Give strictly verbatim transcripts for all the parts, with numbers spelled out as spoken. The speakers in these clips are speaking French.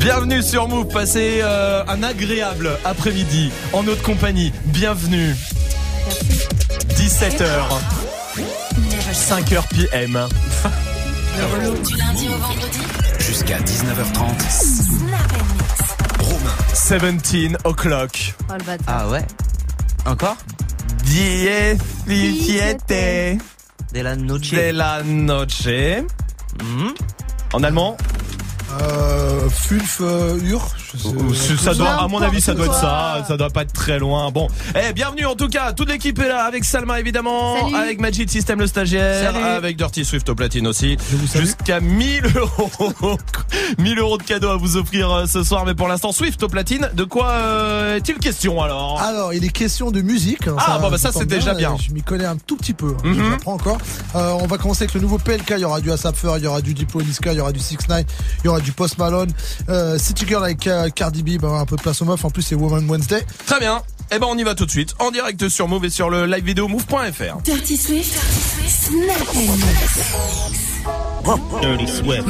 Bienvenue sur Move, passez euh, un agréable après-midi en notre compagnie. Bienvenue. dix-sept heures, cinq heures P M. Du lundi au vendredi jusqu'à dix-neuf heures trente. Romain. dix-sept o'clock. Oh le bâtard. Ah ouais. Encore? diez siete De la noche. de la noche. Mmh. En allemand? Euh, Fulf, euh, Ur. Ça, ça doit, à mon avis, ça doit être quoi. ça. Ça doit pas être très loin. Bon, eh, bienvenue en tout cas. Toute l'équipe est là avec Salma évidemment, Salut. avec Magic System le stagiaire, Salut. avec Dirty Swift au platine aussi. Je vous salue. Jusqu'à mille euros, mille euros de cadeaux à vous offrir euh, ce soir. Mais pour l'instant, Swift au platine. De quoi euh, est-il question alors? Alors, il est question de musique. hein, Ah, bon, bah, ça, tombe c'est déjà bien. Je m'y connais un tout petit peu. hein, Mhm. J'apprends encore. Euh, on va commencer avec le nouveau P L K. Il y aura du ASAP Ferg, il y aura du Diplo Niska, il y aura du six ix, il y aura du Post Malone, euh, City Girl avec euh, Cardi B, bah, un peu de place aux meufs. En plus, c'est Woman Wednesday. Très bien. Eh ben, on y va tout de suite. En direct sur Move et sur le live vidéo move point f r. Dirty Swift, Snap and Mix. Dirty Swift.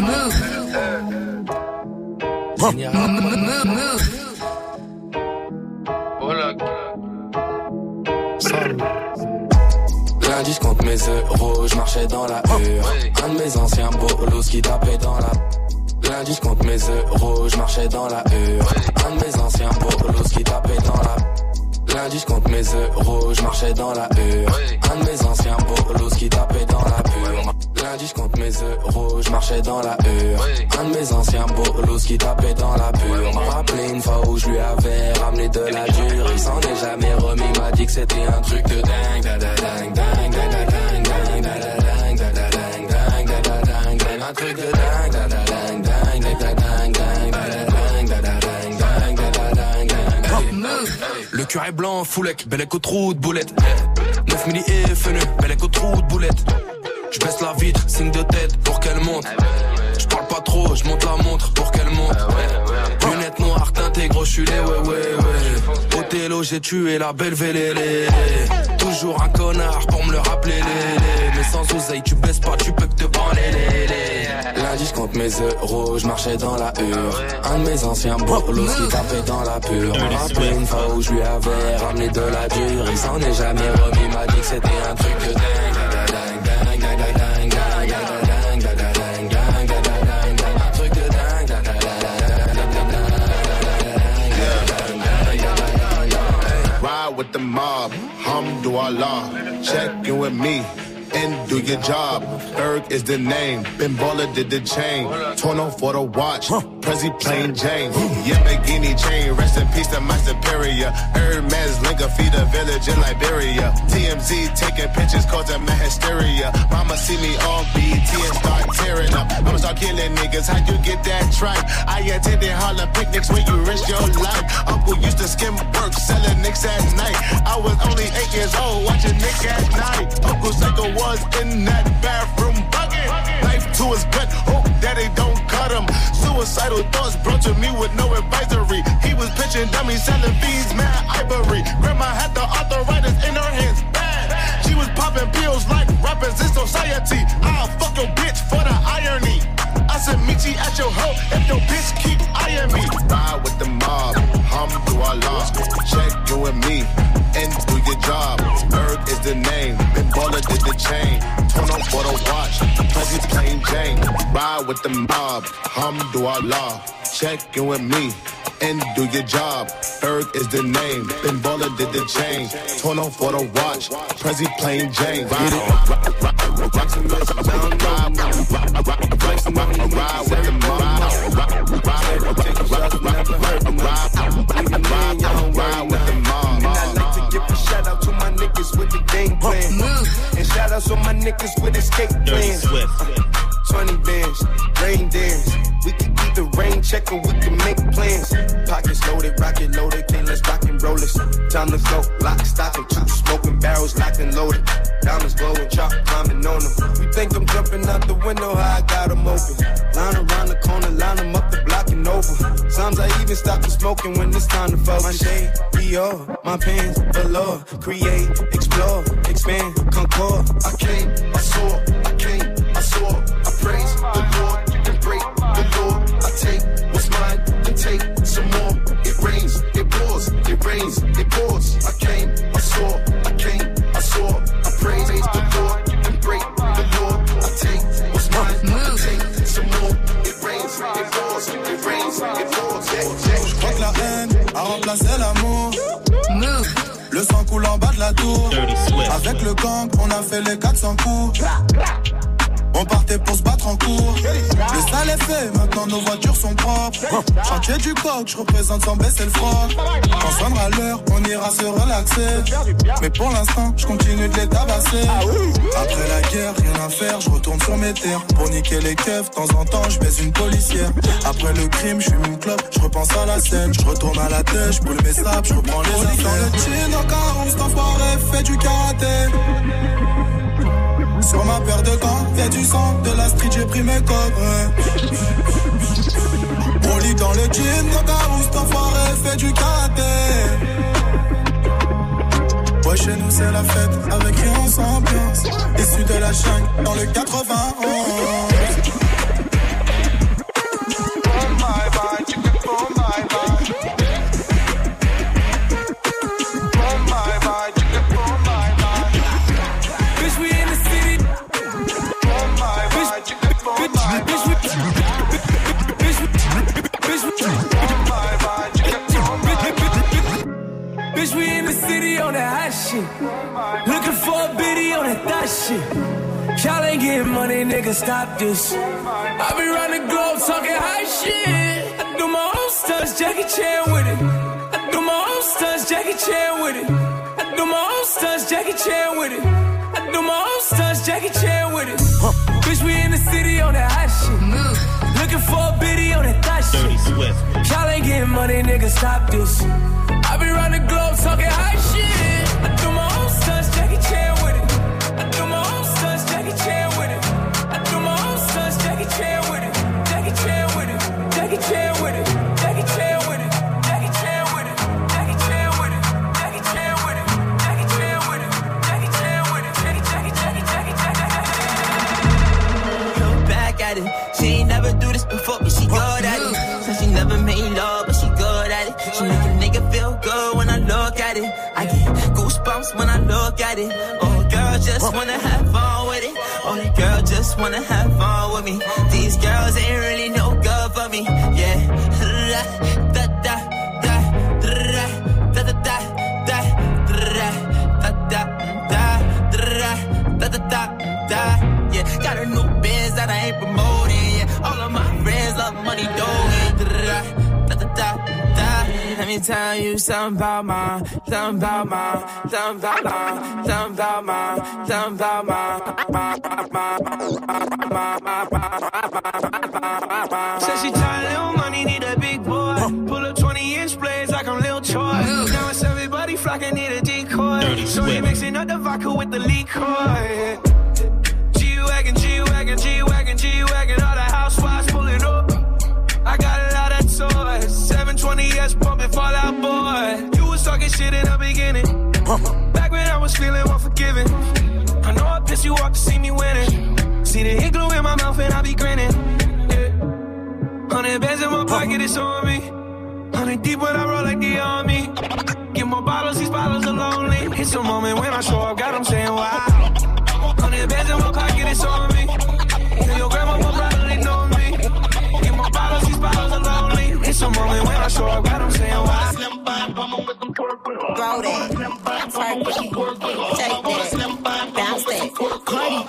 Lundi, je compte mes euros, je marchais dans la hure. Un de mes anciens bolos qui tapait dans la. Lundi, je compte mes euros, je marchais dans la hure. Un de mes anciens bolos qui tapait dans la. Lundi, je compte mes euros, je marchais dans la hure. Un de mes anciens bolos qui tapait dans la pure. Lundi, je compte mes euros, je marchais dans la hure. Un de mes anciens bolos qui tapait dans la pure. M'a rappelé une fois où je lui avais ramené de la dure. Il s'en est jamais remis, m'a dit que c'était un truc de dingue. Da da ding, ding, da da ding, ding, da da ding, da da ding, ding, da da ding, ding. Un truc de dingue, da da ding, ding, da da ding, ding, da da ding, da da ding, ding, da da ding, ding. Le cœur est blanc, foulec, bel écho trou de boulette. neuf milli et fenu, bel écho trou de boulette. Je baisse la vitre, signe de tête pour qu'elle monte. Je parle pas trop, je monte la montre pour qu'elle monte. Lunettes noires teintées, gros je suis les ouais ouais ouais. Othello, j'ai tué la belle Vélélé. Toujours un connard pour me le rappeler les. Mais sans oseille, tu baisses pas, tu peux que te branler les. Lundi, je compte mes euros, je marchais dans la hure. Un de mes anciens bolos qui tapait dans la pure. M'a rappelé une fois où je lui avais ramené de la dure. Il s'en est jamais remis, m'a dit que c'était un truc de dingue. With the mob, Hamdulillah, check in with me and do your job. Erg is the name, Ben Baller did the chain, Torno for the watch, Prezi plain Jane, Yamagini chain, rest in peace to my superior, Hermes Linka feed a village in Liberia, T M Z taking pictures causing my hysteria, mama see me on B T and start tearing up, I'ma start killing niggas, how you get that tripe, I attended Harlem picnics where you risk your life, Uncle used to skim work, selling nicks at night, I was only eight years old, watching Nick at night, Uncle Psycho was in that bathroom bucket, knife to his gut, hope that they don't cut him, suicidal thoughts brought to me with no advisory, he was pitching dummies, selling beans, mad ivory, grandma had the arthritis in her hands, bad, she was popping pills like rappers in society, I'll fuck your bitch for the irony, I said meet you at your hoe, if your bitch keep eyeing me, ride with the mob, Hamdulillah, check you and me, and do your job, Erg is the name, Ben Baller did the chain, turn on for the watch, Prezi plain Jane, ride with the mob, Hamdulillah, check you and me, and do your job, Erg is the name, Ben Baller did the chain, turn on for the watch, Prezi plain Jane, ride with the mob, ride with the mob. Shout out to my niggas with the game plan. And shout out to my niggas with escape plans. twenty bands, rain dance. We can keep the rain check and we can make plans. Pockets loaded, rocket loaded, can't let's rock and roll this. Time to go, lock, stock, and two smoking barrels locked and loaded. Diamonds glowing, chop climbing on them. You think I'm jumping out the window, how I got them open. Line around the corner, line them up the block and over. Sometimes I even stop the smoking when it's time to focus. My shade, Dior, my pants, below. Create, explore, expand, concord. I came, I saw, I came, I saw. I praise the Lord, you can break the law. I take what's mine, tour. Avec le gang, on a fait les quatre cents coups. On partait pour se battre en cours. Le sale est fait, maintenant nos voitures sont propres. Chantier du coq, je représente sans baisser le froc. Quand sonnera l'heure, on ira se relaxer. Mais pour l'instant, je continue de les tabasser. Après la guerre, rien à faire, je retourne sur mes terres. Pour niquer les keufs, de temps en temps, je baise une policière. Après le crime, je fume une clope, je repense à la scène. Je retourne à la tête, je boule mes sables, je reprends les affaires. Dans le jean, en carrosse, cet enfoiré fait du karaté. Sur ma paire de gants, y'a du sang, de la street, j'ai pris mes codes, ouais. Broly dans le jean, dans Carousse, t'enfoiré, fait du karaté. Ouais, chez nous c'est la fête, avec rien sans ambiance. Issu de la jungle, dans le quatre-vingt-onze. Bitch, we in the city on that hot shit. Looking for a biddy on that thot shit. Y'all ain't getting money, nigga, stop this. I be round the globe talking high shit. I do my own stunts, Jackie Chan with it. I do my own stunts, Jackie Chan with it. I do my own stunts, Jackie Chan with it. I do my own stunts, Jackie Chan with it. Huh. Bitch, we in the city on that hot shit. Move. Looking for a biddy on that thot shit. Y'all ain't getting money, nigga, stop this. I be round the globe talking high shit. I do my own stunts, Jackie Chan with it. I do my own stunts, Jackie Chan with it. I do my own stunts, Jackie Chan with it. Jackie Chan with it. Jackie Chan with it. Jackie Chan with it. Jackie Chan with it. Jackie Chan with it. Jackie Chan with it. Jackie Chan with it. Jackie Chan with it. Jackie Jackie Jackie Jackie Jackie. Look back at it. She ain't never do this before, but she good at it. Said she never made love, but she good at it. She make a nigga feel good when I look at it. I get goosebumps when I look at it. Oh, girl just wanna have fun with it. Oh, the girl just wanna have fun with me. These girls ain't really no good for me. Yeah. Da da da da da da da da da da da da da da. Yeah, got a new biz that I ain't promoting. Yeah, all of my friends love money, doing. Da da da da. Let me tell you something about my, something about my, something about my, something about my, something about my, my, my, my, my, my. Said she tired, little money, need a big boy. Pull up twenty inch blades like I'm Lil Troy. Now it's everybody flocking, need a decoy. So he mixing up the vodka with the liquor. G-Wagon, G-Wagon, G-Wagon, G-Wagon, all the housewives pulling up. I got a lot of toys, seven twenty S pumping Fall Out Boy. You was talking shit in the beginning, back when I was feeling unforgiving. I know I pissed you off to see me winning. See the hit glue in my mouth and I be grinning. Yeah. Hundred bands in my pocket, it's on me. Hundred deep when I roll like the army. Get more bottles, these bottles are lonely. It's a moment when I show up, God, I'm saying wow. Hundred bands in my pocket, it's on me. Tell your grandma will probably know me. Get more bottles, these bottles are lonely. It's a moment when I show up, God, I'm saying wow. Throw that, twerk it, take that, bounce that, Cardi,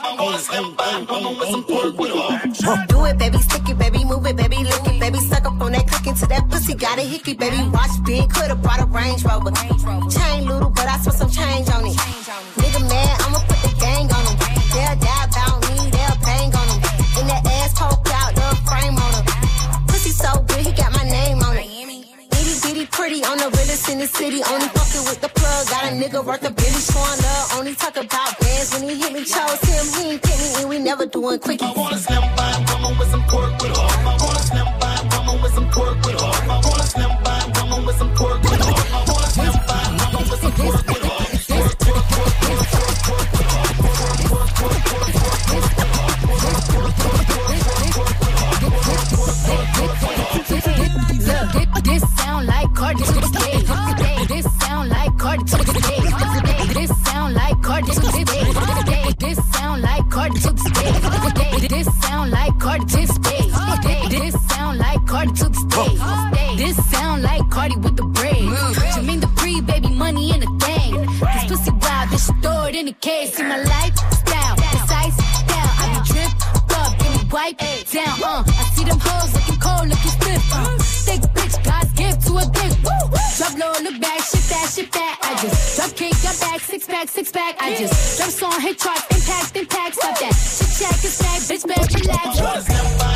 hey, do it, baby, stick it, baby, move it, baby, lick it, baby, suck up on that click into that pussy, got a hickey, baby, watch big, coulda brought a Range Rover, chain little, but I spent some change on it, nigga mad, I'ma put the gang on him, they'll die about me, they'll bang on him, in that ass poke out the frame on him, pussy so good, he got my name on it. Bitty pretty on the realest in the city. Only fucking with the plug. Got a nigga worth a billy showing love. Only talk about bands when he hit me. Chose him, he ain't pick me, and we never doing quickies. I wanna slam by a woman with some pork with her. I wanna slam by a woman with some pork with her. I wanna slam by a woman with some pork with her. I wanna slam by a woman with some pork with her. Look, this sound like Cardi to the stage. This sound like Cardi to the stage. This sound like Cardi to the stage. This sound like Cardi to the stage. This sound like Cardi to the stage. This sound like Cardi to the stage. This sound like Cardi with the braids. Jermaine Dupri, baby, money in a thing. This pussy wild, bitch, Throw it in the case, see my lifestyle, precise style. I be drip up, give me wipe down. Uh, I see them hoes looking cold, looking stiff. Uh, thick bitch, God's gift to a dick. Woo, woo. Drop low, look back, shit that, shit that. I just drop kick, got back, six pack, six pack. I just drop song, hit charts, impact, impact. Stop that, shit check, it's back, bitch, better relax.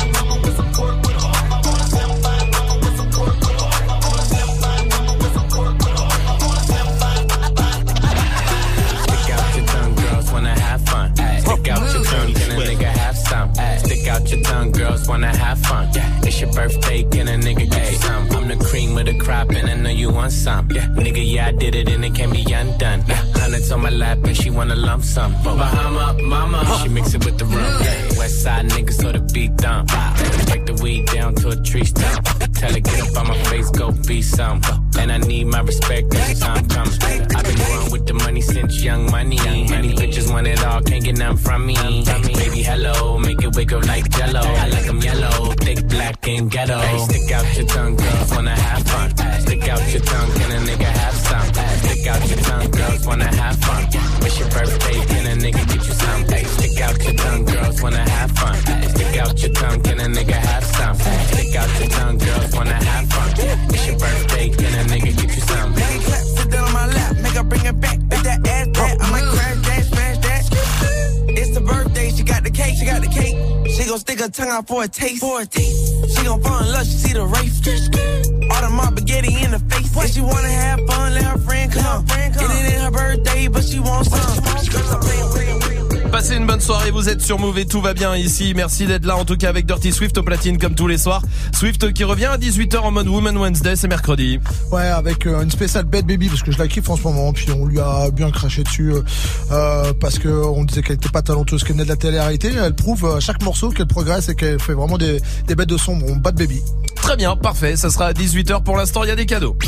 Stick out your tongue, can a nigga have some? Stick out your tongue, girls wanna have fun. It's your birthday, can a nigga get you some? I'm the cream of the crop and I know you want some. Nigga, yeah, I did it and it can't be undone. Hundreds on my lap and she wanna lump some. Bahama, mama, she mix it with the rum. West side nigga, so the beat dumb. Break the weed down to a tree stump. Tell her get up on my face, go be some. And I need my respect every time comes. I've been growing with the money since young money. Many bitches want it all, can't get nothing from me. Baby, hello, make it wiggle like jello. I like them yellow, thick, black, and ghetto. Hey, stick out your tongue, girls wanna have fun. Stick out your tongue, can a nigga have some? Stick out your tongue, girls wanna have fun. It's your birthday, can a nigga get you some? Hey, stick out your tongue, girls wanna have fun. Stick out your tongue, can a nigga have some? Stick out your tongue, girls wanna have fun. It's your birthday, can a nigga get you some? Make clap, sit down on my lap, make her bring it back. Make that ass back, I might crash that, smash that. It's the birthday, she got the cake, she got the cake. She gon' stick her tongue out for a taste, for a taste. She gon' fall in love, she see the race. All the mob spaghetti in the face. When she wanna have fun, let her friend come. It ain't her birthday, but she wants some. Passez une bonne soirée, vous êtes sur Move et tout va bien ici. Merci d'être là en tout cas avec Dirty Swift au platine comme tous les soirs. Swift qui revient à dix-huit heures en mode Woman Wednesday, c'est mercredi. Ouais, avec euh, une spéciale Bad Baby parce que je la kiffe en ce moment. Puis on lui a bien craché dessus euh, parce que on disait qu'elle était pas talentueuse, qu'elle venait de la télé-réalité. Elle prouve à chaque morceau qu'elle progresse et qu'elle fait vraiment des, des bêtes de son. Bon, Bad Baby. Très bien, parfait. Ça sera à dix-huit heures pour l'instant. Il y a des cadeaux.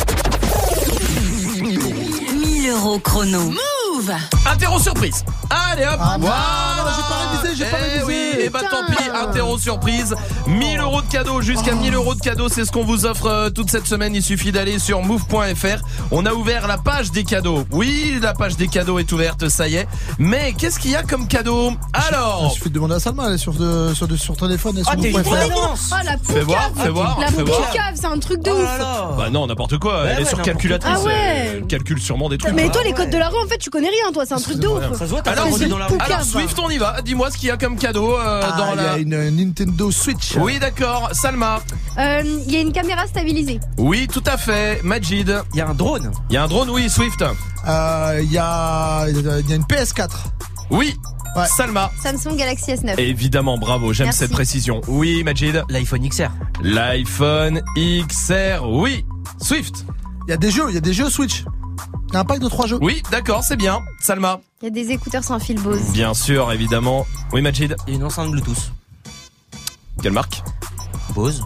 mille euros chrono. Move. Interro surprise. Allez hop. Ah, voilà. non, non, j'ai pas révisé, j'ai eh pas révisé. Oui, et bah tant pis. Interro surprise. mille euros de cadeaux, jusqu'à mille euros de cadeaux. C'est ce qu'on vous offre euh, toute cette semaine. Il suffit d'aller sur move point f r. On a ouvert la page des cadeaux. Oui, la page des cadeaux est ouverte, ça y est. Mais qu'est-ce qu'il y a comme cadeau? Alors. Il suffit de demander à Salma, elle est sur, de, sur, de, sur téléphone et sur Ah, t'es move point f r. une Oh la poucave. Fais voir, fais voir, La fais voir. poucave, c'est un truc de Oh ouf. là là. Bah non, n'importe quoi. Ouais, Elle est ouais, sur n'importe calculatrice. quoi. Ah ouais. Elle calcule sûrement des trucs. Mais quoi. toi, les ouais. codes de la rue, en fait, tu connais rien, toi, c'est un truc de ouf. Ça se voit, t'as Alors, pas grandi Swift, dans la rue. Poucave. alors Swift, on y va. Dis-moi ce qu'il y a comme cadeau euh, Ah, dans il y la. a une Nintendo Switch. Oui, d'accord. Salma. Euh, Il y a une caméra stabilisée. Oui, tout à fait. Majid. Il y a un drone. Il y a un drone, oui. Swift. Euh, Il y, a, il y a une P S quatre. Oui. Ouais. Salma. Samsung Galaxy S neuf. Évidemment, bravo. J'aime Merci. cette précision. Oui, Majid. L'iPhone X R. L'iPhone X R. Oui. Swift. Il y a des jeux, il y a des jeux Switch. Il y a un pack de trois jeux. Oui, d'accord, c'est bien. Salma. Il y a des écouteurs sans fil Bose. Bien sûr, évidemment. Oui, Majid. Et une enceinte Bluetooth. Quelle marque? Bose.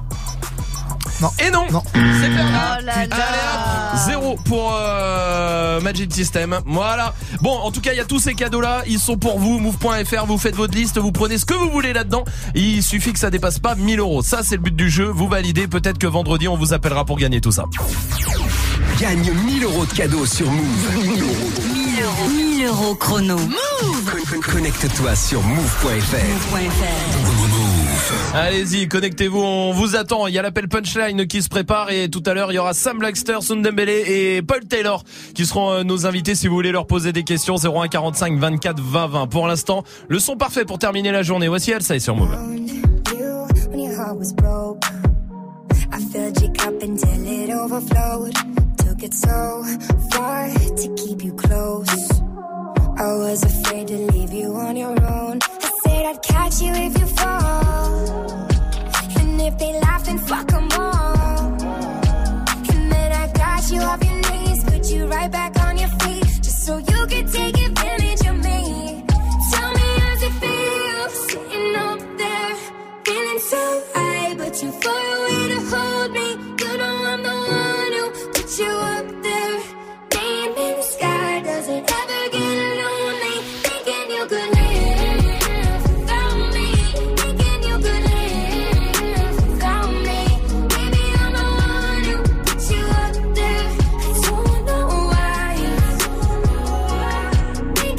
Et non, Non. c'est perdu. Oh là Allez hop, zéro pour euh, Magic System. Voilà. Bon, en tout cas, il y a tous ces cadeaux-là. Ils sont pour vous. move point f r. Vous faites votre liste. Vous prenez ce que vous voulez là-dedans. Il suffit que ça dépasse pas mille euros. Ça, c'est le but du jeu. Vous validez. Peut-être que vendredi, on vous appellera pour gagner tout ça. Gagne mille euros de cadeaux sur Move. mille euros. mille euros chrono. Con- Connecte-toi sur move point f r. move point f r. Allez-y, connectez-vous. On vous attend. Il y a l'appel punchline qui se prépare et tout à l'heure, il y aura Sam Blackster, Sundembele et Paul Taylor qui seront euh, nos invités si vous voulez leur poser des questions. zéro un quarante-cinq vingt-quatre vingt vingt. Pour l'instant, le son parfait pour terminer la journée. Voici Elsa et sur Move. When your heart was broke, I filled your cup until it overflowed. Took it so far to keep you close. I was afraid to leave you on your own. I said I'd catch you if you fall. And if they laugh, then fuck them all. And then I got you off your knees, put you right back on your feet, just so you could take advantage of me. Tell me how's it feel, sitting up there, feeling so high, but too far away to hold me. You know I'm the one who put you up there. Name in the sky, does it ever get lonely? Thinking you could live without me. Thinking you could live without me. Maybe I'm the one who put you up there. I don't know why. Maybe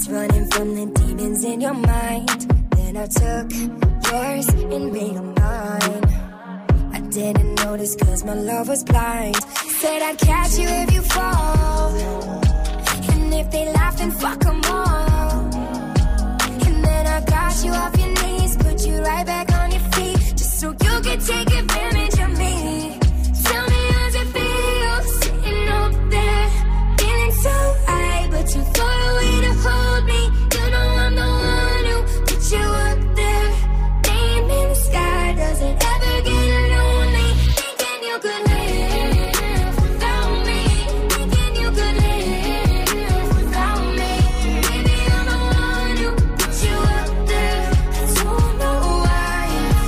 was running from the demons in your mind. Then I took yours and made them mine. I didn't notice cause my love was blind. Said I'd catch you if you fall. And if they laugh then fuck them all. And then I got you off your knees, put you right back on your feet, just so you could take advantage of me. Tell me how's it feel, sitting up there, feeling so high, but too far away to hold me. You know I'm the one who put you up there. Name in the sky, doesn't ever get lonely. Thinking you could live without me. Thinking you could live without me. Maybe I'm the one who put you up there. I don't know why.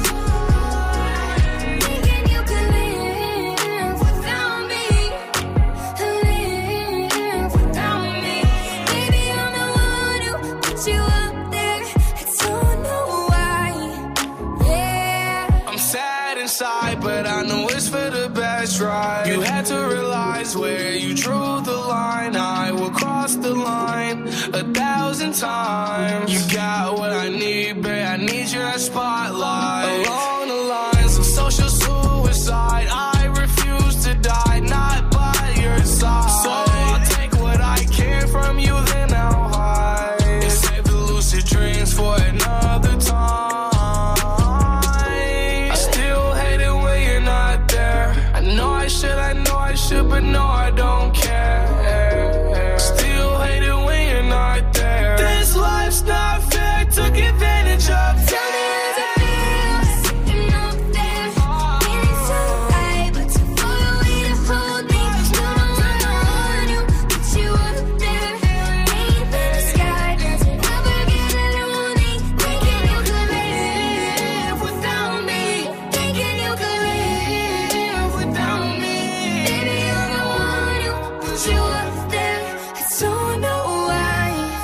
Thinking you could live without me. Live without me. Maybe I'm the one who put you up there. I don't know why. Yeah. I'm sad inside, but I know it's for the best, right? You had to realize where you drew the line. I will cross the line a thousand times. You got what I need, babe. I need your spotlight. Along the lines of social suicide, I refuse to die, not by your side. So I'll take what I can from you, then I'll hide. And save the lucid dreams for another time. I still hate it when you're not there. I know I should, I know I should, but no, I don't care. Still hate it when you're not there. This life's not fair, took advantage of. Tell me how's it feel, sitting up there, feeling so high, but too far away to hold me. You know I'm the one who put you up there. Name in the sky, doesn't ever get lonely. Thinking you could live without me. Thinking you could live without me. Baby, I'm the one who put you up there. I don't know why.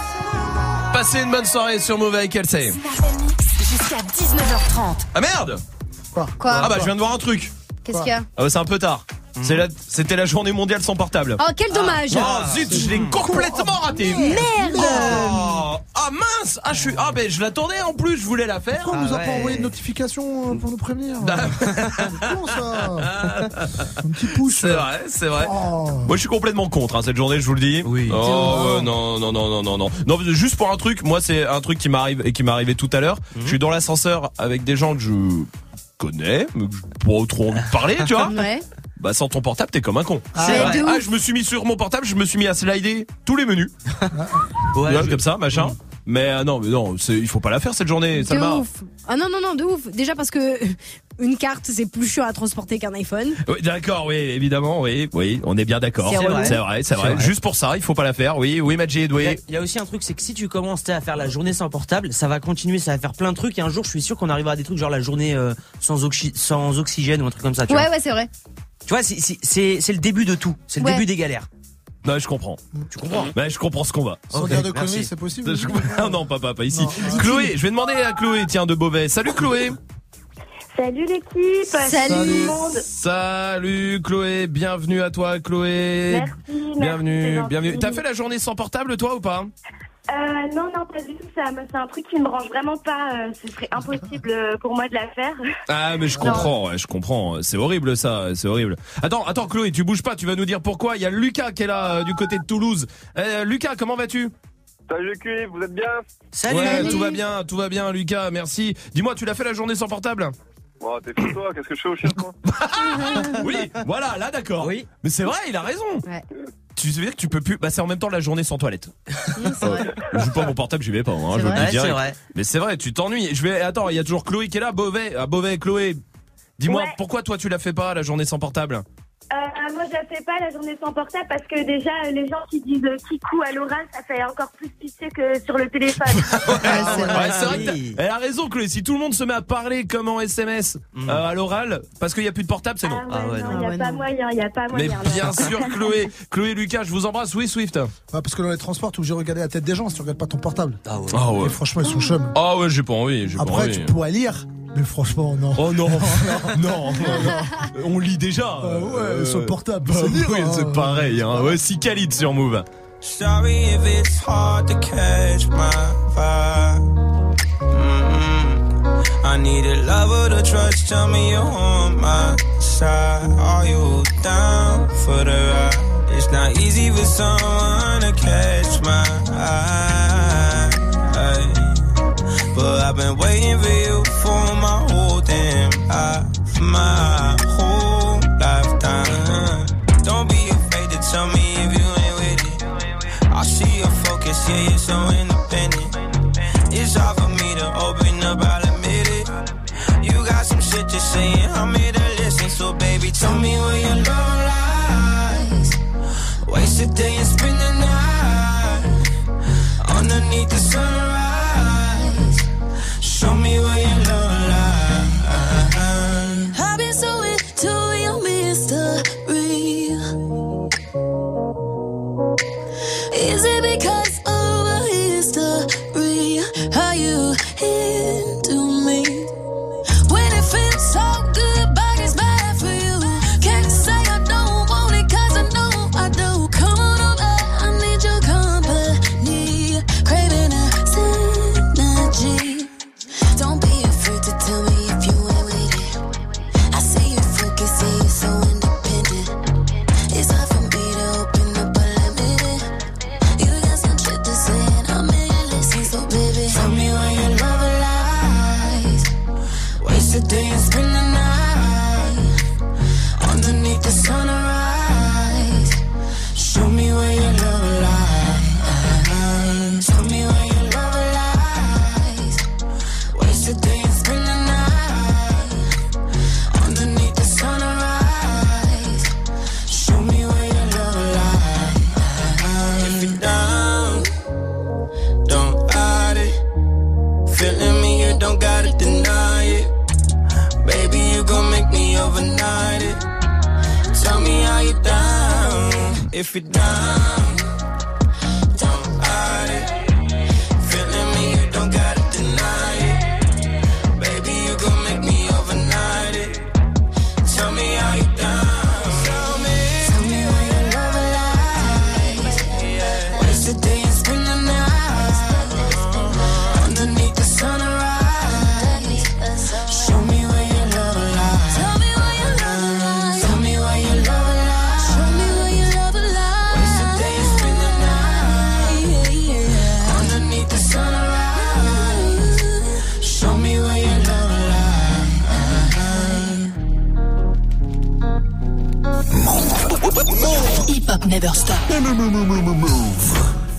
Passez une bonne soirée sur Move avec Kelsey. Jusqu'à dix-neuf heures trente. Ah merde. Quoi? Ah bah je viens de voir un truc. Qu'est-ce qu'il y a? Ah bah c'est un peu tard. C'est la- C'était la journée mondiale sans portable. Oh, quel dommage. Oh zut, je l'ai complètement raté. Merde. Oh, ah mince. Ah je suis. Ah ben je l'attendais en plus, je voulais la faire. Pourquoi on nous a Ah pas ouais. envoyé de notification euh, pour nous prévenir? Bah. C'est con ça. Un petit pouce. C'est vrai, c'est vrai. Oh. Moi je suis complètement contre hein, cette journée, je vous le dis. Oui. Oh ouais, non non non non non non. Non juste pour un truc, moi c'est un truc qui m'arrive et qui m'est arrivé tout à l'heure. Je suis dans l'ascenseur avec des gens que je connais, mais que j'ai pas trop envie de parler, tu vois. Ouais. Bah sans ton portable t'es comme un con. Ah, C'est ouais. de ouf. Ah je me suis mis sur mon portable, je me suis mis à slider tous les menus. Ouais, Tu vois, je- comme ça, machin. Mais euh, non, mais non, c'est, il faut pas la faire cette journée, De Salma. ouf. Ah non, non, non, de ouf. Déjà parce que une carte, c'est plus chiant à transporter qu'un iPhone. Oui, d'accord, oui, évidemment, oui, oui, on est bien d'accord. C'est vrai. c'est vrai, c'est C'est vrai. vrai. Juste pour ça, il faut pas la faire. Oui, oui, Majid, Il y, oui. a, il y a aussi un truc, c'est que si tu commences t'sais, à faire la journée sans portable, ça va continuer, ça va faire plein de trucs. Et un jour, je suis sûr qu'on arrivera à des trucs genre la journée euh, sans, oxy- sans oxygène ou un truc comme ça. Tu Ouais, vois, ouais, c'est vrai. tu vois c'est, c'est, c'est, c'est le début de tout. C'est le Ouais. début des galères. Non, je comprends. Tu comprends? Mais je comprends ce qu'on va. Sans Ok, dire de merci. conneries, c'est possible? Je- Ah non, pas, pas, pas ici. Non. Chloé, je vais demander à Chloé, tiens, de Beauvais. Salut Chloé. Salut l'équipe. Salut. tout le monde. Salut Chloé, bienvenue à toi Chloé. Merci. merci, Bienvenue, c'est gentil. bienvenue. T'as fait la journée sans portable toi ou pas? Euh, non, non, pas du tout. Ça, c'est un truc qui me branche vraiment pas. euh, Ce serait impossible euh, pour moi de la faire. Ah mais je comprends, ouais, je comprends. C'est horrible ça, c'est horrible. Attends, attends Chloé, tu bouges pas, tu vas nous dire pourquoi. Il y a Lucas qui est là euh, du côté de Toulouse. Euh, Lucas, comment vas-tu? Salut l'équipe, vous êtes bien? Salut. Ouais, Salut. tout va bien, tout va bien Lucas, merci. Dis-moi, tu l'as fait la journée sans portable? Bon, t'es fou toi, qu'est-ce que je fais au chien moi? Oui, voilà, là d'accord. Oui. Mais c'est vrai, il a raison. Ouais. Tu veux dire que tu peux plus. Bah c'est en même temps la journée sans toilette. Mmh, c'est vrai. Je joue pas à mon portable, j'y vais pas. Hein, C'est je vous le vrai. dis Ouais, direct. c'est vrai. Mais c'est vrai, tu t'ennuies. Je vais. Attends, il y a toujours Chloé qui est là. Beauvais, à Beauvais, Chloé. Dis-moi, Ouais. pourquoi toi tu la fais pas la journée sans portable? Euh, moi, je la fais pas la journée sans portable parce que déjà, euh, les gens qui disent euh, kikou à l'oral, ça fait encore plus pisser que sur le téléphone. Ouais, c'est vrai. ouais, c'est vrai que oui. t'as- elle a raison Chloé. Si tout le monde se met à parler comme en S M S Mm. euh, à l'oral, parce qu'il y a plus de portable, c'est non. Ah ouais, Ah ouais, non, non. il y a Ah ouais, pas non. moyen, il y a pas Mais moyen. bien là. sûr Chloé, Chloé et Lucas, je vous embrasse. Oui Swift. Ouais, parce que dans les transports, t'es obligé de regarder la tête des gens si tu regardes pas ton portable. Ah ouais. Ah Et franchement, ils sont chums. Ah ouais, j'ai pas envie. J'ai pas Après, envie. tu pourrais lire, mais franchement, non. Oh non, non, on lit déjà. Ah ouais, Euh, sur le portable. bah c'est lire, oui, hein. c'est pareil. Hein. Ouais, si Khalid sur Move. Sorry if it's hard to catch my vibe. Mm-hmm. I need a lover to trust. Tell me you're on my side. Are you down for the ride? It's not easy for someone to catch my eye. But I've been waiting for you for my whole damn life, my whole lifetime. Don't be afraid to tell me if you ain't with it. I see your focus, yeah, you're so independent. It's hard for me to open up, I'll admit it. You got some shit to say and I'm here to listen. So baby, tell me where your love lies. Waste a day and spend the night underneath the sunrise. Show me where your love lies. I've been so into your mystery. Is it because of a history? Are you into me? When it feels so good, but it's bad for you. Can't say I don't want it, cause I know I do. Come on over, I need your company. Craving a synergy. Don't be afraid to tell me if you ain't with it. I see you focus, see you so independent. It's hard for me to open up, but let me in. You got some shit to say and I'm in your listen. So baby, tell me where your love lies. Waste a day and spend the night underneath the sunrise. Show me where your love lies. Tell me where your love lies. Waste a day and spend the night underneath the sunrise. Show me where your love lies. If you're down, don't hide it. Feeling me, you don't gotta deny it. Baby, you gon' make me overnight it. Tell me how you down. If you're down, don't hide it. Feeling me, you don't gotta deny it. Baby, you gon' make me overnight it. Tell me how you down. Tell me, tell me where your love lies. Waste a day and spend the night underneath the sunrise. Show me where your love lies. Tell me where your love lies. Tell me where your love lies. Show me where your love lies. Waste a day and spend the night underneath the sunrise. Show me where your love lies. Hip Hop Never Stop. Move.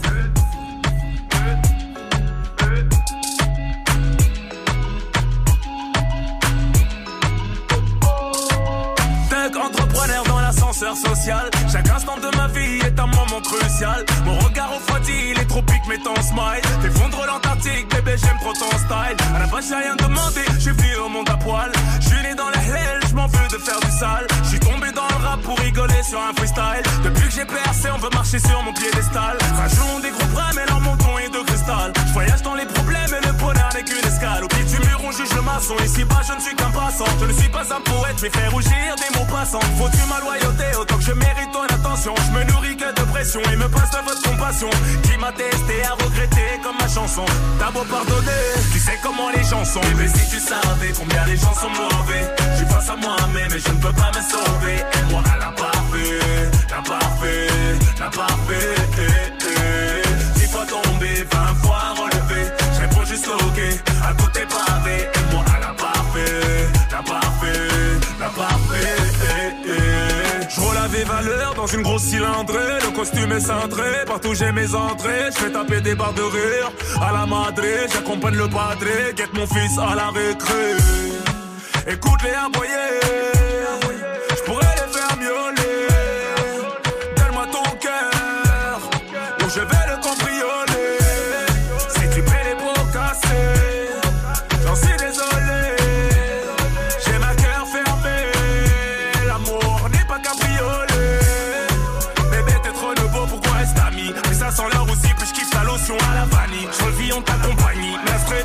Entrepreneur dans l'ascenseur social. Chaque instant de ma vie est un moment crucial. Mon regard refroidit les tropiques met ton smile. T'effondre l'Antarctique, bébé j'aime trop ton style. À la base j'ai rien demandé, j'ai vu au monde à poil. J'suis né dans la hell, j'm'en veux de faire du sale. J'suis tombé dans le rap pour rigoler sur un freestyle. Depuis que j'ai percé, on veut marcher sur mon piédestal. Rajoutons des gros bras mais leur menton est de cristal. J'voyage dans les problèmes et le bonheur n'est qu'une escale. Au pied du mur on juge le maçon. Ici bas je ne suis qu'un passant. Je ne suis pas un poète, je vais faire rougir des mots passants. Faut-tu ma loyauté autant que je mérite ton attention. Je me nourris que de pression et me passe de votre compassion. Qui m'a testé à regretter comme ma chanson. T'as beau pardonner, tu sais comment les gens sont. Bébé si tu savais combien les gens sont mauvais. Je suis face à moi-même et je ne peux pas me sauver. Et moi à la parfait, la parfait, la parfait. Dix fois tombé, vingt fois relevé. Je réponds juste ok à tous tes pavés. Et moi à la parfait, la parfait, la parfait. Je roule à vive valeur dans une grosse cylindrée. Le costume est cintré, partout j'ai mes entrées. Je fais taper des barres de rire à la madré. J'accompagne le padré, guette mon fils à la récré. Écoute-les aboyer, je pourrais les faire miauler. Donne-moi ton cœur, ou je vais le cambrioler. Si tu paies les pots cassés, j'en suis désolé. J'ai ma cœur fermé, l'amour n'est pas cabriolé. Bébé t'es trop nouveau, pourquoi reste ami? Mais ça sent l'heure aussi, plus je kiffe ta lotion à la vanille. Je le vis en ta compagnie, mais straight c'est la fin.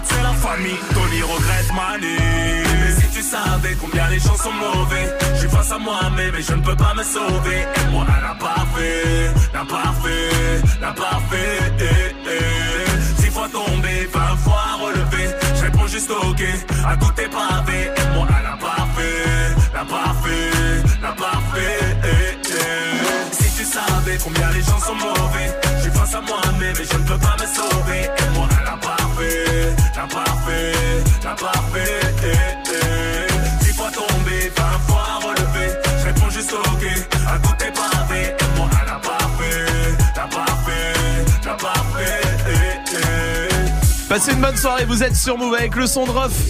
famille, Tony regrette Manu. Mais si tu savais combien les gens sont mauvais, je suis face à moi-même et je ne peux pas me sauver. Et moi à l'imparfait, l'imparfait, l'imparfait. Eh, eh. Six fois tombé, vingt fois relevé, je réponds juste ok à tous tes pavés. Et moi à l'imparfait, l'imparfait, l'imparfait. Eh, eh. Si tu savais combien les gens sont mauvais, je suis face à moi-même et je ne peux pas me sauver. Et moi à l'imparfait, l'imparfait, l'imparfait. Eh, eh. Six fois tombé, vingt fois relevé, je réponds juste ok à tous tes pavés. Et moi à l'imparfait, l'imparfait, l'imparfait. Eh, eh. Passez une bonne soirée, vous êtes sur Move avec le son de Ruff.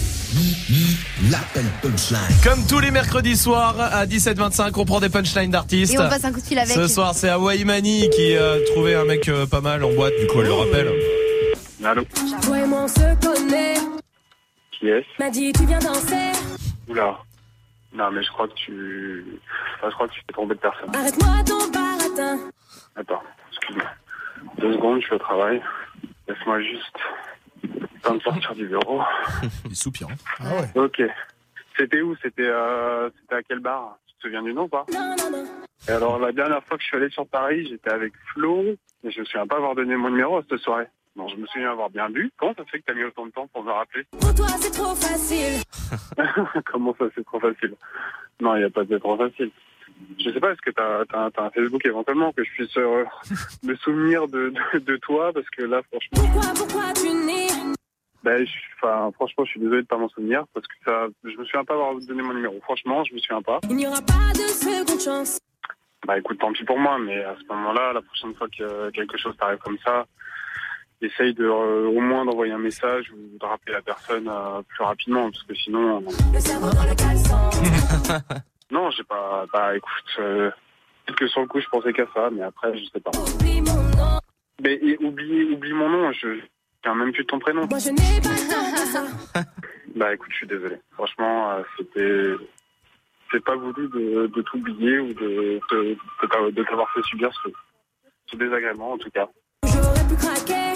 L'appel punchline. Comme tous les mercredis soirs à dix-sept vingt-cinq, on prend des punchlines d'artistes. Et on passe un coup de fil avec. Ce soir, c'est Hawaii Mani qui a euh, trouvé un mec euh, pas mal en boîte, du coup elle le rappelle. Allô. Toi et moi on se connaît. Qui est-ce? M'a dit tu viens danser. Oula. Non mais je crois que tu... Enfin, je crois que tu t'es trompé de personne. Arrête-moi ton baratin. Attends, excuse-moi. Deux secondes, je suis au travail. Laisse-moi juste... Temps de sortir du bureau. Il soupire. Ah ouais. Ok. C'était où? C'était euh, c'était à quel bar? Tu te souviens du nom ou pas? Non, non, non. Et alors, la dernière fois que je suis allé sur Paris, j'étais avec Flo, et je me souviens pas avoir donné mon numéro à cette soirée. Non, je me souviens avoir bien bu. Comment ça se fait que t'as mis autant de temps pour me rappeler? Pour toi c'est trop facile. Comment ça, c'est trop facile? Non, il n'y a pas de trop facile. Je sais pas, est-ce que t'as, t'as, t'as un Facebook éventuellement que je puisse euh, me souvenir de, de, de toi? Parce que là, franchement... Pourquoi, pourquoi tu nies? Ben, je, enfin, franchement, je suis désolé de pas m'en souvenir parce que ça, je me souviens pas avoir donné mon numéro. Franchement, je me souviens pas. Il n'y aura pas de seconde chance. Bah, écoute, tant pis pour moi, mais à ce moment-là, la prochaine fois que quelque chose t'arrive comme ça, essaye de, euh, au moins d'envoyer un message ou de rappeler la personne euh, plus rapidement parce que sinon. Le cerveau dans le caleçon. Non, j'ai pas. Bah, écoute, euh, peut-être que sur le coup, je pensais qu'à ça, mais après, je sais pas. Oublie mon nom. Mais et, oublie, oublie mon nom. Je j'ai même plus ton prénom. Moi je n'ai pas peur de ça. Bah écoute, je suis désolé. Franchement, euh, c'était, c'est pas voulu de, de t'oublier ou de, de, de, de t'avoir fait subir ce, ce désagrément en tout cas. J'aurais pu craquer.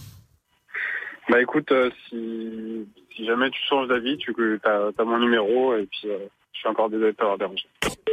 Bah écoute, euh, si, si jamais tu changes d'avis, tu t'as, t'as mon numéro et puis euh, je suis encore désolé de t'avoir dérangé.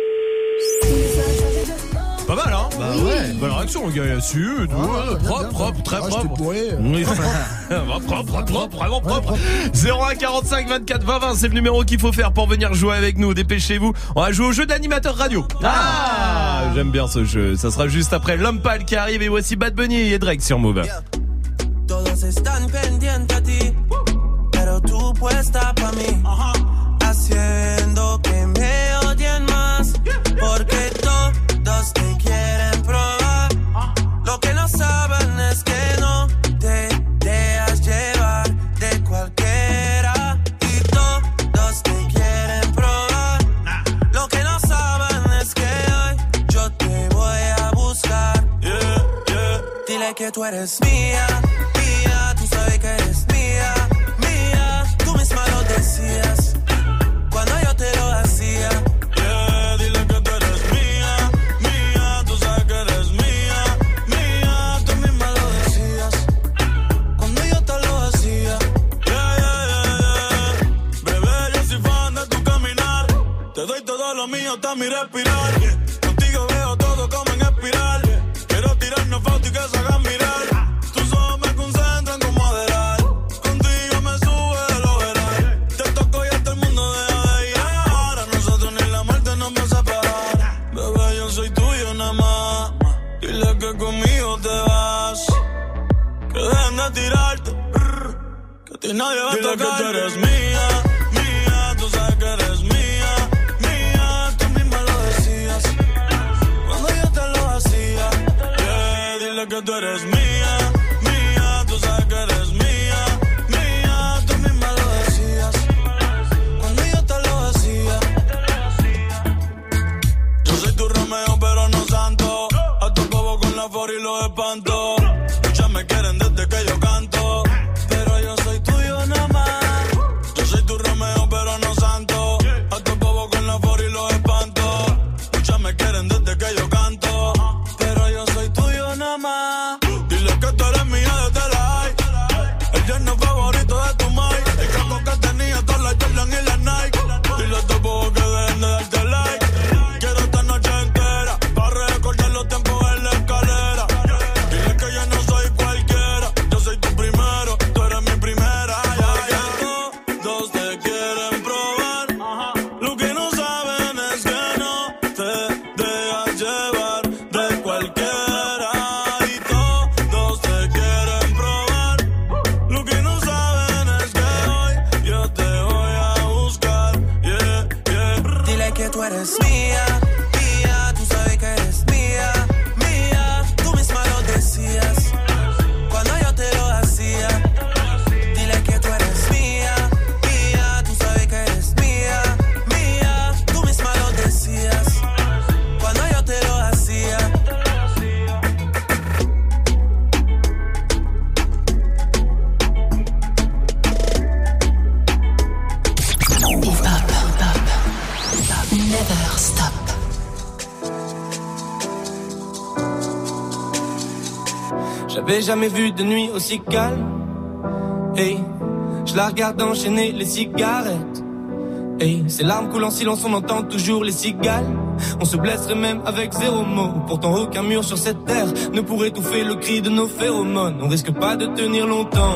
Pas mal, hein? Bah ouais. Bonne réaction, le gars, il a su. Ouais, ouais, propre, bien, propre, bien. très Ah, propre. j'étais bourré. Oui. propre, propre, propre, vraiment propre. zéro un quarante-cinq vingt-quatre vingt vingt, c'est le numéro qu'il faut faire pour venir jouer avec nous. Dépêchez-vous. On va jouer au jeu d'animateur radio. Ah, j'aime bien ce jeu. Ça sera juste après L'Homme Pâle qui arrive et voici Bad Bunny et Drake sur Move. Todos están pendientes a ti, pero tú puesta pa' mí, haciendo que me odien más, porque todos te quieren probar. Lo que no saben es que no te dejas llevar de cualquiera, y todos te quieren probar. Lo que no saben es que hoy yo te voy a buscar. Yeah, yeah. Dile que tú eres mía. Tú sabes que eres mía, mía. Tú misma lo decías cuando yo te lo hacía. Yeah, dile que tú eres mía, mía. Tú sabes que eres mía, mía. Tú misma lo decías cuando yo te lo hacía. Yeah, yeah, yeah, yeah. Bebé, yo soy fan de tu caminar. Te doy todo lo mío hasta mi respirar. Contigo veo todo como en espiral. Quiero tirarnos fotos y que se hagan mirar. Conmigo te vas, que dejen de tirarte, que a ti nadie va a tocar. Dile que tú eres mía, mía, tú sabes que eres mía, mía. Tú misma lo decías cuando yo te lo hacía. Yeah, dile que tú eres mía, mía, tú sabes que eres mía, mía. Tú misma lo decías cuando yo te lo hacía. Yo soy tu Romeo pero no santo. Y los espanto. Muchas me quieren desde que yo canto, pero yo soy tuyo nada más. Yo soy tu Romeo pero no santo. A tu bobo con la for y los espanto. Muchas me quieren desde que yo canto, pero yo soy tuyo nada más. Dile eres mía, mía, tú sabes que eres mía, mía, tú misma lo decías cuando yo te lo hacía. Dile que tú eres mía, mía, tú sabes que eres mía, mía, tú misma lo decías cuando yo te lo hacía. Never stop. J'avais jamais vu de nuit aussi calme. Hey, je la regarde enchaîner les cigarettes. Hey, ses larmes coulent en silence, on entend toujours les cigales. On se blesserait même avec zéro mot. Pourtant aucun mur sur cette terre ne pourrait étouffer le cri de nos phéromones. On risque pas de tenir longtemps.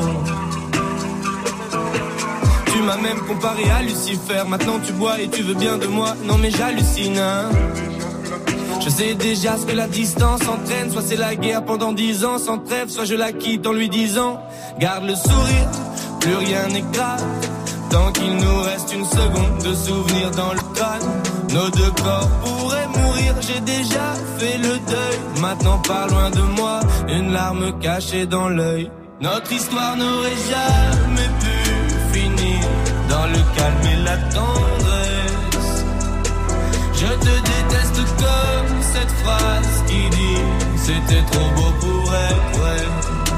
Tu m'as même comparé à Lucifer. Maintenant tu bois et tu veux bien de moi. Non mais j'hallucine, hein. Je sais déjà ce que la distance entraîne. Soit c'est la guerre pendant dix ans sans trêve, soit je la quitte en lui disant garde le sourire, plus rien n'est grave tant qu'il nous reste une seconde de souvenir dans le crâne. Nos deux corps pourraient mourir, j'ai déjà fait le deuil. Maintenant pas loin de moi, une larme cachée dans l'œil. Notre histoire n'aurait jamais pu finir dans le calme et la tendresse. Je te déteste comme cette phrase qui dit c'était trop beau pour être vrai.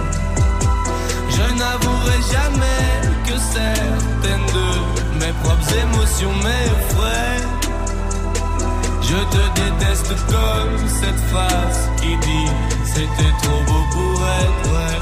Je n'avouerai jamais que certaines de mes propres émotions m'effraient. Je te déteste comme cette phrase qui dit c'était trop beau pour être vrai.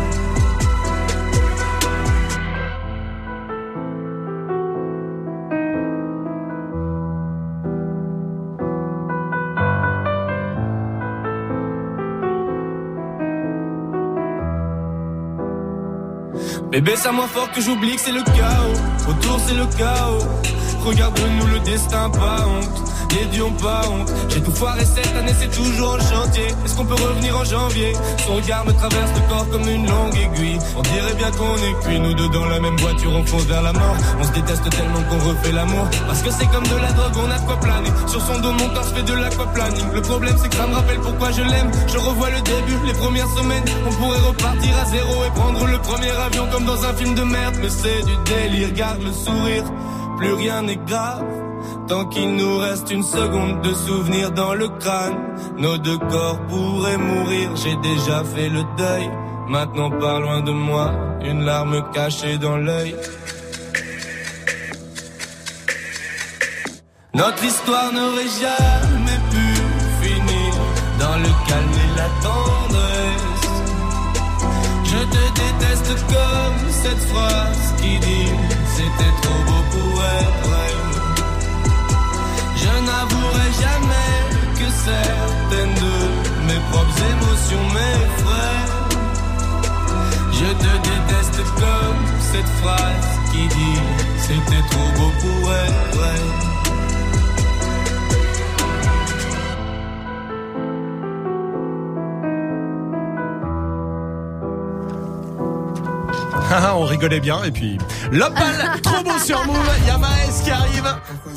Bébé, c'est à moi fort que j'oublie que c'est le chaos. Autour c'est le chaos. Regarde-nous, le destin pas honte. Les dieux ont pas honte. J'ai tout foiré cette année, c'est toujours en chantier. Est-ce qu'on peut revenir en janvier? Son regard me traverse le corps comme une longue aiguille. On dirait bien qu'on est cuits, nous deux dans la même voiture, on fonce vers la mort. On se déteste tellement qu'on refait l'amour. Parce que c'est comme de la drogue, on a de quoi planer. Sur son dos, mon corps, je fais de l'aquaplaning. Le problème, c'est que ça me rappelle pourquoi je l'aime. Je revois le début, les premières semaines. On pourrait repartir à zéro et prendre le premier avion comme dans un film de merde. Mais c'est du délire, garde le sourire. Plus rien n'est grave tant qu'il nous reste une seconde de souvenir dans le crâne. Nos deux corps pourraient mourir, j'ai déjà fait le deuil. Maintenant pas loin de moi, une larme cachée dans l'œil. Notre histoire n'aurait jamais pu finir dans le calme et la tendresse. Je te déteste comme cette phrase qui dit c'était trop beau pour être vrai. Je n'avouerai jamais que certaines de mes propres émotions m'effraient. Je te déteste comme cette phrase qui dit c'était trop beau pour être vrai. On rigolait bien et puis Lopal, trop beau sur Move. Il y a Maës qui arrive.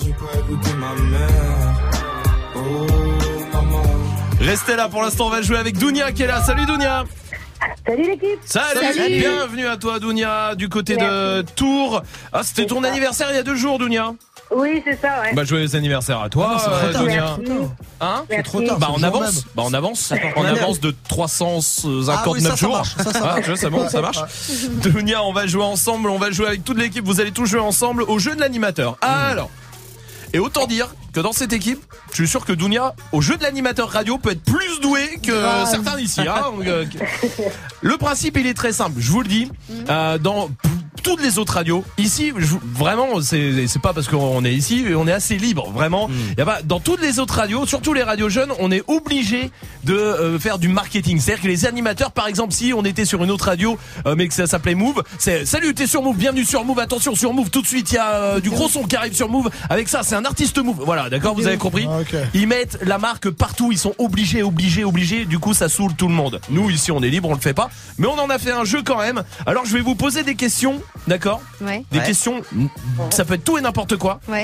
Restez là, pour l'instant on va jouer avec Dounia qui est là. Salut Dounia. Salut l'équipe. Salut. Salut. Bienvenue à toi Dounia du côté Merci. de Tours. Ah, c'était ton anniversaire il y a deux jours Dounia. Oui, c'est ça, ouais. Bah, joyeux anniversaire à toi, ah, euh, Dounia. Hein? C'est trop tard. Bah, on avance. Bah, on avance. On avance de trois cent cinquante-neuf ah, oui, ça, jours. Ça marche, ça, ça marche. Ah, c'est bon, ça marche. Dounia, on va jouer ensemble. On va jouer avec toute l'équipe. Vous allez tous jouer ensemble au jeu de l'animateur. Alors. Et autant dire que dans cette équipe, je suis sûr que Dounia, au jeu de l'animateur radio, peut être plus doué que ah. certains ici. Hein. Le principe, il est très simple. Je vous le dis. Euh, dans toutes les autres radios, ici, je, vraiment, c'est, c'est pas parce qu'on est ici, on est assez libre, vraiment. Mm. Y a pas, dans toutes les autres radios, surtout les radios jeunes, on est obligé de euh, faire du marketing. C'est-à-dire que les animateurs, par exemple, si on était sur une autre radio, euh, mais que ça s'appelait Move, c'est salut, t'es sur Move, bienvenue sur Move, attention sur Move, tout de suite, il y a euh, du gros son qui arrive sur Move. Avec ça, c'est un artiste Move. Voilà, d'accord, vous avez compris. Okay. Ils mettent la marque partout, ils sont obligés, obligés, obligés. Du coup, ça saoule tout le monde. Nous, ici, on est libre, on le fait pas. Mais on en a fait un jeu quand même. Alors, je vais vous poser des questions, d'accord? Ouais. Des ouais. questions, ça peut être tout et n'importe quoi. Ouais.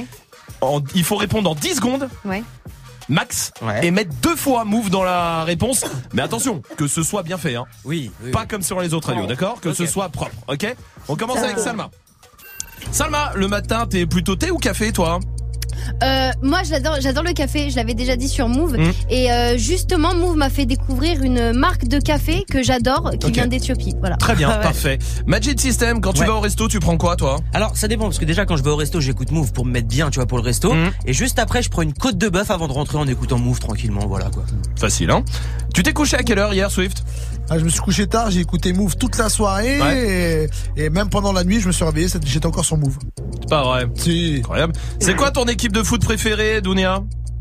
en, il faut répondre en dix secondes. Ouais. Max. Ouais. Et mettre deux fois move dans la réponse. Mais attention, que ce soit bien fait, hein. Oui. oui Pas oui. comme sur les autres radios, d'accord? Que Ok. ce soit propre, ok? On commence Ça avec va. Salma. Salma, le matin, t'es plutôt thé ou café, toi? Euh, moi, j'adore, j'adore le café. Je l'avais déjà dit sur Move. Mmh. Et euh, justement, Move m'a fait découvrir une marque de café que j'adore, qui Ok. vient d'Éthiopie. Voilà. Très bien, Ah ouais. parfait. Magic System, quand tu Ouais. vas au resto, tu prends quoi, toi? Alors ça dépend parce que déjà quand je vais au resto j'écoute Move pour me mettre bien tu vois pour le resto Mhm. et juste après je prends une côte de bœuf avant de rentrer en écoutant Move tranquillement voilà quoi. Facile, hein? Tu t'es couché à quelle heure hier, Swift? Ah, je me suis couché tard, j'ai écouté Move toute la soirée Ouais. et, et même pendant la nuit, je me suis réveillé, c'était- j'étais encore sur Move. C'est pas vrai. Si. Incroyable. C'est quoi ton équipe de foot préférée, Dounia?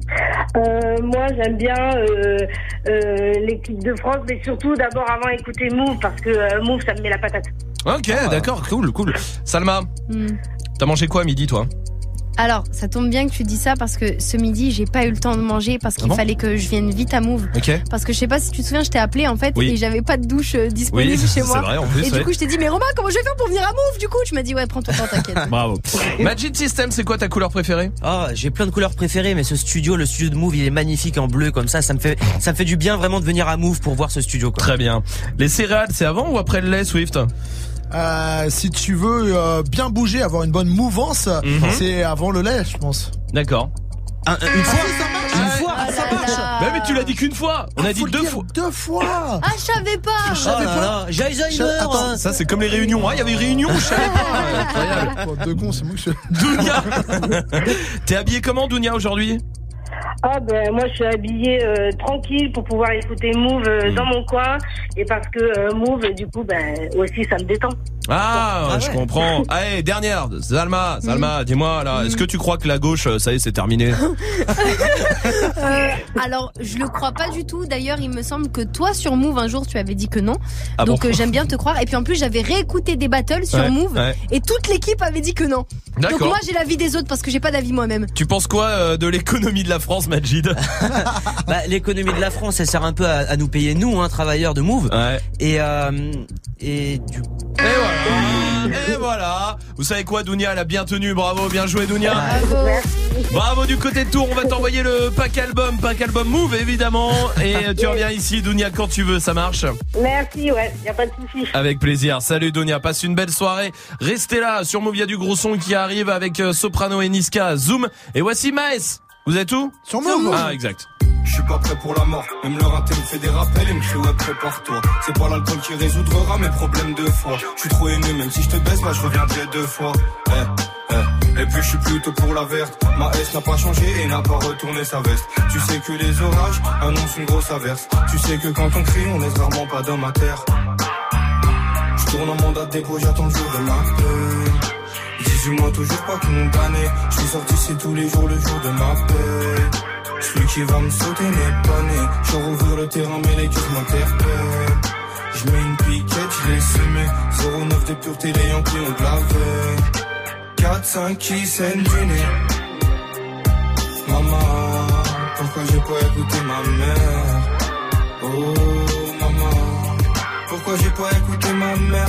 Euh, moi, j'aime bien euh, euh, l'équipe de France, mais surtout d'abord avant écouter Move, parce que euh, Move, ça me met la patate. Ok, d'accord, cool, cool. Salma, Hmm. t'as mangé quoi à midi, toi? Alors, ça tombe bien que tu dis ça parce que ce midi, j'ai pas eu le temps de manger parce qu'il Ah bon fallait que je vienne vite à Move. Ok. Parce que je sais pas si tu te souviens, je t'ai appelé en fait Oui. et j'avais pas de douche euh, disponible Oui, chez c'est moi. vrai, en plus, et ouais. du coup, je t'ai dit, mais Romain, comment je vais faire pour venir à Move du coup? Tu m'as dit, ouais, prends ton temps, t'inquiète. Bravo. Magic System, c'est quoi ta couleur préférée? Ah j'ai plein de couleurs préférées mais ce studio le studio de Move il est magnifique en bleu comme ça ça me fait ça me fait du bien vraiment de venir à Move pour voir ce studio quoi. Très bien. Les céréales, c'est avant ou après le lait, Swift? Euh, si tu veux euh, bien bouger, avoir une bonne mouvance, Mhm. c'est avant le lait, je pense. D'accord. Un- un- une fois Une fois Ah ça là marche. là. Bah, mais tu l'as dit qu'une fois. On Ah, a dit faut le deux dire fois. Deux fois. Ah, je savais pas! Oh là là, j'ai Alzheimer Attends, hein. Ça, c'est comme les réunions. Ah, il y avait une réunion, je savais pas. Incroyable. Bon, deux cons, c'est moi que je... Dounia. T'es habillé comment, Dounia, aujourd'hui? Ah ben moi je suis habillée euh, tranquille pour pouvoir écouter Move euh, dans mon coin et parce que euh, Move du coup ben aussi ça me détend. Ah, Ah je ouais. comprends. Allez, dernière. Salma, Salma, dis-moi, là, est-ce que tu crois que la gauche, ça y est, c'est terminé? Euh, alors, je le crois pas du tout. D'ailleurs, il me semble que toi, sur Move, un jour, tu avais dit que non. Ah Donc, bon euh, j'aime bien te croire. Et puis, en plus, j'avais réécouté des battles sur Ouais, Move. ouais. Et toute l'équipe avait dit que non. Donc, D'accord. moi, j'ai l'avis des autres parce que j'ai pas d'avis moi-même. Tu penses quoi euh, de l'économie de la France, Majid? Bah, l'économie de la France elle sert un peu à, à nous payer nous hein travailleurs de Move Ouais. et euh, et du Et voilà. Et voilà. Vous savez quoi, Dounia, elle a bien tenu. Bravo, bien joué, Dounia. Bravo. Bravo du côté de Tours. On va t'envoyer le pack album, pack album Move, évidemment. Et tu reviens ici, Dounia, quand tu veux. Ça marche? Merci, ouais, y a pas de souci. Avec plaisir. Salut, Dounia. Passe une belle soirée. Restez là. Sur Move, il y a du gros son qui arrive avec euh, Soprano et Niska. Zoom. Et voici Maes. Vous êtes où? Sur Move. Ah, exact. Je suis pas prêt pour la mort, même leur inté me fait des rappels et me crie ouais prépare-toi. C'est pas l'alcool qui résoudra mes problèmes de foi. Je suis trop aimé, même si je te baisse, bah je reviendrai deux fois. Eh, eh. Et puis je suis plutôt pour la verte. Ma S n'a pas changé et n'a pas retourné sa veste. Tu sais que les orages annoncent une grosse averse. Tu sais que quand on crie, on laisse rarement pas d'homme à terre. Je tourne en mandat de dépôt, j'attends le jour de ma paix. dix-huit mois toujours pas condamné. Je suis sorti c'est tous les jours le jour de ma paix. Celui qui va me sauter n'est pas né. Je rouvre le terrain mais les cœurs m'interpellent. Je mets une piquette, je l'ai semé. zéro neuf de pureté, les Yankees ont de la veille. quatre cinq qui saignent du nez. Maman, pourquoi j'ai pas écouté ma mère? Oh maman, pourquoi j'ai pas écouté ma mère?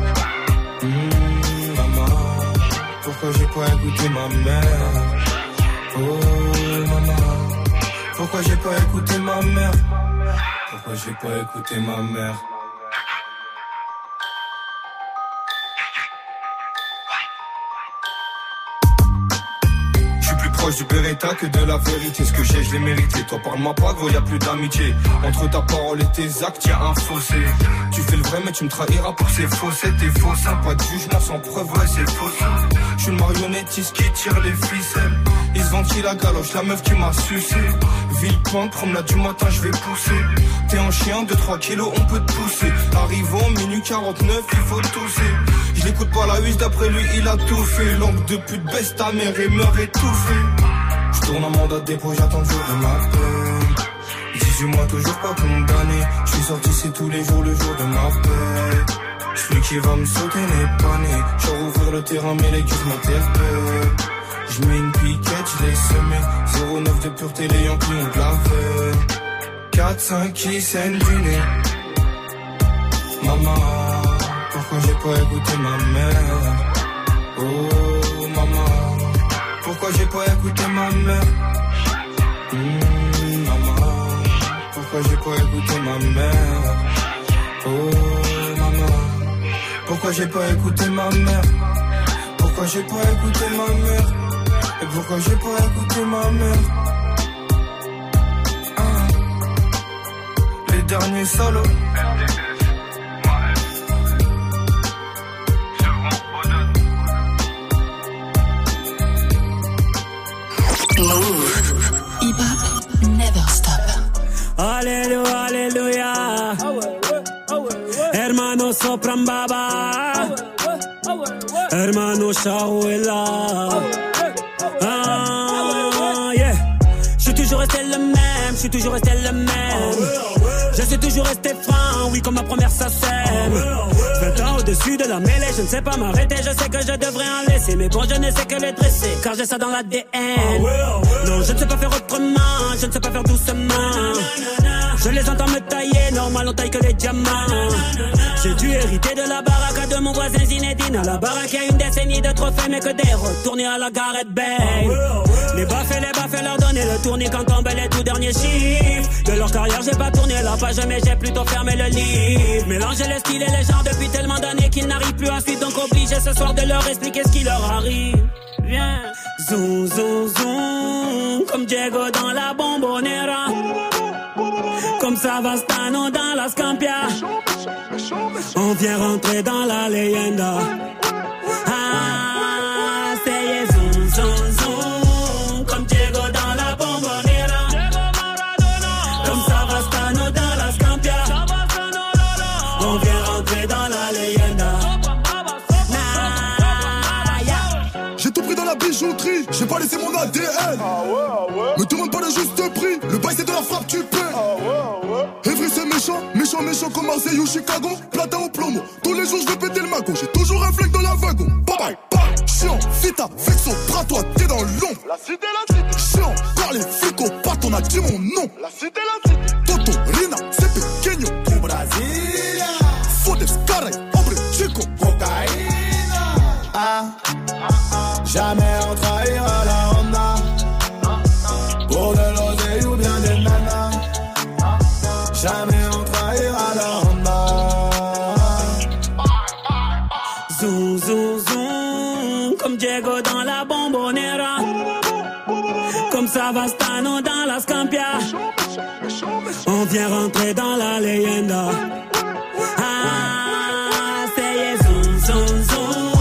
Mmh, maman, pourquoi j'ai pas écouté ma mère? Oh maman, pourquoi j'ai pas écouté ma mère? Pourquoi j'ai pas écouté ma mère? Je suis plus proche du Beretta que de la vérité. Ce que j'ai, je l'ai mérité. Toi, parle-moi pas, gros, y'a plus d'amitié. Entre ta parole et tes actes, y'a un fossé. Tu fais le vrai, mais tu me trahiras pour ces faussettes. T'es faux, ça, pas de jugement sans preuve, ouais, c'est faux. Je suis le marionnettiste qui tire les ficelles. Ils se ventillent la galoche, la meuf qui m'a sucé. Villepinte, promenade du matin, je vais pousser. T'es un chien, deux trois kilos, on peut te pousser. Arrivons, minuit quarante-neuf, il faut tousser. Je l'écoute pas la huisse, d'après lui, il a tout fait. Langue de pute, baisse ta mère et meurt étouffé. Je tourne en mandat de dépôt, j'attends le jour de ma peine. dix-huit mois, toujours pas condamné. Je suis sorti, c'est tous les jours, le jour de ma paix. Celui qui va me sauter n'est pas né. Je rouvre le terrain, mais les cuisses m'interpellent. Je mets une piquette, je l'ai semé. zéro neuf de pureté, les Yankees ont de la veille. quatre cinq qui saignent du nez. Maman, pourquoi j'ai pas écouté ma mère? Oh maman, pourquoi j'ai pas écouté Pourquoi j'ai pas écouté ma mère? Oh maman, pourquoi j'ai pas écouté ma mère? Pourquoi j'ai pas écouté ma mère? Et pourquoi j'ai pas écouté ma mère? Ah. Les derniers solos. Move. Hip-hop never stop. Alléluia, alléluia. Hermano sopran baba. Hermano Shawela. Ah, yeah. Je suis toujours resté le même, je suis toujours resté le même. Je suis toujours resté franc, oui, comme ma première sacème. vingt ans au-dessus de la mêlée, je ne sais pas m'arrêter, je sais que je devrais en laisser. Mais bon, je ne sais que les dresser, car j'ai ça dans l'A D N. Non, je ne sais pas faire autrement, je ne sais pas faire doucement. Je les entends me tailler, normal on taille que les diamants. J'ai dû hériter de la baraque de mon voisin Zinedine. À la baraque, il y a une décennie de trophées, mais que des retournés à la Gareth Bale. Les baffes et les baffes leur donner le tournis quand tombent les tout derniers chiffres. De leur carrière, j'ai pas tourné la page, mais j'ai plutôt fermé le livre. Mélanger les styles et les genres depuis tellement d'années qu'ils n'arrivent plus à suivre. Donc obligé ce soir de leur expliquer ce qui leur arrive. Viens, zoom, zoom, zoom, comme Diego dans la Bombonera. Comme Savastano dans la Scampia. On vient rentrer dans la leyenda. Ah, c'est zoom, zoom, zoom. Comme Diego dans la Bombonera. Comme Savastano dans la Scampia. On vient rentrer dans la leyenda. J'ai tout pris dans la bijouterie, j'ai pas laissé mon A D N. Ah ouais, ah ouais. Me demande pas le juste prix, le bail c'est de la frappe, tu paies. Ah ouais, ah ouais. Evry c'est méchant, méchant, méchant comme Marseille ou Chicago. Platin au plomo, tous les jours je vais péter le magot. J'ai toujours un flingue dans la wagon. Bye bye, bye. Chiant, vita, vexo, bras toi, t'es dans l'ombre. La cité, la cité. Chiant, par les flics au pat, on a dit mon nom. La cité, la cité. Toto, Rina, c'est pequeño. Au Brasilia. Fodes, caray, hombre, chico. Cocaïna. Ah. Jamais on trahira la Honda. Pour de l'oseille ou bien des nanas. Jamais on trahira la Honda. Zoom, zoom, zoom. Comme Diego dans la Bombonera. Comme Savastano dans la Scampia. On vient rentrer dans la leyenda. Ah, c'est zoom, zoom, zoom.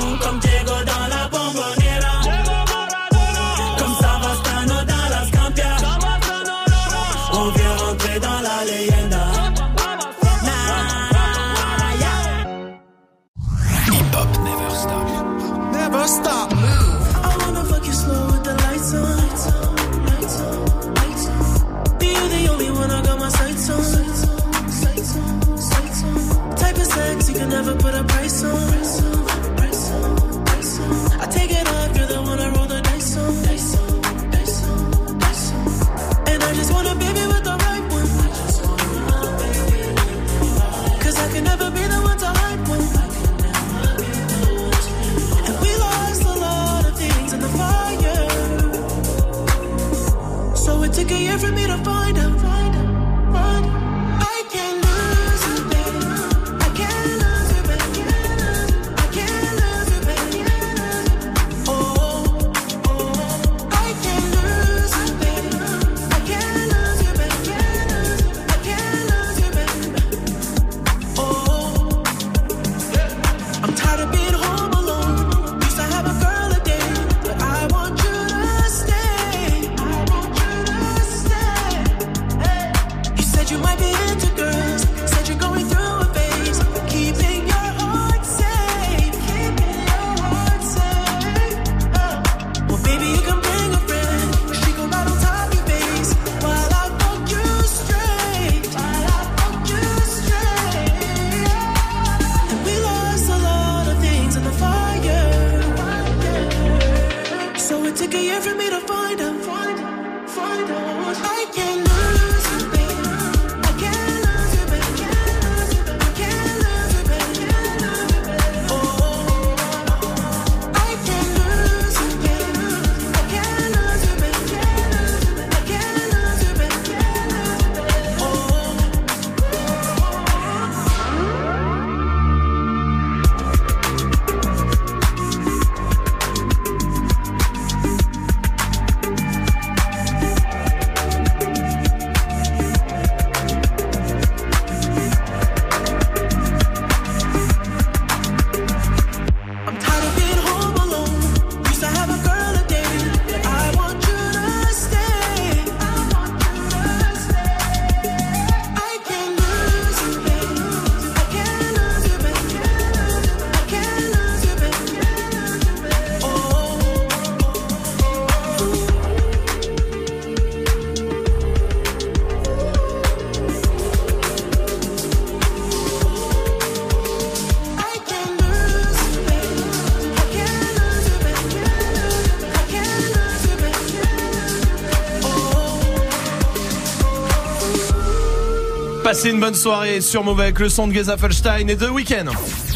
Stop. Move. I wanna fuck you slow with the lights on. Lights on, lights on. Be you the only one I got my sights on. Sights on, sights on. Type of sex you can never put a price on. Price on, price on, price on. I take it off, you're the one I roll the dice on. Dice on, dice on, dice on. And I just want a baby with the right one. I just want a baby. Cause I can never be the one to hype one. It took a year for me to find out, find out, find out. I can't lose you, baby. I can't lose you, baby. I can't lose you, baby. Oh, oh. I can't lose you, baby. I can't lose you, baby. I can't lose you, baby. Oh, I'm tired of being home alone. Used to have a girl a day, but I want you to stay. You might be into girls, said you're going through a phase, keeping your heart safe, keeping your heart safe. Oh. Well, baby, you can bring a friend, she can ride on top of your face, while I fuck you straight, while I fuck you straight. And we lost a lot of things in the fire, so it took a year for me to find out, find out, find out. I can't lose you, baby. Oh Passez une bonne soirée sur Move avec le son de Geza Felstein et The Weeknd.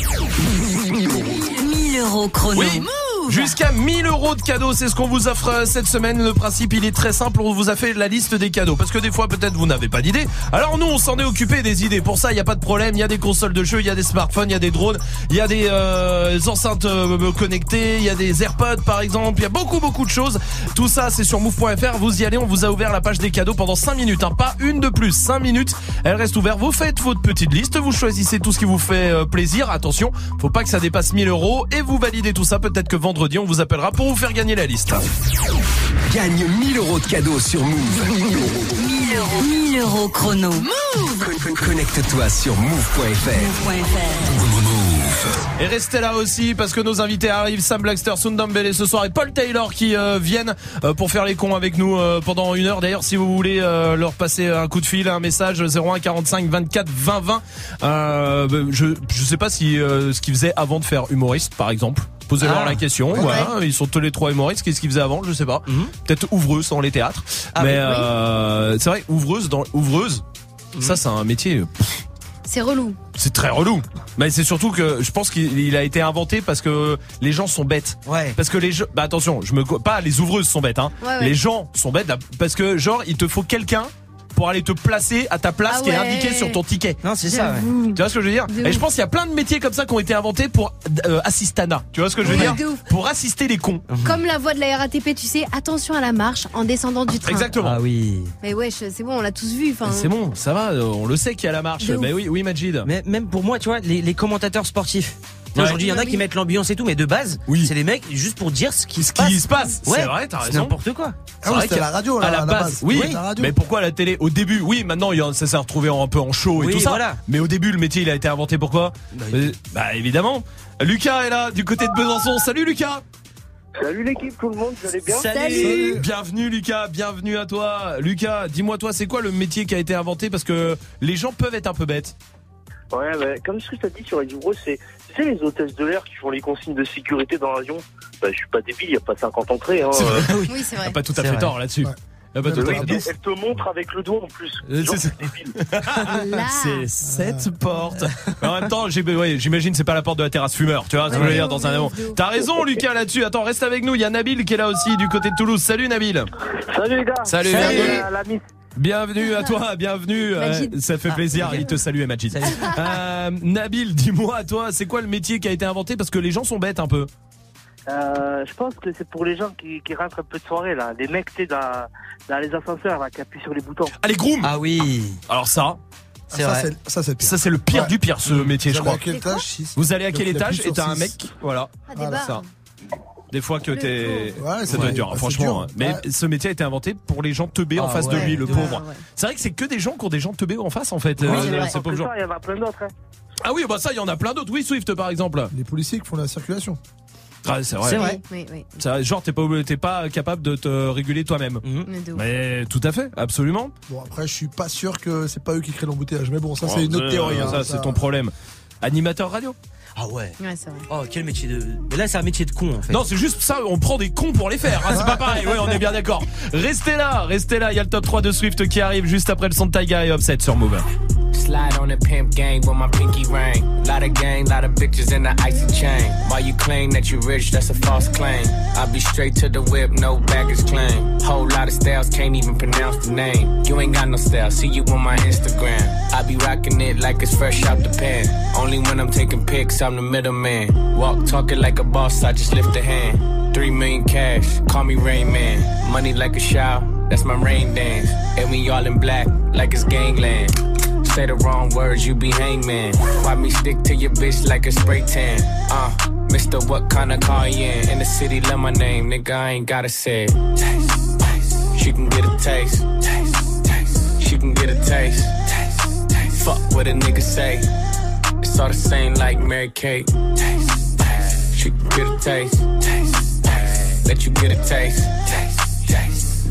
mille euros chrono. Oui. Jusqu'à mille euros de cadeaux, c'est ce qu'on vous offre cette semaine. Le principe, il est très simple. On vous a fait la liste des cadeaux. Parce que des fois, peut-être, vous n'avez pas d'idées. Alors nous, on s'en est occupé des idées. Pour ça, il n'y a pas de problème. Il y a des consoles de jeux, il y a des smartphones, il y a des drones, il y a des euh, enceintes euh, connectées, il y a des AirPods, par exemple. Il y a beaucoup, beaucoup de choses. Tout ça, c'est sur move point f r. Vous y allez. On vous a ouvert la page des cadeaux pendant cinq minutes. Hein. Pas une de plus. cinq minutes. Elle reste ouverte. Vous faites votre petite liste. Vous choisissez tout ce qui vous fait euh, plaisir. Attention, faut pas que ça dépasse mille euros. Et vous validez tout ça. Peut-être que vendredi, on vous appellera pour vous faire gagner la liste. Gagne mille euros de cadeaux sur Move. mille euros. mille euros chrono. Move. Connecte-toi sur move point f r. Et restez là aussi parce que nos invités arrivent. Sam Blackster, Sundambele ce soir et Paul Taylor qui euh, viennent euh, pour faire les cons avec nous euh, pendant une heure. D'ailleurs, si vous voulez euh, leur passer un coup de fil, un message zéro un quarante-cinq vingt-quatre vingt vingt. Euh, je je sais pas si euh, ce qu'ils faisaient avant de faire humoriste, par exemple. Posez-leur Ah. la question. Ouais. Voilà, ils sont tous les trois humoristes. Qu'est-ce qu'ils faisaient avant? Je sais pas. Peut-être ouvreuse dans les théâtres. Ah Mais oui. euh, c'est vrai, ouvreuse dans ouvreuse. Ça, c'est un métier. pff, C'est relou. c'est très relou. Mais c'est surtout que je pense qu'il il a été inventé parce que les gens sont bêtes. Ouais. Parce que les gens, bah attention, je me co- pas les ouvreuses sont bêtes hein. Ouais, ouais. Les gens sont bêtes là, parce que genre il te faut quelqu'un pour aller te placer à ta place Ah qui est ouais. indiqué sur ton ticket. Non, c'est ça. Ouais. J'avoue. Tu vois ce que je veux dire? De Et ouf. je pense qu'il y a plein de métiers comme ça qui ont été inventés pour euh, assistana. Tu vois ce que je veux Ouais. dire? De ouf. Pour assister les cons. Comme la voix de la R A T P, tu sais, attention à la marche en descendant du train. Exactement. Ah oui. Mais wesh, c'est bon, on l'a tous vu. Enfin, C'est bon, ça va, on le sait qu'il y a la marche. De Mais ouf. oui, oui Majid. Mais même pour moi, tu vois, les, les commentateurs sportifs. Ouais. Aujourd'hui, il y en a Ouais, qui oui. mettent l'ambiance et tout, mais de base, Oui. c'est des mecs juste pour dire ce qui se Ce passe. qui se passe, Ouais. c'est vrai, t'as C'est raison. n'importe quoi. C'est Ah oui, vrai c'était qu'à- la radio, là, à la à la base, base. oui. Oui, la radio. Mais pourquoi la télé? Au début, oui, maintenant il y a- ça s'est retrouvé en- un peu en show et Oui, tout ça. voilà. Mais au début, le métier il a été inventé pourquoi? Bah, Euh, Bah évidemment. Lucas est là, du côté de Besançon. Salut Lucas. Salut l'équipe, tout le monde, vous allez bien? Salut. Bienvenue Lucas, bienvenue à toi. Lucas, dis-moi toi, c'est quoi le métier qui a été inventé? Parce que les gens peuvent être un peu bêtes. Ouais, bah, comme ce que tu as dit sur Radio Bro, c'est tu sais les hôtesses de l'air qui font les consignes de sécurité dans l'avion. Bah, je suis pas débile, il y a pas cinquante entrées. Hein. C'est vrai. oui, c'est vrai. T'as pas tout à C'est fait vrai. tort là-dessus. Ouais. T'as pas tout à Oui, fait elle, tort. elle te montre avec le doigt en plus. Euh, Genre, c'est ça. c'est débile. Là. C'est cette porte. Mais en même temps, j'ai- ouais, j'imagine c'est pas la porte de la terrasse fumeur, tu vois, ce que je veux Ouais, dire de dans ouf, un de avion. ouf, de ouf. T'as raison Lucas là-dessus. Attends, reste avec nous, il y a Nabil qui est là aussi du côté de Toulouse. Salut Nabil. Salut les gars. Salut, Salut bienvenue. à la Miss. Bienvenue à toi, bienvenue. Euh, Majid. ça fait Ah, plaisir, ok. il te salue Majid. Salut. Euh, Nabil, dis-moi à toi, c'est quoi le métier qui a été inventé? Parce que les gens sont bêtes un peu. Euh, je pense que c'est pour les gens qui, qui rentrent un peu de soirée là, les mecs tu sais dans, dans les ascenseurs là, qui appuient sur les boutons. Ah les grooms. Ah oui. Alors ça, C'est ça, vrai. c'est- ça, c'est pire. ça c'est le pire Ouais. du pire ce métier, je Vous allez crois. à quel étage? Six. Vous allez à quel Donc, il étage appuie et t'as sur un six. mec, voilà. Ah, des Voilà, barres. ça. Des fois que Le t'es, pauvre. Ouais, ça c'est- doit être dur, hein, c'est franchement. dur. hein. Mais Ouais. ce métier a été inventé pour les gens teubés en Ah face de ouais, lui, le de pauvre. ouf. Ouais. C'est vrai que c'est que des gens qui ont des gens teubés en face, en fait. Oui, euh, c'est vrai. ces pauvres Entre gens. ça, il y en a plein d'autres. Hein. Ah oui, bah ça, il y en a plein d'autres. Oui, Swift, par exemple. Les policiers qui font la circulation. Ah, c'est vrai. C'est vrai. Oui, oui. Ça, genre, t'es pas, t'es pas capable de te réguler toi-même. Mhm. Mais de ouf. Mais tout à fait, absolument. Bon, après, je suis pas sûr que c'est pas eux qui créent l'embouteillage. Mais bon, ça, Oh, c'est une autre ça, théorie. hein, Ça, c'est ton problème. Animateur radio? Ah ouais. Ouais, c'est vrai. Oh, quel métier de. Mais là, c'est un métier de con en fait. Non, c'est juste ça, on prend des cons pour les faire, hein, c'est pas pareil, ouais, on est bien d'accord. Restez là, restez là, il y a le top trois de Swift qui arrive juste après le son de Taiga et Offset sur Move. Slide on the pimp gang with my pinky ring. Lot of gang, lot of bitches in the icy chain. While you claim that you rich, that's a false claim. I'll be straight to the whip, no baggage claim. Whole lot of styles, can't even pronounce the name. You ain't got no style, see you on my Instagram. I be rocking it like it's fresh out the pan. Only when I'm taking pics, I'm the middleman. Walk talking like a boss, I just lift a hand. Three million cash, call me Rain Man. Money like a shower, that's my rain dance. And we all in black, like it's gangland. Say the wrong words, you be hangman. Why me stick to your bitch like a spray tan? Uh, Mister What kind of car you in? In the city, love my name, nigga, I ain't gotta say it. Taste, taste. She can get a taste. Taste, taste. She can get a taste. Taste, taste. Fuck what a nigga say. It's all the same like Mary Kate. Taste, taste. She can get a taste. Taste, taste. Let you get a taste. Taste, taste.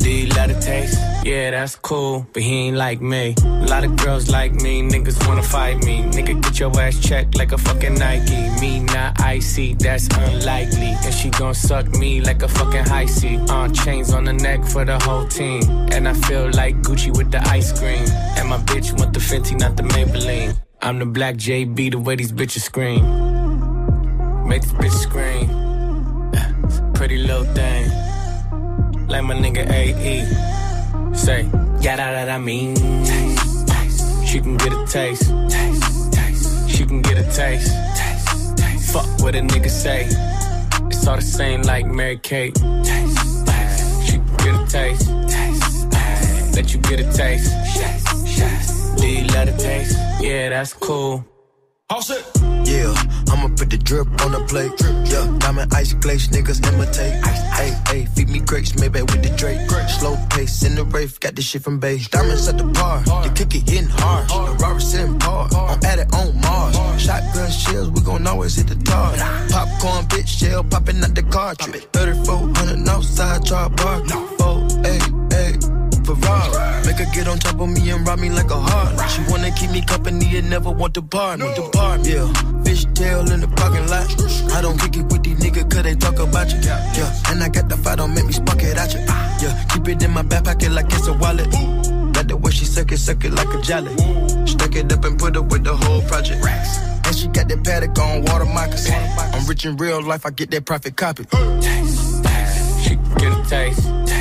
Do you love the taste? Yeah, that's cool, but he ain't like me. A lot of girls like me, niggas wanna fight me. Nigga, get your ass checked like a fucking Nike. Me not icy, that's unlikely. And she gon' suck me like a fucking high C. On uh, chains on the neck for the whole team. And I feel like Gucci with the ice cream. And my bitch want the Fenty, not the Maybelline. I'm the black J B, the way these bitches scream. Make this bitch scream. Pretty little thing. Like my nigga A E. Say, yada that I mean. Taste, taste. She can get a taste. Taste, taste. She can get a taste. Taste, taste. Fuck what a nigga say. It's all the same like Mary Kate. Taste, taste. She can get a taste. Taste, taste. Let you get a taste. Taste, taste. Do you love the taste? Yeah, that's cool. All set. Yeah, I'ma put the drip on the plate. Yeah, diamond ice glaze, niggas imitate. Hey, hey, feed me grapes, maybe with the Drake. Slow pace in the rave, got this shit from base. Diamonds at the bar, the kick it hitting hard. The Robert sitting hard, I'm at it on Mars. Shotgun shells, we gon' always hit the tar. Popcorn, bitch, shell popping out the cartridge. thirty-four hundred outside, char bar. Oh, hey, hey. Ferrari. Make her get on top of me and rob me like a heart. She wanna keep me company and never want to bar me. To bar me, yeah. Fishtail in the parking lot. I don't kick it with these niggas cause they talk about you. Yeah, and I got the fight, don't make me spark it at you. Yeah, keep it in my back pocket like it's a wallet. Like the way she suck it, suck it like a jelly. Stuck it up and put up with the whole project. And she got that paddock on water moccasins. I'm rich in real life, I get that profit copy. Taste, taste. She can get a taste.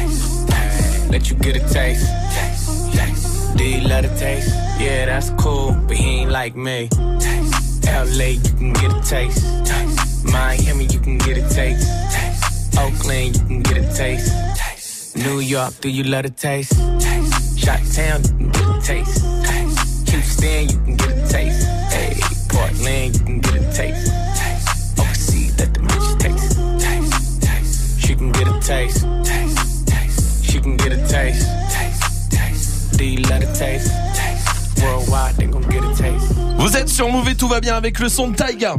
Let you get a taste. Taste, taste. Do you love the taste? Yeah, that's cool, but he ain't like me. Taste, L A, you can get a taste. Taste. Miami, you can get a taste. Taste. Oakland, you can get a taste. Taste. New York, do you love the taste? Taste. Chi-town, you can get a taste. Taste. Houston, you can get a taste. Hey, Portland, you can get a taste. Taste. Overseas, let the bitch taste. Taste. Taste. She can get a taste. Taste. You can get a taste. Taste, taste. Do you love the taste? Taste. Worldwide, they gon' get a taste. Vous êtes sur Move et tout va bien avec le son de Taiga.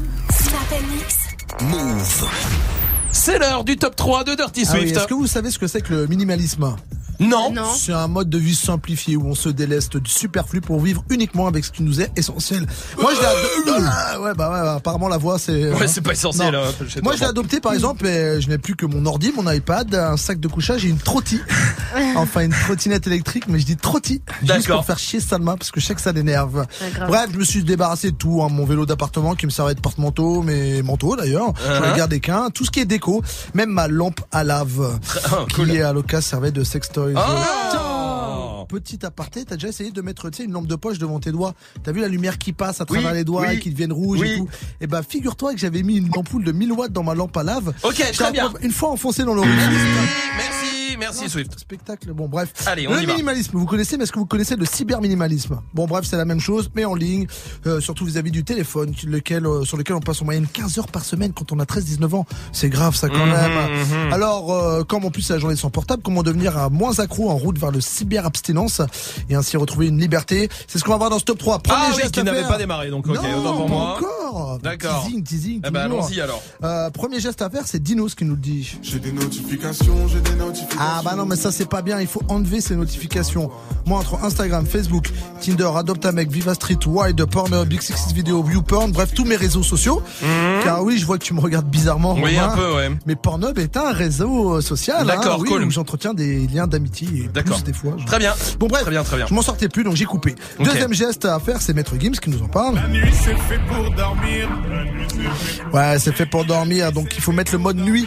Move. C'est l'heure du top trois de Dirty Swift. Ah oui, est-ce que vous savez ce que c'est que le minimalisme ? Non. Non. C'est un mode de vie simplifié où on se déleste du superflu pour vivre uniquement avec ce qui nous est essentiel. Moi je l'ai adopté. Ah, ouais bah ouais, apparemment la voix c'est. Ouais, c'est pas essentiel. Non. Hein, Moi je l'ai adopté par exemple et je n'ai plus que mon ordi, mon iPad, un sac de couchage et une trottie. Enfin une trottinette électrique, mais je dis trottie juste pour faire chier Salma parce que je sais que ça l'énerve. Ouais, Bref, je me suis débarrassé de tout, hein, mon vélo d'appartement qui me servait de porte-manteau, mes manteaux d'ailleurs. Uh-huh. J'en ai gardé qu'un, tout ce qui est déco, même ma lampe à lave Oh, cool. qui à l'occasion servait de sextoy. Oh Petit aparté, t'as déjà essayé de mettre, tu sais, une lampe de poche devant tes doigts. T'as vu la lumière qui passe à travers Oui, les doigts oui, et qui deviennent rouges oui. et tout. Et ben, figure-toi que j'avais mis une ampoule de mille watts dans ma lampe à lave. Ok, J'ai très bien. Une fois enfoncé dans l'orifice. Merci, merci Swift. Spectacle, bon bref. Allez, on le y va. minimalisme, vous connaissez, mais est-ce que vous connaissez le cyberminimalisme ? Bon bref, c'est la même chose, mais en ligne, euh, surtout vis-à-vis du téléphone, lequel, euh, sur lequel on passe en moyenne quinze heures par semaine quand on a treize dix-neuf ans. C'est grave ça quand Mmh, même. mmh. Alors, euh, comme en plus c'est la journée sans portable, comment devenir un moins accro en route vers le cyberabstinence et ainsi retrouver une liberté ? C'est ce qu'on va voir dans ce top trois. Premier Ah oui, geste qui à n'avait faire. pas démarré, donc ok, non, autant pour pas moi. encore. D'accord. Teasing, teasing, Eh ben toujours. allons-y alors. Euh, premier geste à faire, c'est Dinos qui nous le dit. J'ai des notifications, j'ai des notifications. Ah bah non mais ça c'est pas bien, il faut enlever ces notifications. Moi entre Instagram, Facebook, Tinder, Adopt a Mec, Viva Street, Wide, Pornhub, Big Six Video, YouPorn, bref tous mes réseaux sociaux. Mmh. Car oui je vois que tu me regardes bizarrement. Oui Romain, un peu ouais. Mais Pornhub est un réseau social. D'accord, hein, oui, cool. Où j'entretiens des liens d'amitié et D'accord. plus des fois. Je... Très bien. Bon bref, très bien, très bien. Je m'en sortais plus donc j'ai coupé. Okay. Deuxième geste à faire c'est Maître Gims qui nous en parle. La nuit c'est fait pour dormir. La nuit c'est fait pour... Ouais c'est fait pour dormir donc il faut mettre le mode nuit.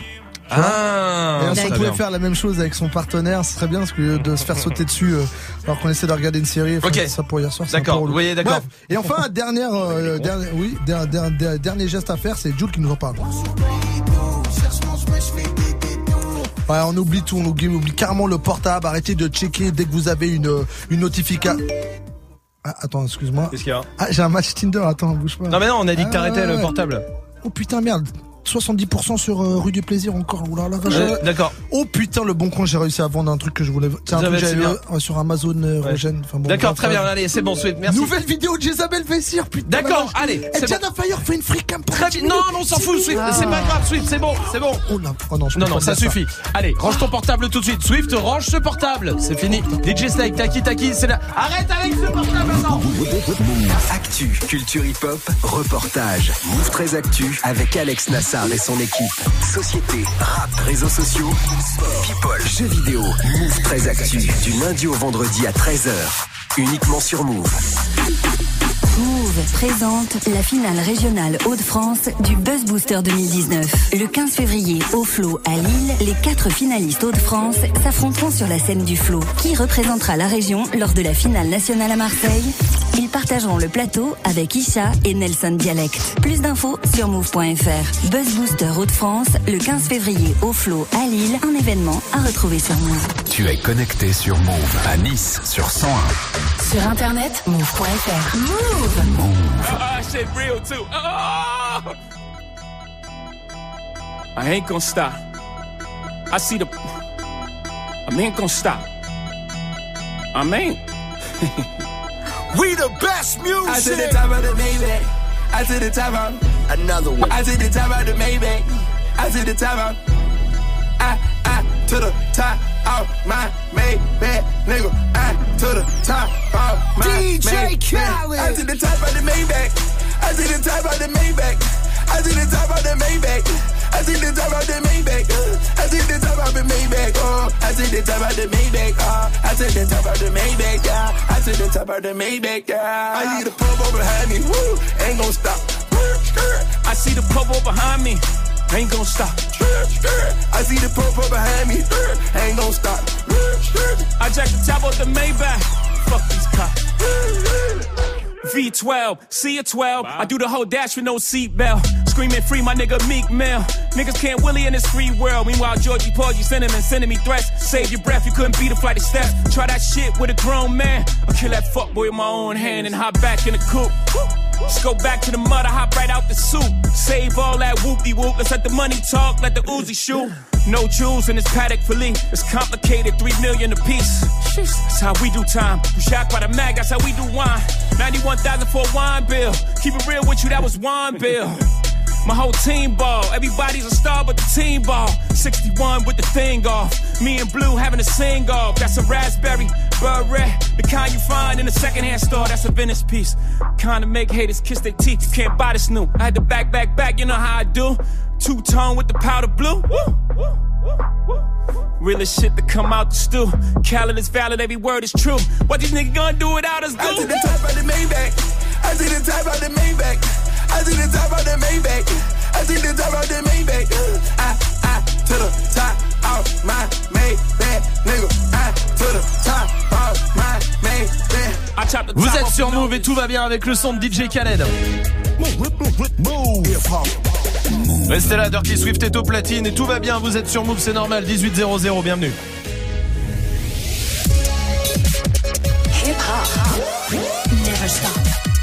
Ah, et on très pouvait bien. faire la même chose avec son partenaire, ce serait bien parce que de se faire sauter dessus euh, alors qu'on essaie de regarder une série. Enfin, Ok. ça pour hier soir. c'est D'accord. un peu relou. Oui, d'accord. Bref. Et enfin dernière, euh, dernier, oui, dernier, dernier, dernier geste à faire, c'est Jules qui nous en parle. Ouais, on oublie tout, on oublie, on oublie carrément le portable. Arrêtez de checker dès que vous avez une une notification. Ah, attends, excuse-moi. Qu'est-ce qu'il y a ? Ah, j'ai un match Tinder. Attends, bouge pas. Non mais non, on a dit que Ah, t'arrêtais ouais, le ouais. portable. Oh putain merde. soixante-dix pour cent sur euh, rue du Plaisir encore. Oula, la vache. Euh, D'accord. Oh putain, le bon coin, j'ai réussi à vendre un truc que je voulais. C'est un Ça truc va, que c'est j'avais bien. euh, sur Amazon euh, Ouais. Rogène. Enfin, bon, D'accord, bref, très bien. euh, Allez, c'est bon, Swift. Merci. Nouvelle vidéo de Jezabel Vessire, putain. D'accord, la vache. allez, Et c'est Jana Fire fait une free cam pour Très dix bien. Non, minutes. non, on s'en fout, Swift. Ah. C'est pas grave, Swift. C'est bon, c'est bon. Oh là, oh non, je peux Non, pas non, ça dire suffit. Allez, range ton portable tout de suite. Swift, range ce portable. C'est fini. D J Snake, Taki Taki, c'est là. Arrête avec ce portable maintenant. Actu, culture hip-hop, reportage. Move très Actu avec Alex Nassar et son équipe. Société, rap, réseaux sociaux, sport, people, jeux vidéo. Move très Actu du lundi au vendredi à treize heures. Uniquement sur Move. Move présente la finale régionale Hauts-de-France du Buzz Booster deux mille dix-neuf. Le quinze février, au Flot à Lille, les quatre finalistes Hauts-de-France s'affronteront sur la scène du Flot. Qui représentera la région lors de la finale nationale à Marseille? Ils partageront le plateau avec Isha et Nelson Dialect. Plus d'infos sur move point f r. Buzz Booster Hauts-de-France, le quinze février au Flot à Lille, un événement à retrouver sur Move. Tu es connecté sur Move à Nice sur cent un. Sur internet, move point f r. Move. Ah, shit real too. Oh! I ain't gonna stop. I see the. I ain't gonna stop. I mean. We the best music. I to the top of the Maybach. I to the top of another one. I to the top of the Maybach. I to the top of I I to the top of my Maybach, nigga. I to the top of my D J Maybach. Khaled. I to the top of the Maybach. I to the top of the Maybach. I to the top of the Maybach. I to the top of the Maybach. I to the top of the Maybach. Oh, I to the top of the Maybach. Oh, I to the top of the Maybach. Yeah, I to the top of the Maybach. Yeah, I need a purple behind me. Woo, ain't gon' stop. I see the purple behind me. Ain't gonna stop. I see the purple behind me. Ain't gon' stop. I jack the top of the Maybach. Fuck these cops. V twelve, C a twelve. I do the whole dash with no seatbelt. Screaming free my nigga Meek Mill. Niggas can't willy in this free world. Meanwhile, Georgie Porgy sending and sending me threats. Save your breath, you couldn't beat a flight of steps. Try that shit with a grown man. I'll kill that fuckboy with my own hand and hop back in the coupe. Just go back to the mud, I hop right out the soup. Save all that whoopty-whoop, let's let the money talk, let the Uzi shoot. No jewels in this paddock for Lee, it's complicated, three million a piece. That's how we do time, you shocked by the mag, that's how we do wine. ninety-one thousand for a wine bill, keep it real with you, that was wine bill. My whole team ball, everybody's a star but the team ball. sixty-one with the thing off, me and Blue having a sing off. That's a raspberry, beret, the kind you find in a secondhand store. That's a vintage piece, kind of make haters kiss their teeth. You can't buy this new. I had to back, back, back, you know how I do. Two tone with the powder blue. Woo, woo, woo, woo. Realest shit to come out the stew. Khaled is valid, every word is true. What these niggas gonna do without us? I to the top of the Maybach. I to the top of the Maybach. I to the top of the Maybach. I to the top of the Maybach. I, I to the top of my Maybach, nigga. I to the top of my Maybach. Vous êtes sur Move et tout va bien avec le son de D J Khaled. Restez là, Dirty Swift est au platine et tout va bien, vous êtes sur Move, c'est normal, dix-huit zéro zéro, bienvenue. Hip hop. Never stop.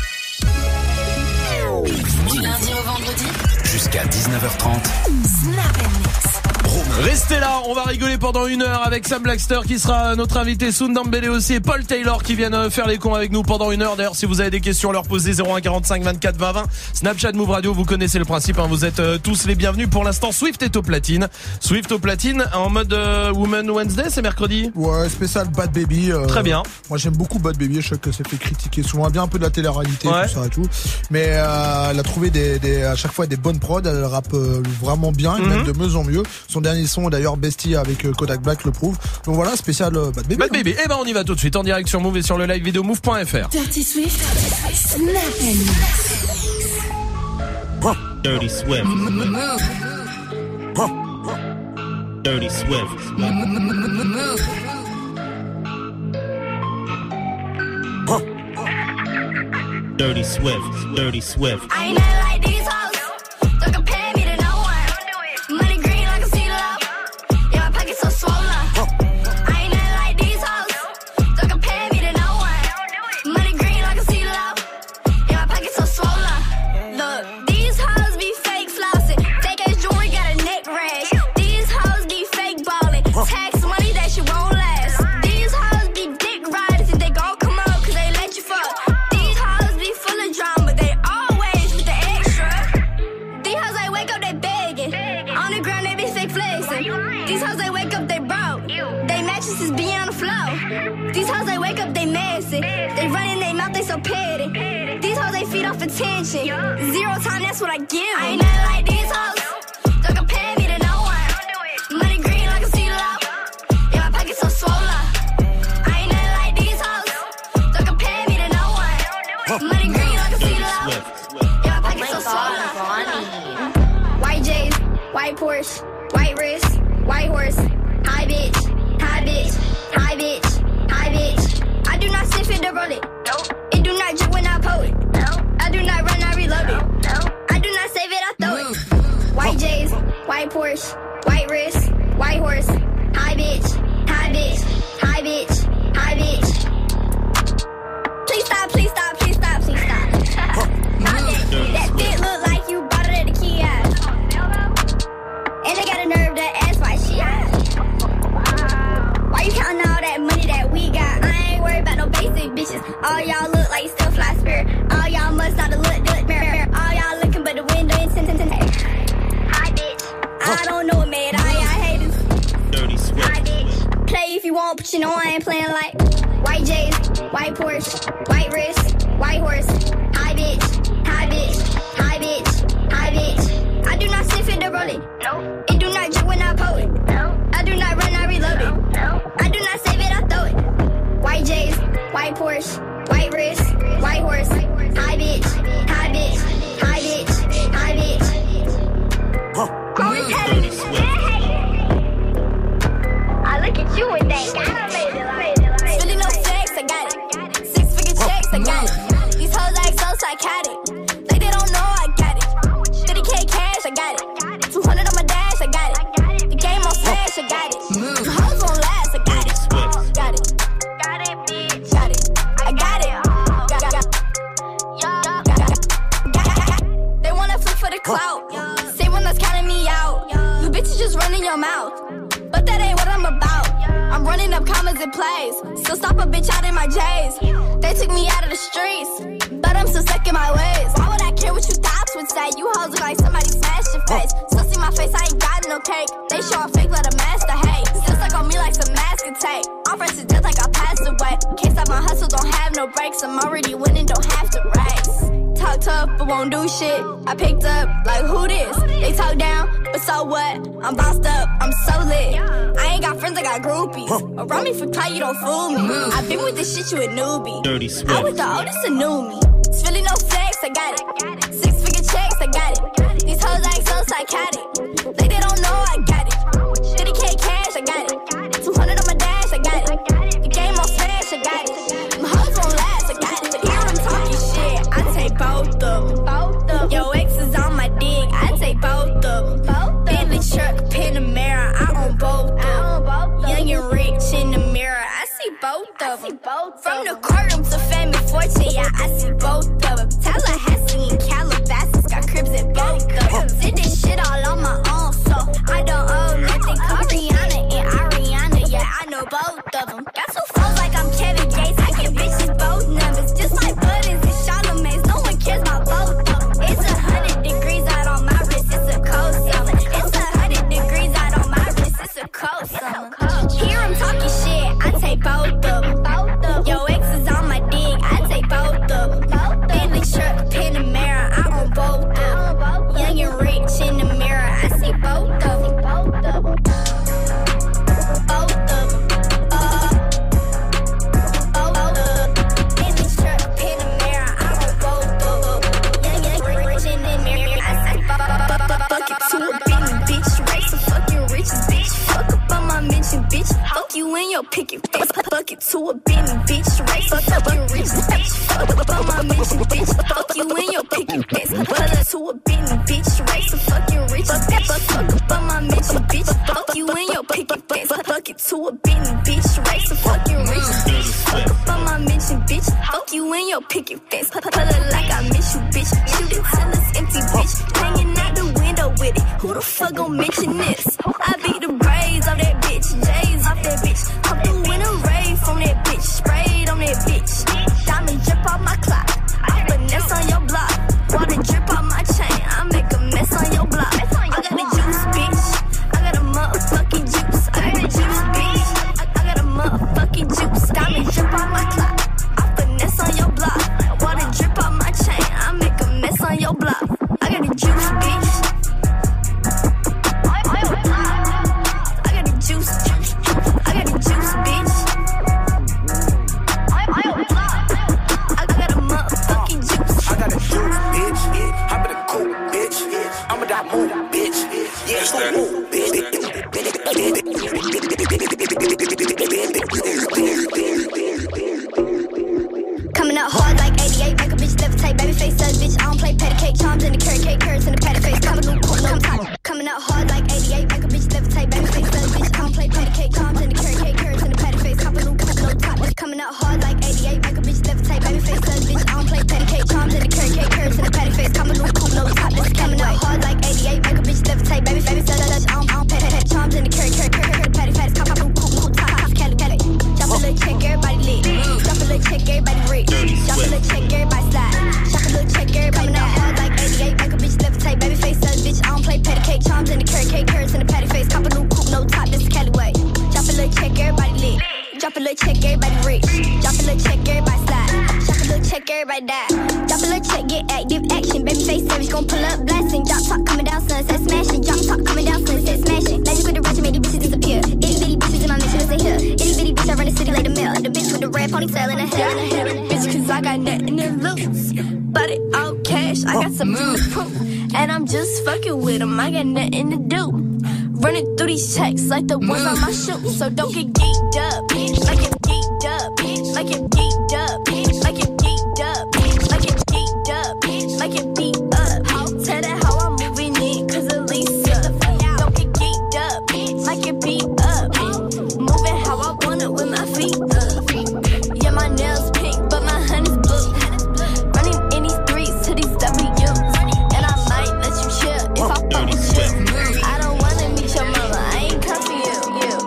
Du lundi au vendredi. Jusqu'à dix-neuf heures trente. Snap and mix. Restez là, on va rigoler pendant une heure avec Sam Blackster qui sera notre invité, Soun Dambélé aussi et Paul Taylor qui viennent faire les cons avec nous pendant une heure. D'ailleurs, si vous avez des questions, leur posez zéro un quarante-cinq vingt-quatre vingt vingt. Snapchat Move Radio, vous connaissez le principe, hein, vous êtes euh, tous les bienvenus. Pour l'instant, Swift est au platine. Swift au platine en mode euh, Woman Wednesday, c'est mercredi. Ouais, spécial Bad Baby. Euh, Très bien. Moi, j'aime beaucoup Bad Baby. Je sais que ça fait critiquer souvent bien un peu de la télé-réalité, Ouais. tout ça et tout. Mais euh, elle a trouvé des, des, à chaque fois des bonnes prods. Elle rappe euh, vraiment bien, et Mhm. même de mieux en mieux. Son dernier son, d'ailleurs, Bestie avec euh, Kodak Black le prouve. Donc voilà, spécial euh, Bad Baby. Bad Baby. Eh ben, on y va tout de suite en direct sur Move et sur le live vidéo move point f r. Dirty Swift. Snap and mix. Dirty Swift. Dirty Swift. Dirty Swift. Dirty Swift. I ain't nothing like these hoes. Don't compare me to no one. Money green like a sea love. Yeah, my pocket's so swollen. I ain't nothing like these hoes. Don't compare me to no one. Money green like a sea love. Yeah, my pocket's so swollen. Look, these hoes be fake flossing. Fake ass These hoes they wake up they broke. They mattresses be on the floor. These hoes they wake up they messy. They run in their mouth they so petty. These hoes they feed off attention. Zero time that's what I give 'em. I ain't nothing like these hoes. Don't compare me to no one. Money green like a sea low. Yeah, my pockets so swollen. I ain't nothing like these hoes. Don't compare me to no one. Money green like a sea low. Yeah, my pockets so swollen. White J's, white Porsche, white wrist, white horse. Hi bitch, hi bitch, hi bitch, hi bitch. I do not sniff it to roll it. It do not drip when I pull it. I do not run, I reload it. I do not save it, I throw it. White J's, white Porsche, white wrist, white horse. Hi bitch, hi bitch, hi bitch, hi bitch. Please stop, please stop, please stop, please stop. That fit look like you bought it at the kiosk. And they got a nerve to ask why she asked. Why you counting all that money that we got? I ain't worried about no basic bitches. All y'all look like still fly spirit. All y'all must not have looked good mirror. All y'all looking but the window in ten ten ten. Hi bitch, I don't know it, man. All y'all haters. Dirty Swift. Hi bitch, play if you want, but you know I ain't playing like white J's, white Porsche, white wrist, white horse. Hi bitch, hi bitch, hi bitch, hi bitch. I do not sniff it to roll it. No. It do not drip when I pull it. No. I do not run, I reload it. No. I do not save it, I throw it. White J's, white Porsche, white wrist, white horse. Hi bitch, hi bitch, hi bitch, hi bitch. Always having it. I look at you and think I done made it like really no sex, I got it. Six figure checks, I got it. These hoes act so psychotic. Like they don't know I got it. thirty K cash, I got it. two hundred on my dash, I got it. The game on smash, I got it. The hoes won't last, I got it. Got it. Got it, bitch. Got it. I got it. Got, got, got, got, got, got. They wanna flip for the clout. Say one that's counting me out. You bitches just running your mouth. But that ain't what I'm about. I'm running up commas and plays. So stop a bitch out in my J's. They took me out of the streets, but I'm still stuck in my ways. Why would I care what you thoughts would say? You hoes look like somebody smashed your face. Still see my face, I ain't got no cake. They showin' fake, let a master hate. Still stuck on me like some mask and tape. I'm fresh to death like I passed away. Can't stop my hustle, don't have no breaks. I'm already winning, don't have to race. Talk tough, but won't do shit. I picked up, like who this? They talk down, but so what? I'm bossed up, I'm so lit. I ain't got friends, I got groupies. Around me for time, you don't fool me. I been with this shit, you a newbie. Dirty Swift. I with the oldest and knew me. It's really no flex, I got it. Six figure checks, I got it. These hoes act so psychotic. Like they don't know I got it. thirty K cash, I got it. two hundred on my dash, I got it. The game on smash, I got it. My hoes won't last, I got it. But here I'm talking shit, I take both of them. Yo, ex is on my dick, I take both of them. Bentley truck, Panamera, I own both of them. Young and rich in the mirror, I see both of them. From the courtroom to fame and fortune, yeah, I see both of them. Tallahassee and Calabasas got cribs in both of them. Did this shit all on my own, so I don't owe nothing. Call Rihanna and Ariana, yeah, I know both of them. Got two phones like I'm Kevin Gates, I give bitches both numbers. Just like Buttons and Charlamagne's, no one cares about both of them. It's a hundred degrees out on my wrist, it's a cold summer. It's a hundred degrees out on my wrist, it's a cold summer. Here I'm talking shit, I take both of them. Yo, ex is on my dick, I take both of them. Bentley truck, Panamera, I own both of them. Young and rich in the mirror, I see both of them. Both of them. Both of them. Uh, both of them. Bentley truck, Panamera, I own both of them. Young and rich in the mirror, I see both of them. Fuck it to a Bentley, bitch. Race a fucking riches, bitch. Fuck up on my mention, bitch. Fuck you in your picket fence. Fuck it to a Bentley, bitch. Race a fucking riches, bitch. Fuck up on my mention, bitch. Fuck you in your picket fence. Fuck it to a Bentley, bitch. Race a fucking riches, bitch. Fuck up on my mention, bitch. Fuck you in your picket fence. Fuck it to a Bentley, bitch. Race a fucking riches, bitch. Fuck up on my mention, bitch. Fuck you in your picket fence. Pull it like I miss you, bitch. Shoot it till it's empty, bitch. Hanging out the window with it. Who the fuck gon' mention this? I beat the braids off that bitch, J's off that bitch. Come through in a rave from that bitch, sprayed on that bitch. Diamond drip off my clock, I finesse on your block. Water drip off my chain, I make a mess on your block. I got the juice, bitch. I got a motherfucking juice. Coming out hard like eighty-eight, make a bitch levitate, baby face such bitch. I don't play patty cake, charms in the carrot cake, carrots in the patty face. Coming out cool, no top. Coming out hard like eighty-eight, make a bitch levitate, baby face such bitch. I don't play patty cake, charms in the carrot cake, carrots in the patty face. Coming out cool, no top. Coming out hard like eighty-eight, make a bitch levitate, baby face such bitch. I don't play patty cake, charms in the carrot cake, carrots in the patty face. Coming out cool, no top. This coming out hard like eighty-eight, make a bitch levitate, baby face such bitch. I don't, I don't play patty cake, charms in the carrot cake, carrots in the patty face. Coming out cool, no top. Cali, Cali. Drop a little check, everybody lit. Drop a little check, everybody rich. Drop a little check, everybody slide. Drop a little check, everybody now hard like eighty-eight. Make a bitch levitate, baby face such bitch. I don't play patty cake, charms in the carrot cake, carrots in the patty face. Cop a new coupe, no top, this is Cali way. Drop a little check, everybody lit. Drop a little check, everybody rich. Drop a little check, everybody slide. Drop a little check, everybody die. Drop a little check, get active action. Baby face savage, gon' pull up blasting. Drop top coming down, sunset smashing. Drop top coming down, sunset smashing. Magic with the rich and made these bitches disappear. Itty bitty bitches in my mission, listen here. Itty bitty bitch, I run the city like the mill. The bitch with the red ponytail in her hair. Bitch, cause I got nothing to lose. But it all cash, I got some moves. And I'm just fucking with them, I got nothing to do. Running through these checks like the ones on my shoes. So don't get geeked up, like it geeked up, like it geeked up, like it geeked up, like it geeked up, like it beat up. Tell that how I'm moving it, cause Elisa. Don't get geeked up, like it beat up. Moving how I want it with my feet up. Yeah, my nails pink, but my honey's blue. Running in these threes to these W's. And I might let you chill if I fuck with you. I don't wanna meet your mama, I ain't come for you.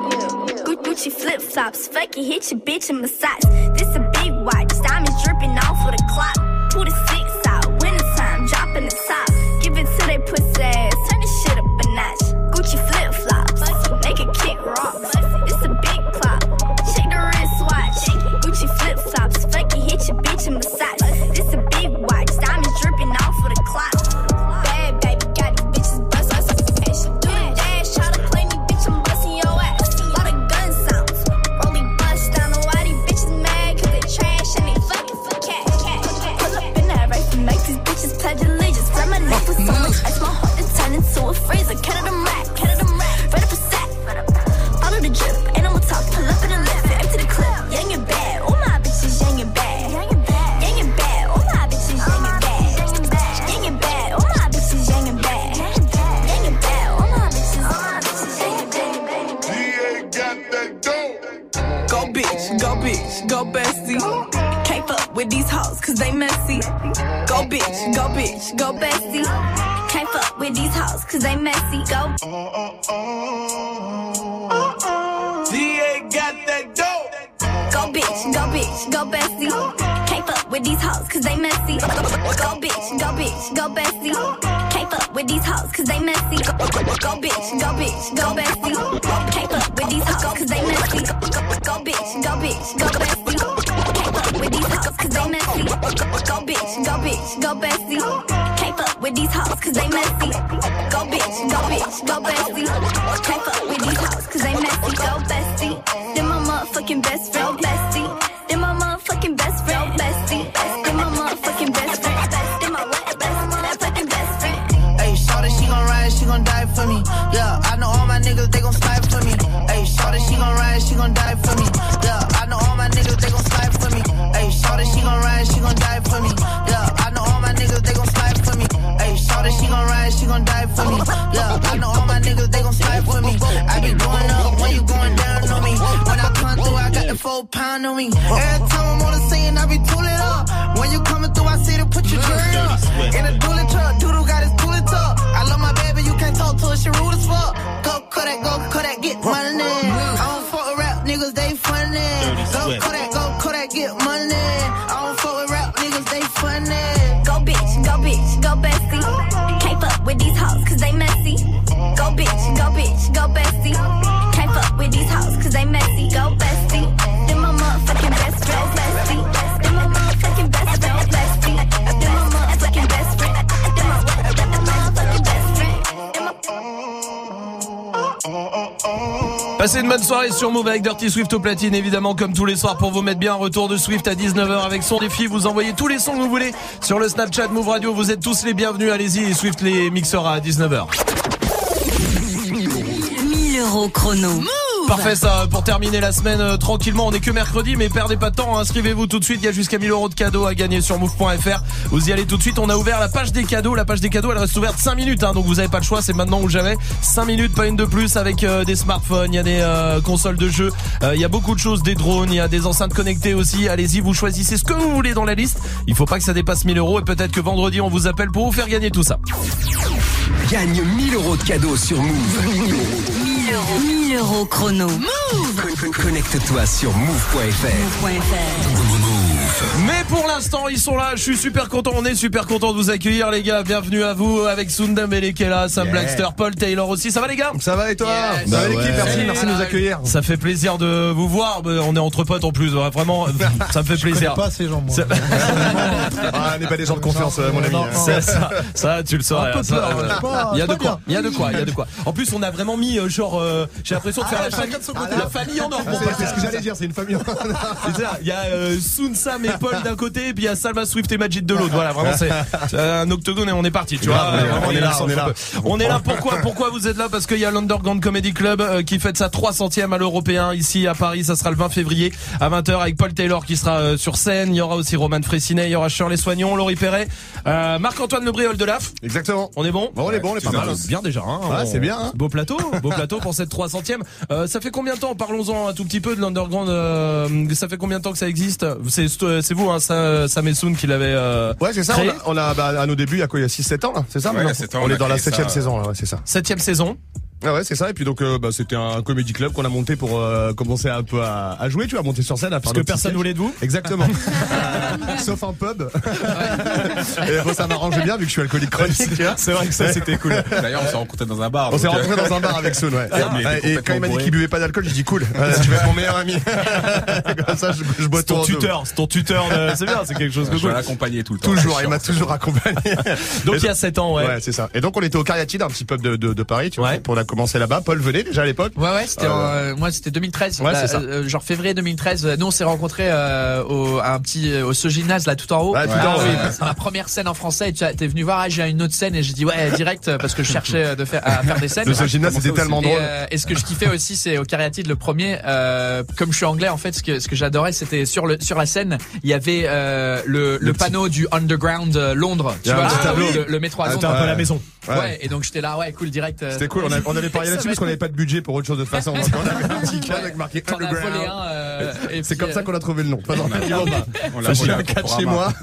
Gucci flip flops, fuck it, hit your bitch in my socks. This a big watch, diamonds dripping off of the clock. Pull the six out, winter time, dropping the top. Give it to they pussy ass, turn this shit up a notch. Gucci flip flops, make it kick rocks. This a big clock, check the wrist watch. Gucci flip flops, fuck it, hit your bitch in my socks. This a big watch, diamonds dripping off of the clock. Bad baby, got these bitches bust us. Do the dash, try to play me, bitch, I'm busting your ass. Lot of gun sounds, rolling bust down. Know why these bitches mad, cause they trash and they fucking for cash. Pull up in that rifle, make these bitches pledge allegiance. Grab my neck with so much ice, my heart to turn into a freezer. Canada rack, Canada rack, right up a sack. Follow the drip, and I'ma talk, pull up in the lift, empty the clip. Yang and bad, all my bitches yang and bad. Yang and bad, all my bitches yang and bad. Yang and bad, all my bitches yang and bad. Yang and bad, all my bitches, all my bitches yang and bad. D A got that dope. Go bitch, go bitch, go bestie. Can't fuck with these hoes cause they messy. Go bitch, go bitch, go bestie. Can't fuck with these hoes cause they messy. Go. D A got that dope. Go bitch, go bitch, go bestie. Can't fuck with these hoes cause they messy. Go bitch, go bitch, go bestie. Can't fuck with these hoes cause they messy. Go bitch, go bitch, go bestie. Can't fuck with these hoes cause they messy. Go bitch, go bitch, go bestie. Can't fuck with these hoes cause they messy. Go bitch, go bitch, go bestie. Can't fuck with these hoes cause they messy. Go bitch, go bitch, go bestie. Can't fuck with these hoes cause they messy. Go bestie. Then my motherfucking best friend, bestie. Then my motherfucking best friend, bestie. Then my motherfucking best friend, bestie. Then my what? Motherfucking best friend. Ayy, shorty, she gon' ride, she gon' die for me. Yeah, I know all my niggas, they gon' slide for me. Ayy, shorty, she gon' ride, she gon' die for me. Yeah, I know all my niggas, they gon' slide for me. Ayy, shorty, she gon' ride, she gon' die for me. Yeah, I know all my niggas, they gon' slide for me. Ayy, shorty, she gon' ride, she gon' die for me. Yeah, I know all my niggas, they gon' slide for me. I be going up when you going down on me. When I come through, I got the four pound on me. Every time I'm on the scene, I be tooling up. When you coming through, I see to put your jury up. In a dually truck, doodle got his tooling tuck. I love my baby, you can't talk to her, she rude as fuck. Go Kodak, go Kodak, get money. I don't fuck with rap niggas, they funny. Go Kodak, go Kodak, get money. I don't fuck with rap niggas, they funny. Go bitch, go bitch, go bestie. Can't fuck with these hoes cause they messy. Go bitch, go bitch, go bestie. Can't fuck with these hoes cause they messy. Go bestie. Then my motherfucking best friend, bestie. Then my motherfucking best friend, bestie. Then my motherfucking best friend. Then my motherfucking best friend. Passez une bonne soirée sur Move avec Dirty Swift au platine, évidemment, comme tous les soirs, pour vous mettre bien. Retour de Swift à dix-neuf heures avec son défi. Vous envoyez tous les sons que vous voulez sur le Snapchat Move Radio. Vous êtes tous les bienvenus. Allez-y, et Swift les mixera à dix-neuf heures. euros chrono. Parfait ça, pour terminer la semaine euh, tranquillement, on est que mercredi mais perdez pas de temps, hein. Inscrivez-vous tout de suite, il y a jusqu'à mille euros de cadeaux à gagner sur move point f r. Vous y allez tout de suite, on a ouvert la page des cadeaux, la page des cadeaux elle reste ouverte cinq minutes hein, donc vous avez pas le choix, c'est maintenant ou jamais. cinq minutes, pas une de plus, avec euh, des smartphones, il y a des euh, consoles de jeux, euh, il y a beaucoup de choses, des drones, il y a des enceintes connectées aussi. Allez-y, vous choisissez ce que vous voulez dans la liste, il faut pas que ça dépasse mille euros et peut-être que vendredi on vous appelle pour vous faire gagner tout ça. Gagne mille euros de cadeaux sur Move. mille euros. mille euros chrono. Move. Connecte-toi sur move point f r. Mais pour l'instant ils sont là, je suis super content, on est super content de vous accueillir les gars, bienvenue à vous avec Sundembele qui est là, Sam yeah. Blackster, Paul Taylor aussi, ça va les gars? Ça va et toi? Yes. Ça va bah l'équipe, ouais. merci, merci de nous accueillir. Ça fait plaisir de vous voir, on est entre potes en plus, vraiment ça me fait plaisir. Je connais pas ces gens moi. Ah, on n'est pas des gens de confiance mon ami. Ça, ça, ça tu le saurais. Un peu peur, ouais, pas, il y a de pas quoi, il y a de quoi, il y a de quoi. En plus on a vraiment mis euh, genre euh, j'ai l'impression de faire ah, la, famille, ah, la famille en or. Ah, c'est ce que j'allais dire, c'est une famille en or. Il y a euh, Soon, Sam et Paul d'un côté et puis il y a Salma Swift et Majid de l'autre. Voilà, vraiment c'est, c'est un octogone et on est parti, tu vois. On est là, on est là. On est là pourquoi pourquoi vous êtes là? Parce qu'il y a l'Underground Comedy Club euh, qui fête sa trois centième à l'Européen ici à Paris, ça sera le vingt février à vingt heures avec Paul Taylor qui sera euh, sur scène, il y aura aussi Roman Fressinet, il y aura Shirley Soignon, Laurie Perret, euh, Marc-Antoine Lebriol de l'A F. Exactement. On est bon? Bon, on est bon, on est pas mal. Bien déjà hein. Ouais, c'est bien hein. Beau plateau, beau plateau pour cette trois centième. Euh, ça fait combien de temps? Parlons-en un tout petit peu de l'Underground. Euh, ça fait combien de temps que ça existe? C'est c'est vous hein, ça, Sam et Soon qui l'avait euh, Ouais, c'est ça, créé. on a, on a bah, à nos débuts il y a quoi, il y a six sept ans là, c'est ça? Ouais, sept ans, on, on est a dans la septième ça, saison là, ouais, c'est ça. Septième saison. Ah ouais, c'est ça. Et puis donc, euh, bah, c'était un comédie club qu'on a monté pour euh, commencer un peu à, à jouer, tu vois, à monter sur scène, à faire parce que personne voulait de vous. Exactement. euh, sauf un pub. Et bon, ça m'arrangeait bien vu que je suis alcoolique chronique. C'est vrai que ça c'était cool. D'ailleurs, on s'est rencontrés dans un bar. On s'est rencontrés dans un bar avec Soon, ouais. Et, et quand il m'a dit qu'il buvait pas d'alcool, j'ai dit cool. Voilà, tu vas être mon meilleur ami. Comme ça, je, je bois c'est ton tuteur, c'est ton tuteur. De... C'est bien, c'est quelque chose de cool. Je cool. vais l'accompagner tout le temps. Toujours, il m'a toujours accompagné. Donc il y a sept ans, ouais. Ouais, c'est ça. Et donc on était au Cariatide, un petit pub de, de, de Paris, tu vois. On a commencé là-bas. Paul venait déjà à l'époque. Ouais, ouais, c'était euh... moi c'était deux mille treize. Ouais, là, c'est ça. Euh, genre février deux mille treize. Nous on s'est rencontrés euh, au à un petit au ce gymnase là tout en haut. Ouais, tout en haut. Oui, c'est ma première scène en français. Et tu t'es venu voir, ah, j'ai une autre scène et j'ai dit ouais direct parce que je cherchais de faire à faire des scènes. Le ce gymnase c'était tellement drôle. Et, euh, et ce que je kiffais aussi c'est au Cariatide le premier. Euh, comme je suis anglais en fait, ce que ce que j'adorais c'était sur le sur la scène il y avait euh, le le, le panneau du Underground euh, Londres. Tu vois ah, le, oui. le, le métro à Londres. C'était un peu la maison. Ouais. ouais. Et donc j'étais là ouais cool direct. C'était cool. On, a, on avait parlé là-dessus parce qu'on avait pas de budget pour autre chose de toute façon. Donc on avait un petit cadre avec marqué Underground. Un, euh, c'est comme ça qu'on a trouvé le nom. On a j'ai un cadre chez moi.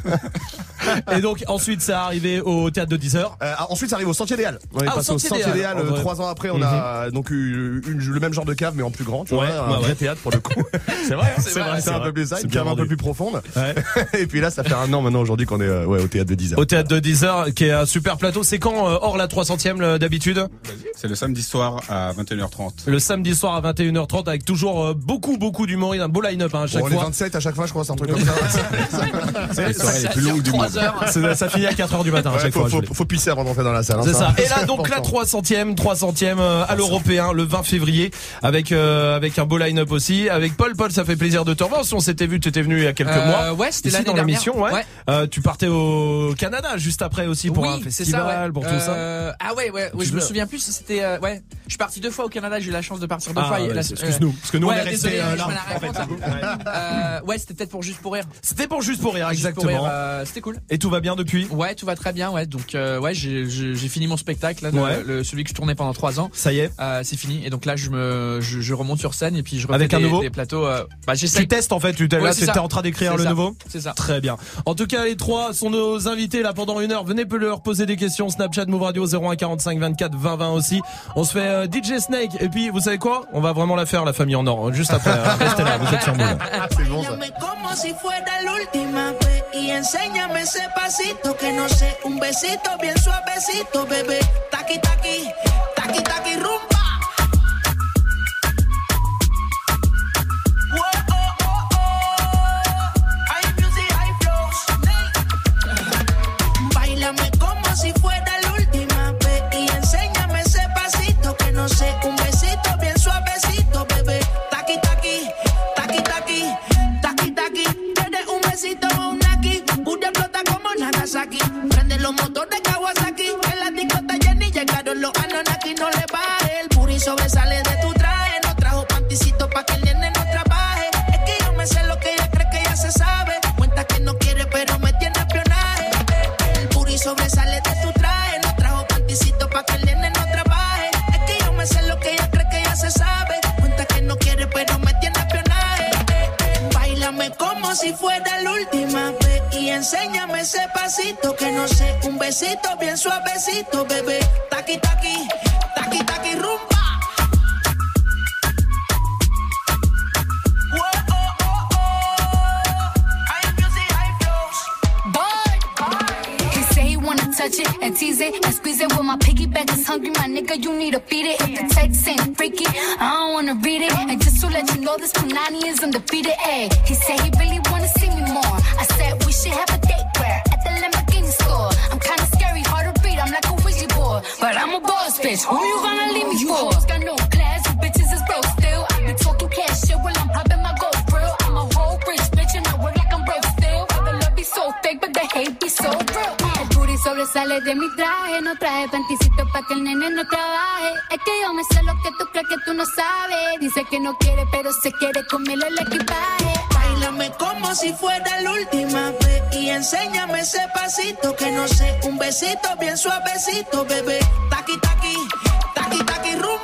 Et donc ensuite ça arrivé au théâtre de dix heures. Euh, ensuite ça arrive au Sentier des Halles. On est ah, passé au Sentier des Halles trois ans après. On a donc eu une, le même genre de cave mais en plus grand. Tu vois, un vrai théâtre pour le coup. C'est vrai. C'est vrai. C'est un peu plus ça. Une cave un peu plus profonde. Et puis là ça fait un an maintenant aujourd'hui qu'on est ouais au théâtre de dix heures. Au théâtre de dix heures qui est un super plateau. C'est quand hors la trois centième d'habitude? C'est le samedi soir à vingt et une heures trente. Le samedi soir à vingt et une heures trente avec toujours beaucoup beaucoup d'humour, un beau line-up hein, à chaque bon, fois. On est vingt-sept à chaque fois je crois, c'est un truc comme ça. C'est les soirées les plus longues du monde. Ça finit à quatre heures du matin à ouais, chaque faut, fois. Faut, faut pisser avant d'entrer dans la salle. C'est hein, ça. Et là donc la trois centième, trois centième à l'Européen le vingt février avec euh, avec un beau line-up aussi avec Paul. Paul, ça fait plaisir de te revoir. Si on s'était vu, tu étais venu il y a quelques euh, mois. Ouais, c'était l'année dans dernière. l'émission. Ouais. ouais. Euh, tu partais au Canada juste après aussi pour oui, un festival, ça, ouais. pour tout euh, ça. Ah ouais, ouais. ouais je me souviens plus si c'était. Euh, ouais. Je suis parti deux fois au Canada. J'ai eu la chance de partir deux ah, fois. Ouais, la, excuse-nous, parce que nous ouais, on est resté désolé, euh, là. En fait. euh, ouais, c'était peut-être pour juste pour rire. C'était pour juste pour rire, juste exactement. Pour rire, euh, c'était cool. Et tout va bien depuis? Ouais, tout va très bien. Ouais, donc euh, ouais, j'ai, j'ai, j'ai fini mon spectacle là, ouais. le, le, celui que je tournais pendant trois ans. Ça y est. Euh, c'est fini. Et donc là, je me, je, je remonte sur scène et puis je refais avec des, un nouveau des plateaux. Euh, bah, tu testes en fait. Tu t'es ouais, là, tu étais en train d'écrire le ça. nouveau. C'est ça. Très bien. En tout cas, les trois sont nos invités là pendant une heure. Venez leur poser des questions. Snapchat, Move Radio zéro un quarante-cinq vingt-quatre vingt vingt aussi. On se fait euh, D J Snake et puis vous savez quoi? On va vraiment la faire la famille en or juste après. Restez là, vous êtes sur Move. C'est bon ça. Como si fuera la última vez y enséñame ese pasito que no sé, un besito bien suavecito, bebé. Taqui taqui, taqui taqui rumba. Báilame como si fuera la última vez y enséñame ese pasito que no sé, un besito bien suavecito, bebé. Taqui taqui, taqui taqui, taqui taqui. Quieres un besito o un aquí, Buda explota como Nagasaki. Prende los motores Kawasaki, en la discota Jenny llegaron los Anunnaki. No le baje, el puri sobresale de tu traje. panticito pa' que el nene no trabaje. Es que yo me sé lo que ella cree que ya se sabe. Cuenta que no quiere, pero me tiene espionaje. El booty sobresale de tu traje. No trajo panticito pa' que el nene no trabaje. Es que yo me sé lo que ella cree que ya se sabe. Cuenta que no quiere, pero me tiene espionaje. Báilame como si fuera la última vez. Y enséñame ese pasito que no sé. Un besito bien suavecito, bebé. Taqui, taqui, taqui, taqui, rumba. Touch it and tease it and squeeze it. When my piggyback is hungry, my nigga, you need to feed it. If the text ain't freaky, I don't wanna read it. And just to let you know, this Punani is undefeated. Ay, he said he really wanna see me more. I said we should have a date where at the Lamborghini store. I'm kinda scary, hard to read. I'm like a Ouija board, but I'm a boss bitch. Who you gonna leave me for? You hoes got no class, you bitches is broke still. I be talking cash shit while I'm popping my gold grill. I'm a whole rich bitch and I work like I'm broke still. The love be so fake, but the hate be so real. Sobresale de mi traje, no traje panticito pa' que el nene no trabaje. Es que yo me sé lo que tú crees que tú no sabes. Dice que no quiere, pero se quiere comerle el equipaje. Báilame como si fuera la última vez. Y enséñame ese pasito que no sé. Un besito bien suavecito, bebé. Taqui, taqui, taqui, taqui, rumba.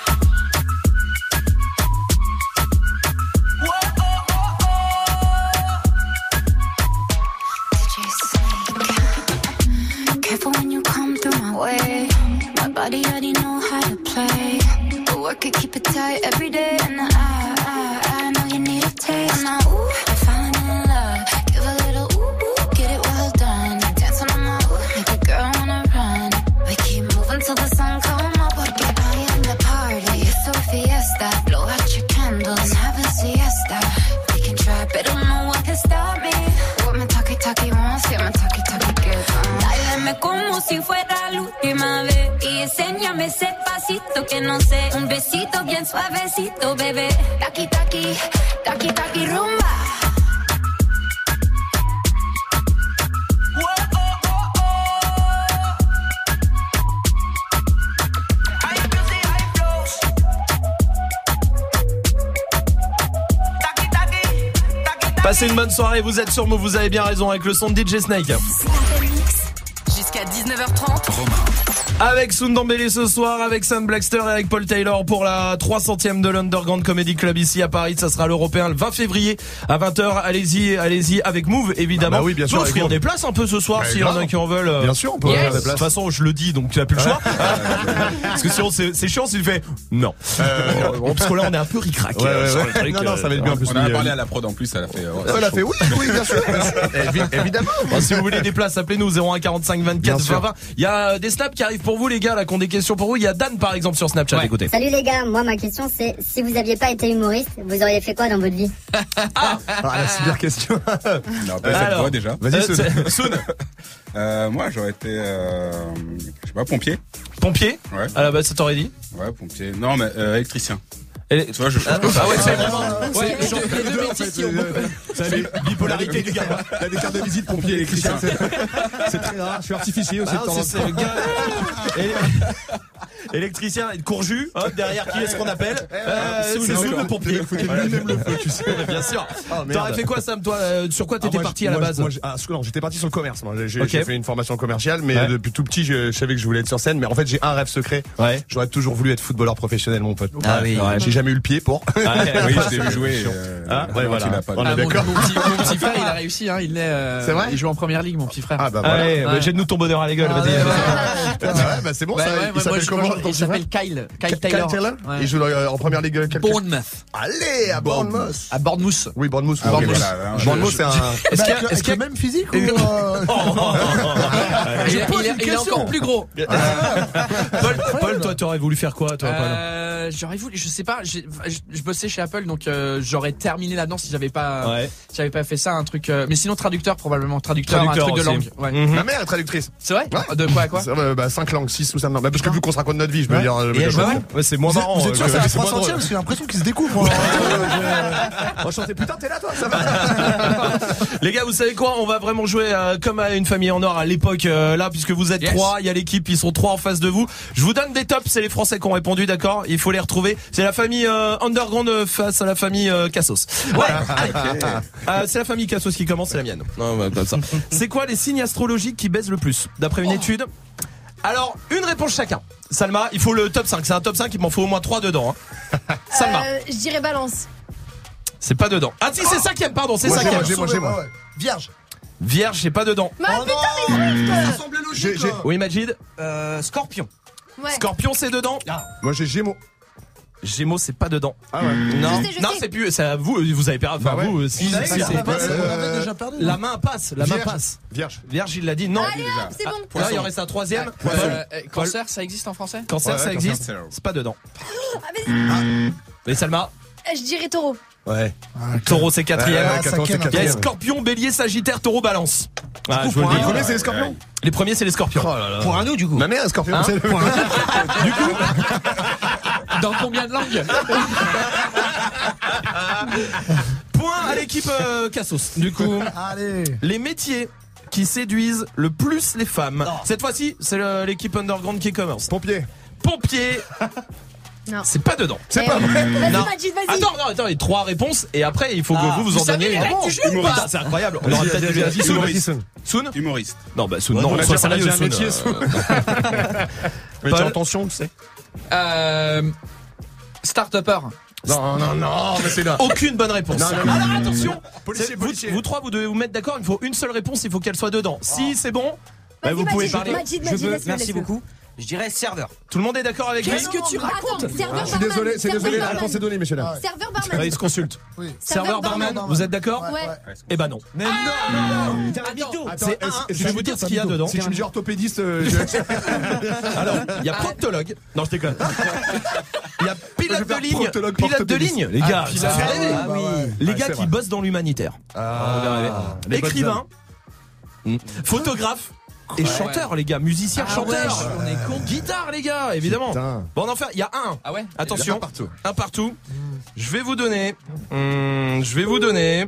Careful when you come through my way. My body already know how to play. But work it, keep it tight every day. And I, I, I know you need a taste. Now, ooh, I'm falling in love. Give a little ooh, ooh, get it well done. Dance on my ooh, make a girl wanna run. We keep moving till the sun come up. Porque I am the party. It's a fiesta. Blow out your candles and have a siesta. We can try, but don't know what can stop me. What my talkie talkie wants, yeah, my talkie talkie gives. Dáleme como si fuera la última vez. Y enséñame ese pasito que no sé. Un besito bien suavecito, bebé. Taqui, taqui, taqui, taqui, rumba. Passez une bonne soirée, vous êtes sur Move, vous avez bien raison avec le son de D J Snake. Jusqu'à dix-neuf heures trente. Avec Sundambele ce soir, avec Sam Blackster et avec Paul Taylor pour la trois centième de l'Underground Comedy Club ici à Paris. Ça sera l'Européen le vingt février à vingt heures. Allez-y, allez-y avec Move évidemment. Ah bah oui, bien sûr. On peut offrir des places un peu ce soir s'il y en a qui en veulent. Bien sûr, on peut offrir yes. des places. De toute façon, je le dis donc tu n'as plus le choix. Parce que sinon c'est, c'est chiant s'il fait non. Euh, bon, parce que là on est un peu ric-rac. Ouais, ouais, ouais. Truc, non, non, ça va être bien en plus. On a parlé à la prod en plus, elle a fait. Ouais, elle a fait oui, oui, bien sûr. Évidemment. Bon, si vous voulez des places, appelez-nous zéro un quarante-cinq vingt-quatre vingt vingt. Il y a des snaps qui arrivent pour vous les gars là qu'on des questions pour vous. Il y a Dan par exemple sur Snapchat. Ouais. Écoutez. Salut les gars, moi ma question c'est si vous aviez pas été humoriste, vous auriez fait quoi dans votre vie? Ah, la super question. Non, pas fait quoi déjà? Vas-y, Soun. Soun. Euh, moi j'aurais été, euh, je sais pas, pompier. Pompier? Ouais. À la base ça t'aurait dit? Ouais, pompier. Non mais euh, électricien. Et tu vois, je ah, ah ouais, c'est vraiment. Ouais, c'est les deux métiers qui ont. C'est la bipolarité du gars. Il a des cartes de visite pompier électricien. C'est très rare. Je suis artificier aussi de temps en temps. C'est le gars. Électricien et Courju, hop, derrière qui est-ce qu'on appelle euh, C'est Soun le pompier. Il lui-même le feu, tu sais. Bien sûr. T'aurais fait quoi Sam toi? Sur quoi t'étais parti à la base? Non, j'étais parti sur le commerce. Moi, j'ai fait une formation commerciale, mais depuis tout petit, je savais que je voulais être sur scène. Mais en fait, j'ai un rêve secret. J'aurais toujours voulu être footballeur professionnel, mon pote. Ah oui. J'ai jamais eu le pied pour. Ah, oui, je l'ai vu jouer. Euh, ah, ouais, voilà. On est d'accord. Mon, mon, petit, mon petit frère, il a réussi, hein. Il est. Euh, c'est vrai. Il joue en première ligue, mon petit frère. Ah bah voilà. Allez, ouais. Jette-nous ton bonheur à la gueule. Ah, vas-y. Ouais, ouais, bah c'est bon. Ouais, ça, ouais, il s'appelle comment? Il s'appelle Kyle. Kyle Taylor. Kyle Taylor. Ouais. Il joue en première ligue. Quel Bournemouth. Allez, à Bournemouth. À Bournemouth. Oui, Bournemouth. Ah, Bournemouth. okay, voilà, Bournemouth, c'est un. Est-ce qu'il y a, est-ce qu'il y a le même physique ou il est encore plus gros. Paul, Paul, toi, t'aurais voulu faire quoi, toi, Paul? J'aurais voulu, je sais pas. Je bossais chez Apple, donc j'aurais terminé là-dedans si j'avais pas, si j'avais pas fait ça, un truc. Mais sinon, traducteur probablement, traducteur, un truc de langue. Ma mère est traductrice. C'est vrai? De quoi à quoi? Bah cinq langues, six ou sept langues. Parce que vu qu'on se raconte de notre vie, je veux dire. Et elle joue à vous Ouais, c'est moins Vous êtes- marrant. Vous êtes euh, sûr que- que c'est la c'est moins trois centième drôle. parce que j'ai l'impression qu'ils se découvrent. hein. Enchanté, putain, t'es là toi, ça va. Les gars, vous savez quoi? On va vraiment jouer euh, comme à une famille en or à l'époque euh, là, puisque vous êtes Yes. trois. Il y a l'équipe, ils sont trois en face de vous. Je vous donne des tops. C'est les Français qui ont répondu, d'accord? Il faut les retrouver. C'est la famille euh, Underground euh, face à la famille euh, Cassos. Ouais. Allez. Euh, c'est la famille Cassos qui commence, c'est la mienne. Non, ouais, comme ça. C'est quoi les signes astrologiques qui baissent le plus, d'après une étude? Alors, une réponse chacun. Salma, il faut le top cinq. C'est un top cinq, il m'en faut au moins trois dedans. Hein. Salma, Euh, je dirais balance. c'est pas dedans. Ah si, c'est cinquième, pardon, c'est Moi, j'ai, cinquième. moi, j'ai, moi, j'ai, moi. Vierge. Vierge, c'est pas dedans. Mais Oh putain, non, les ça Swift. semblait J'ai- logique. j'ai- là. Oui, Majid. Euh, Scorpion. Ouais. Scorpion, c'est dedans. Moi, j'ai Gémeaux. Gémeaux, c'est pas dedans. Ah ouais. Non, Je sais, je non, sais. c'est plus. C'est à vous. Vous avez perdu. Enfin, Bah ouais. vous. Si, Vous avez si, déjà c'est- perdu, euh, on avait déjà perdu. la main passe. La main Vierge. passe. Vierge. Vierge, il l'a dit. Non. Allez hop, c'est bon. Là, il en reste un troisième. Poisson. Euh, euh, cancer, ça existe en français? Cancer, Ouais, ça ouais, existe. cancer. C'est pas dedans. Ah, vas-y. Et Salma. Euh, Je dirais taureau. Ouais. Taureau, c'est quatrième. Ouais, Ah, quatorze, c'est cinquième. Il y a quatrième. Scorpion, Bélier, Sagittaire, Taureau, Balance. Ah, je vous le Les dis. premiers, c'est les scorpions. Les premiers, c'est les Scorpions. Oh là là. Pour un nous, du coup. Ma mère est scorpion. Hein c'est le- Du coup, Dans combien de langues? point à l'équipe euh, Cassos. Du coup, Allez. les métiers qui séduisent le plus les femmes. Cette fois-ci, c'est le- l'équipe Underground qui commence. Pompier. Pompier. Non. C'est pas dedans. C'est Eh pas oui. vrai. Vas-y, Non. Majid, vas-y. Attends, non, attends, il y a trois réponses et après il faut que Ah. vous vous en Vous savez donniez. les règles du jeu ou pas? Putain, c'est incroyable. On aurait Vas-y, peut-être vas-y, dû vas-y, Soun. vas-y, Soun. Soun Humoriste. Non, bah Soun, Ouais, non, on a sois déjà- on a sérieux, déjà un Soun, métier, euh, Soun. Mais Paul. t'es en tension, tu sais. Euh, Start-upper. Non, non, non, mais c'est là. Aucune bonne réponse. Non, non, non. Alors attention, Policier, c'est- vous, policier. vous trois vous devez vous mettre d'accord, il faut une seule réponse, il faut qu'elle soit dedans. Si c'est bon, bah, Vas-y, vous pouvez Majid, parler. Majid, Je Majid, veux, laisse-le, merci laisse-le. beaucoup. Je dirais serveur. Tout le monde est d'accord avec lui? Qu'est-ce que tu racontes? Attends, serveur Je suis barman. désolé, c'est serveur désolé, la barman. réponse est donnée, messieurs dames. Serveur Ah, barman. il se consulte. Oui. Serveur barman, barman. vous êtes d'accord? Ouais. Eh ben non. Mais non. T'es un mytho. Attends, C'est un, est-ce- je vais vous dire ce qu'il y a dedans. Si tu me dis orthopédiste, euh, je- Alors, il y a proctologue. Non, je déconne. Il y a Je pilote vais de faire ligne. proctologue, Pilote de orthopédiste. ligne, les gars. Ah, ça fait rêver. Ah oui. Les Ouais, gars c'est qui vrai. bossent dans l'humanitaire. Ah, les bonnes Écrivain. âmes. Hmm. Photographe. Et chanteur, les gars. Musicien, Ah chanteur. ouais, on est con. Guitare, les gars, évidemment. Putain. Bon, on en fait. Il y a un. Ah ouais? Attention. Un partout. Un partout. Je vais vous donner. hum, je vais vous donner.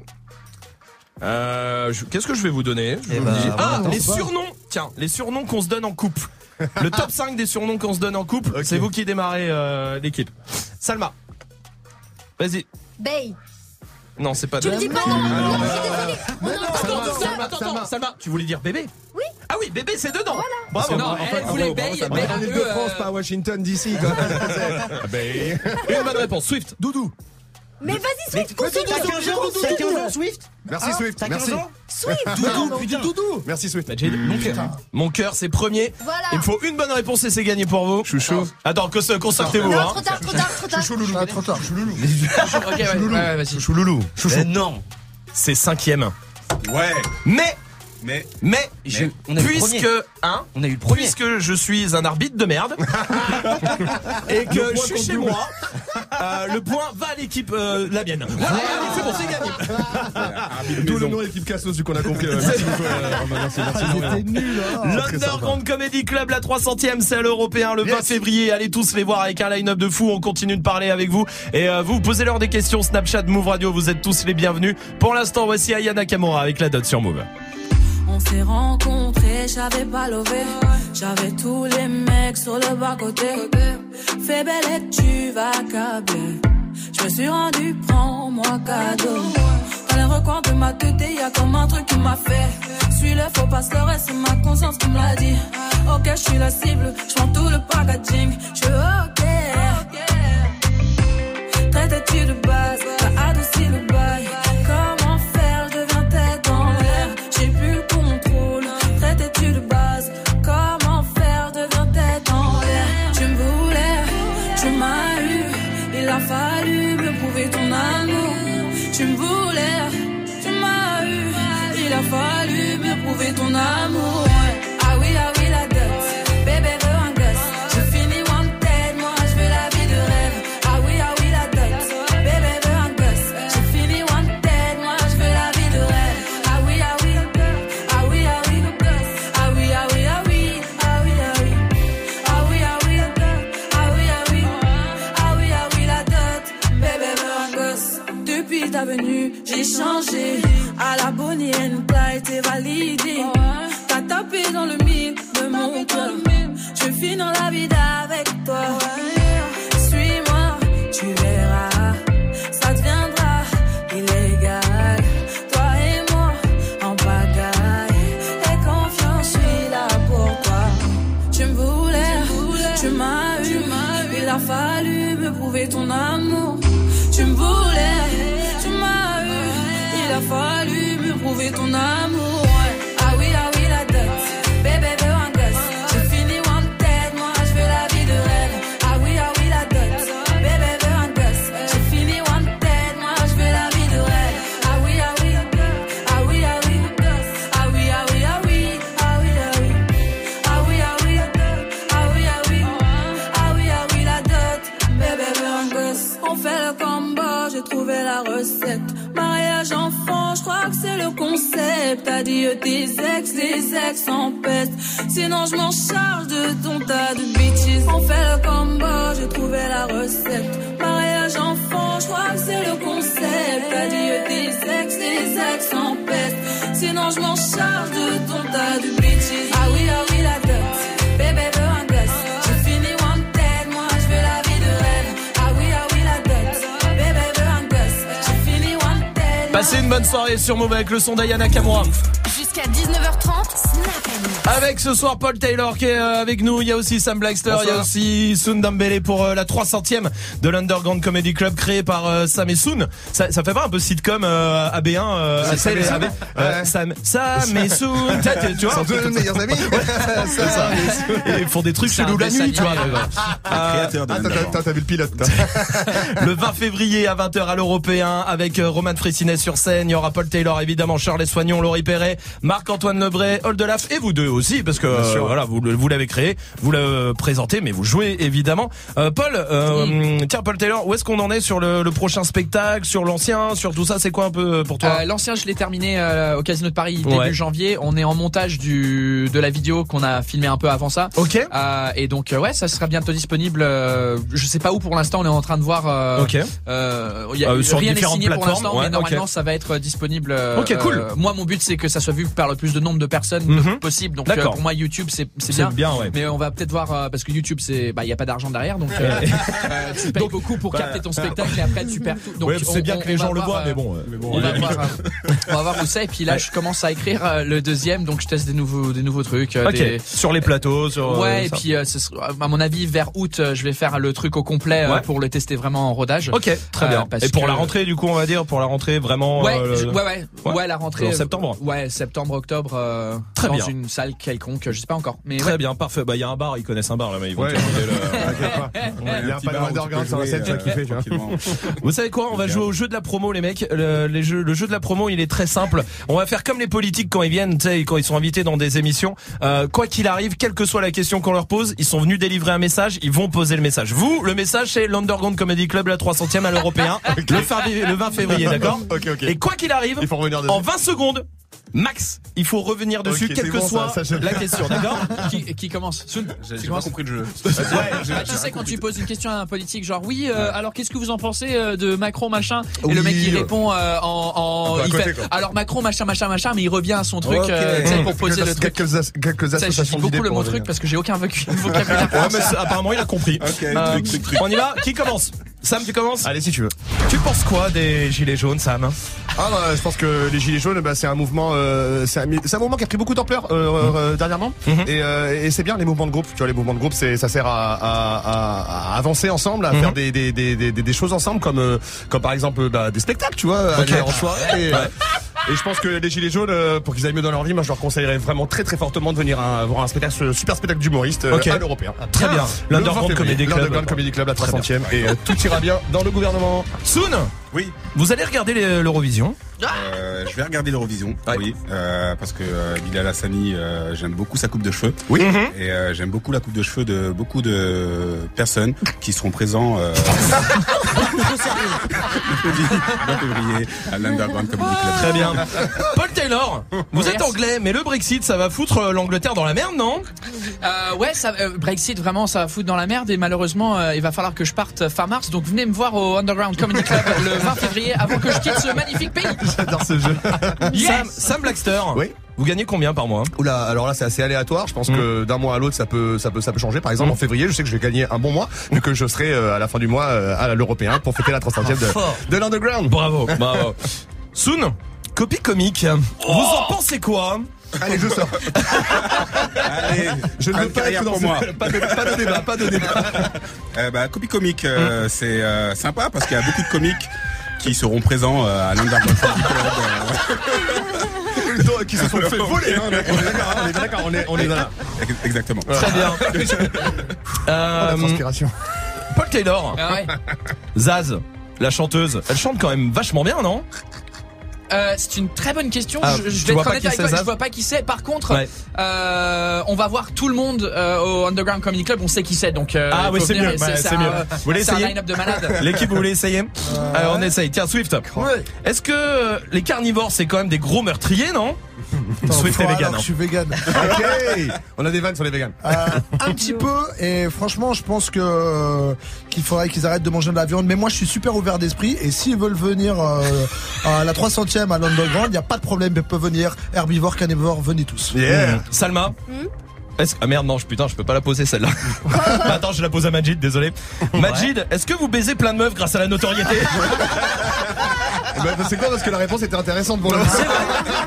Euh, je- Qu'est-ce que je vais vous donner Je Eh vous ben, dis- Ah, voilà, les on va. surnoms. Tiens, les surnoms qu'on se donne en couple. Le top cinq des surnoms qu'on se donne en couple. Ok. C'est vous qui démarrez euh, l'équipe. Salma. Vas-y. Bay. Non, c'est pas Tu me dis pas non, non, non, je suis désolée. On a Attends, entendu attends, ça. Salma, attends, attends, Salma, tu voulais dire bébé? Oui. Ah oui, bébé, c'est dedans. Parce que Bravo. non, elle voulait Bay, On Bay, est en eux, Ile-de-France, euh, pas à Washington, D C. Ben, Une bonne réponse. Swift. Doudou. Mais vas-y, Mais Swift, continue. t'as quinze ans, t'as quinze ans, Swift. Merci Swift, T'as merci. quinze ans. Swift. Doudou. Putain, Doudou. Merci Swift. Majid, mon cœur. Mon cœur, c'est premier. Voilà. Il me faut une bonne réponse et c'est gagné pour vous. Chouchou. Attends, cons- concertez-vous. Non, Hein. trop tard, trop tard, trop tard. Chouloulou. Ah, trop tard. Chouloulou. Ok, ouais, ouais, ouais, vas-y. Chouloulou. Mais non. C'est cinquième. Ouais. Mais, Mais. mais, Je- on a eu le puisque, premier. hein, On a eu le premier. puisque je suis un arbitre de merde et que Le je point suis compte chez double. moi, euh, le point va à l'équipe euh, la mienne. Voilà, allez, c'est bon, c'est gagné. D'où le nom de l'équipe Cassos, vu qu'on a compris. euh, Merci beaucoup, euh, Romain, merci, merci. C'était nul. hein. L'Underground Comedy Club, la trois centième, c'est à l'Européen le vingt Yes. février. Allez tous les voir avec un line-up de fou. On continue de parler avec vous. Et euh, vous, posez leur des questions. Snapchat, Move Radio, vous êtes tous les bienvenus. Pour l'instant, voici Aya Nakamura avec la dot sur Move. On s'est rencontrés, j'avais pas levé. J'avais tous les mecs sur le bas-côté. Fais belle et tu vas câbler. Je me suis rendu, prends-moi cadeau. Dans les recoins de ma tête, y'a comme un truc qui m'a fait. Suis le faux pasteur et c'est ma conscience qui me l'a dit. Ok, je suis la cible, je prends tout le packaging. Je suis ok. Traite-tu de base, t'as adouci le bail. Comment faire, je deviens tête dans l'air. J'ai plus le contrôle. Traite-tu de base, comment faire, je deviens tête dans l'air. Tu me voulais, tu m'as eu. Il a fallu me prouver ton amour. Tu me voulais, tu m'as eu. Il a fallu me prouver ton amour. Ah oui, ah oui, la dot. Bébé veut un gosse. Je finis wanted, moi je veux la vie de rêve. Ah oui, ah oui, la dot. Bébé veut un gosse. Je finis wanted, moi je veux la vie de rêve. Ah oui, ah oui, ah oui, ah oui, ah oui, ah oui, ah oui, ah oui, ah oui, ah oui, ah oui, avec ta venue, j'ai changé. À la Bonnie and Clyde, t'es validé. T'as tapé dans le mille de mon cœur. Je vis dans la vie avec toi. Suis-moi, tu verras. Ça deviendra illégal. Toi et moi, en pagaille. Et confiance, je suis là pour toi. Tu me voulais, tu m'as eu. Il a fallu me prouver ton amour. Tu me voulais, tu m'as eu. Il a fallu me prouver ton amour. Ouais. Ah oui, ah oui, la dot. Bébé veut un gosse. J'ai fini wanted, moi je veux la vie de rêve. Ah oui, ah oui, la dot. Bébé veut un gosse. J'ai fini wanted, moi je veux la vie de rêve. Ah oui, ah oui, ah oui, ah oui. Ah oui, ah oui, ah oui. Ah oui, ah oui. Ah oui, ah oui. Ah oui, ah oui. Ah oui, ah oui, la dot. Bébé veut un gosse. On fait le combo, j'ai trouvé la recette. Mariage enfant, je crois que c'est le concept. Adieu tes ex, tes ex en peste. Sinon je m'en charge de ton tas de bitches. On fait le combo, j'ai trouvé la recette. Mariage enfant, je crois que c'est le concept. Adieu tes ex, tes ex en peste. Sinon je m'en charge de ton tas de bitches. Ah oui, ah oui, la dot. Bébé veut un gosse. J'ai fini wanted, moi je veux la vie de rêve. Ah oui, ah oui, la dot. Bébé veut un gosse. J'ai fini wanted. Passez une bonne soirée sur Move avec le son d'Ayana Kamura. Jusqu'à dix-neuf heures trente, Snap and Mix. Avec ce soir Paul Taylor qui est avec nous, il y a aussi Sam Blackster, il y a aussi Soun Dambélé pour euh, la trois centième de l'Underground Comedy Club créé par euh, Sam et Soun. Ça, ça fait pas un peu sitcom euh, A B un euh, C'est Sam et Soun. euh, Sam, Sam et Soun, tu vois, sont deux meilleurs amis. C'est ça. Et ils font des trucs chelous la nuit, tu vois. Ah, t'as vu le pilote. Le vingt février à vingt heures à l'Européen avec euh, Roman Fressinet sur scène, il y aura Paul Taylor évidemment, Charles Soignon, Laurie Perret, Marc-Antoine Lebray, Oldelaf et vous deux aussi parce que euh, voilà, vous, vous l'avez créé, vous le présentez mais vous jouez évidemment. Euh, Paul, euh, oui. Tiens Paul Taylor, où est-ce qu'on en est sur le, le prochain spectacle, sur l'ancien, sur tout ça, c'est quoi un peu pour toi? euh, L'ancien je l'ai terminé euh, au Casino de Paris début ouais. janvier, on est en montage du de la vidéo qu'on a filmé un peu avant ça. Ok. Euh, et donc euh, ouais, ça sera bientôt disponible, euh, je sais pas où pour l'instant, on est en train de voir euh, Ok. Euh, y a, euh, sur rien n'est différentes signé pour plateformes, l'instant, ouais, mais normalement okay. ça va être disponible. Ok, cool. Euh, moi mon but c'est que ça soit vu par le plus de nombre de personnes mm-hmm. possible. Donc euh, pour moi YouTube c'est c'est bien. bien ouais. Mais on va peut-être voir euh, parce que YouTube c'est bah il y a pas d'argent derrière donc euh, euh, tu payes donc, beaucoup pour bah, capter ton spectacle et après tu perds tout. Donc ouais, c'est on, bien on, que les gens le voient, euh, mais bon. Mais bon on, va voir, euh, on va voir où c'est. Et puis là, je commence à écrire euh, le deuxième, donc je teste des nouveaux, des nouveaux trucs. Euh, ok. Des... Sur les plateaux, sur. Ouais. Euh, et ça. puis euh, à mon avis, vers août, euh, je vais faire le truc au complet euh, ouais. pour le tester vraiment en rodage. Ok, très bien. Euh, et pour que... la rentrée, du coup, on va dire pour la rentrée vraiment. Ouais, euh, je, ouais, ouais, ouais, ouais, la rentrée. En septembre. Ouais, septembre, octobre. Euh, très dans bien. une salle quelconque, je sais pas encore. Mais très ouais. bien, parfait. Bah il y a un bar, ils connaissent un bar là, mais ils vont. Ouais. Il y a pas de Underground sur la scène, ça qui fait. Vous savez quoi? On va jouer au jeu de la promo, les mecs. Le, les jeux, le jeu de la promo, il est très simple. On va faire comme les politiques quand ils viennent, tu sais, quand ils sont invités dans des émissions. Euh, quoi qu'il arrive, quelle que soit la question qu'on leur pose, ils sont venus délivrer un message. Ils vont poser le message. Vous, le message, c'est l'Underground Comedy Club, la trois centième à l'Européen, okay. le, le vingt février, d'accord? Okay, okay. Et quoi qu'il arrive, il faut revenir en vingt secondes. Max, il faut revenir dessus, okay, quelle que bon, soit ça, ça, la question, d'accord? qui, qui commence? J'ai pas compris le jeu. Ouais, bah, tu sais quand tu poses une question à un politique, genre oui, euh, ouais. alors qu'est-ce que vous en pensez euh, de Macron machin? Et oui, le mec il répond euh, en, en il côté, fait, quoi. alors Macron machin machin machin, mais il revient à son truc okay. euh, mmh. pour poser quelques, le truc. Quelques, as, quelques associations je dis beaucoup le mot truc parce que j'ai aucun vocabulaire. Ouais, mais apparemment il a compris. Okay, euh, truc, truc, truc. On y va? Qui commence? Sam, tu commences? Allez, si tu veux. Tu penses quoi des gilets jaunes, Sam? Ah, bah, je pense que les gilets jaunes, bah, c'est un mouvement, euh, c'est un, c'est un mouvement qui a pris beaucoup d'ampleur euh, mmh. euh, dernièrement. Mmh. Et, euh, et c'est bien les mouvements de groupe. Tu vois, les mouvements de groupe, c'est, ça sert à, à, à, à avancer ensemble, à mmh. faire des, des, des, des, des choses ensemble, comme, euh, comme par exemple bah, des spectacles, tu vois, okay. aller en soirée. Et, ouais. Et je pense que les gilets jaunes, pour qu'ils aillent mieux dans leur vie, moi je leur conseillerais vraiment très très fortement de venir à, voir un spectacle, ce super spectacle d'humoriste okay. à l'Européen. Très bien. L'Underground Comedy Club, l'Underground Comedy Club, la trois centième, et euh, tout ira bien dans le gouvernement. Soun, oui. Vous allez regarder l'Eurovision? Euh, je vais regarder l'Eurovision, ouais. oui, euh, parce que euh, Bilal Hassani, euh, j'aime beaucoup sa coupe de cheveux, oui, et euh, j'aime beaucoup la coupe de cheveux de beaucoup de personnes qui seront présents. Euh... mercredi vingt février à l'Underground Comedy Club. Très bien. Paul Taylor, vous êtes Merci. anglais, mais le Brexit, ça va foutre euh, l'Angleterre dans la merde, non? Euh, ouais, ça, euh, Brexit, vraiment, ça va foutre dans la merde et malheureusement, euh, il va falloir que je parte fin mars. Donc venez me voir au Underground Comedy Club le vingt février avant que je quitte ce magnifique pays. J'adore ce jeu. Yes. Sam, Sam Blackster. Oui. Vous gagnez combien par mois? Oula, alors là c'est assez aléatoire. Je pense Mm. que d'un mois à l'autre ça peut, ça peut, ça peut changer. Par exemple Mm. en février, je sais que je vais gagner un bon mois vu que je serai euh, à la fin du mois euh, à l'Européen pour fêter la trente-cinquième de, de l'Underground. Bravo, bravo. Soon, copie comique. Vous en pensez quoi? Allez, je sors. Allez, Je ne fin veux de pas carrière être dans pour ce- moi. pas de, pas de débat, pas de débat. Euh, bah, copie comique, euh, c'est euh, sympa parce qu'il y a beaucoup de comiques qui seront présents euh, à l'Underground Comedy Club. euh, Qui se sont fait voler. Hein, on est d'accord, on est d'accord, on est, on est dans la. Exactement. Très bien. Euh, La transpiration. Paul Taylor, Ah ouais. Zaz, la chanteuse, elle chante quand même vachement bien, non? Euh, c'est une très bonne question. Ah, je, je tu vais vois être pas honnête qui avec c'est, toi, Zaz je vois pas qui c'est. Par contre, Ouais. euh, on va voir tout le monde euh, au Underground Comedy Club. On sait qui c'est, donc. Euh, Ah il oui, faut c'est venir mieux, et ouais, c'est un- mieux. Vous voulez c'est un essayer line-up de malade. L'équipe, vous voulez essayer? Allez, on essaye. Tiens, Swift. Ouais. Est-ce que euh, les carnivores, c'est quand même des gros meurtriers, non? Attends, Swift faut est alors vegan. que hein. Je suis vegan. Ok. On a des vannes sur les vegans. Euh, un petit peu, et franchement je pense que euh, qu'il faudrait qu'ils arrêtent de manger de la viande, mais moi je suis super ouvert d'esprit et s'ils veulent venir euh, à la trois centième à l'Underground, il n'y a pas de problème, ils peuvent venir, herbivores, carnivores, venez tous. Yeah. Mmh. Salma. Est-ce... Ah merde, non, je- putain, je peux pas la poser celle-là. Bah, attends, je la pose à Majid, désolé. Majid, est-ce que vous baisez plein de meufs grâce à la notoriété? Bah, c'est quoi parce que la réponse était intéressante pour le C'est vrai.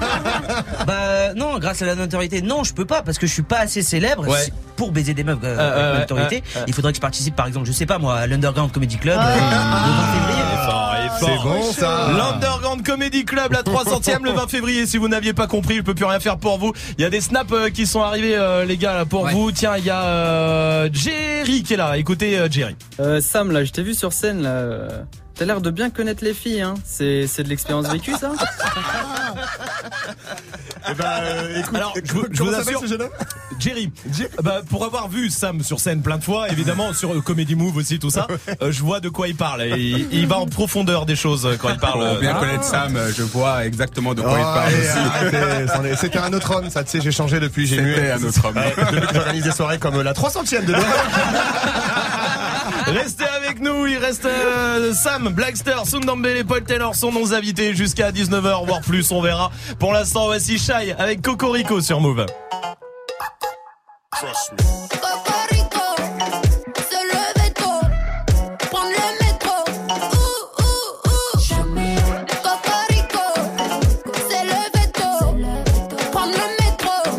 Bah non, grâce à la notoriété, non, je peux pas parce que je suis pas assez célèbre Ouais. pour baiser des meufs euh, Euh, avec euh, la notoriété. euh, euh. Il faudrait que je participe par exemple, je sais pas moi, à l'Underground Comedy Club euh, le vingt février. Il est fort, il est C'est fort. bon ça. L'Underground Comedy Club, la trois centième le vingt février. Si vous n'aviez pas compris, je peux plus rien faire pour vous. Il y a des snaps euh, qui sont arrivés, euh, les gars, là, pour Ouais. vous. Tiens, il y a euh, Jerry qui est là. Écoutez, euh, Jerry. Euh, Sam, là, je t'ai vu sur scène, là. euh, T'as l'air de bien connaître les filles, hein. C'est, c'est de l'expérience vécue, ça? Eh ben, euh, écoute, Alors, je vous, je comment vous s'appelle assure, ce jeune homme Jerry, bah, pour avoir vu Sam sur scène plein de fois, évidemment sur euh, Comedy Move aussi, tout ça, euh, je vois de quoi il parle. Et il, il va en profondeur des choses euh, quand il parle. Pour bien Ah. connaître Sam, euh, je vois exactement de quoi Oh, il parle allez, aussi. arrêtez, c'en est- C'était un autre homme, ça, tu sais, j'ai changé depuis, j'ai C'était mué. un autre homme. Ouais, depuis que j'organise des soirées comme la trois centième de l'heure. Restez avec nous, il reste euh, Sam, Blackster, Sundambele et Paul Taylor sont nos invités jusqu'à dix-neuf heures, voire plus, on verra. Pour l'instant, voici Shai avec Cocorico sur Move. Cocorico, se lever tôt, prendre le métro. Ouh, ouh, ouh. Cocorico, se lever tôt, prendre le métro.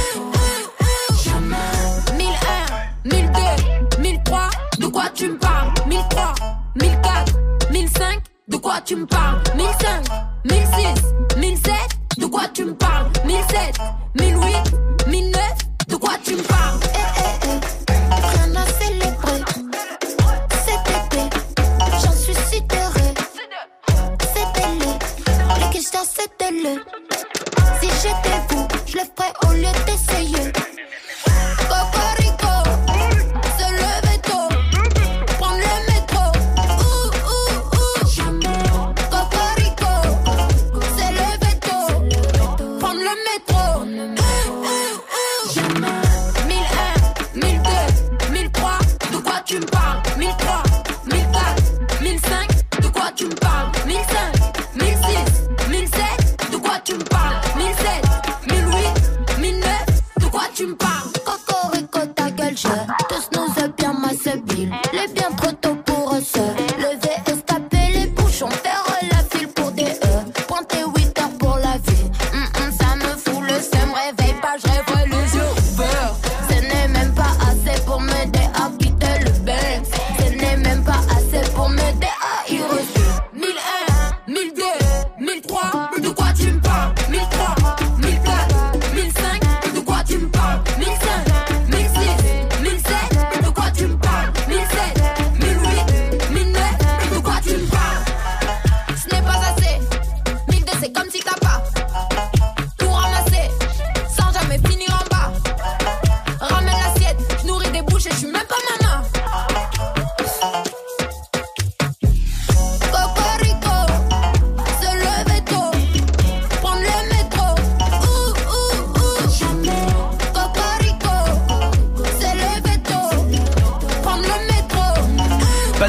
mille un, mille deux, mille trois, de quoi tu me parles? mille trois, mille quatre, mille cinq, de quoi tu me parles? mille cinq, mille six, mille sept, de quoi tu me parles? mille sept, mille huit, mille neuf, de quoi tu me parles? Eh, eh, eh, rien à célébrer. Cet été, j'en suis sidérée. C'était les, les questions c'était le. Si j'étais vous, je le ferais au lieu d'essayer. Cocorico, se lever tôt, prendre le métro. Ouh, ouh, ouh. Cocorico, se lever tôt, prendre le métro. mille un, mille deux,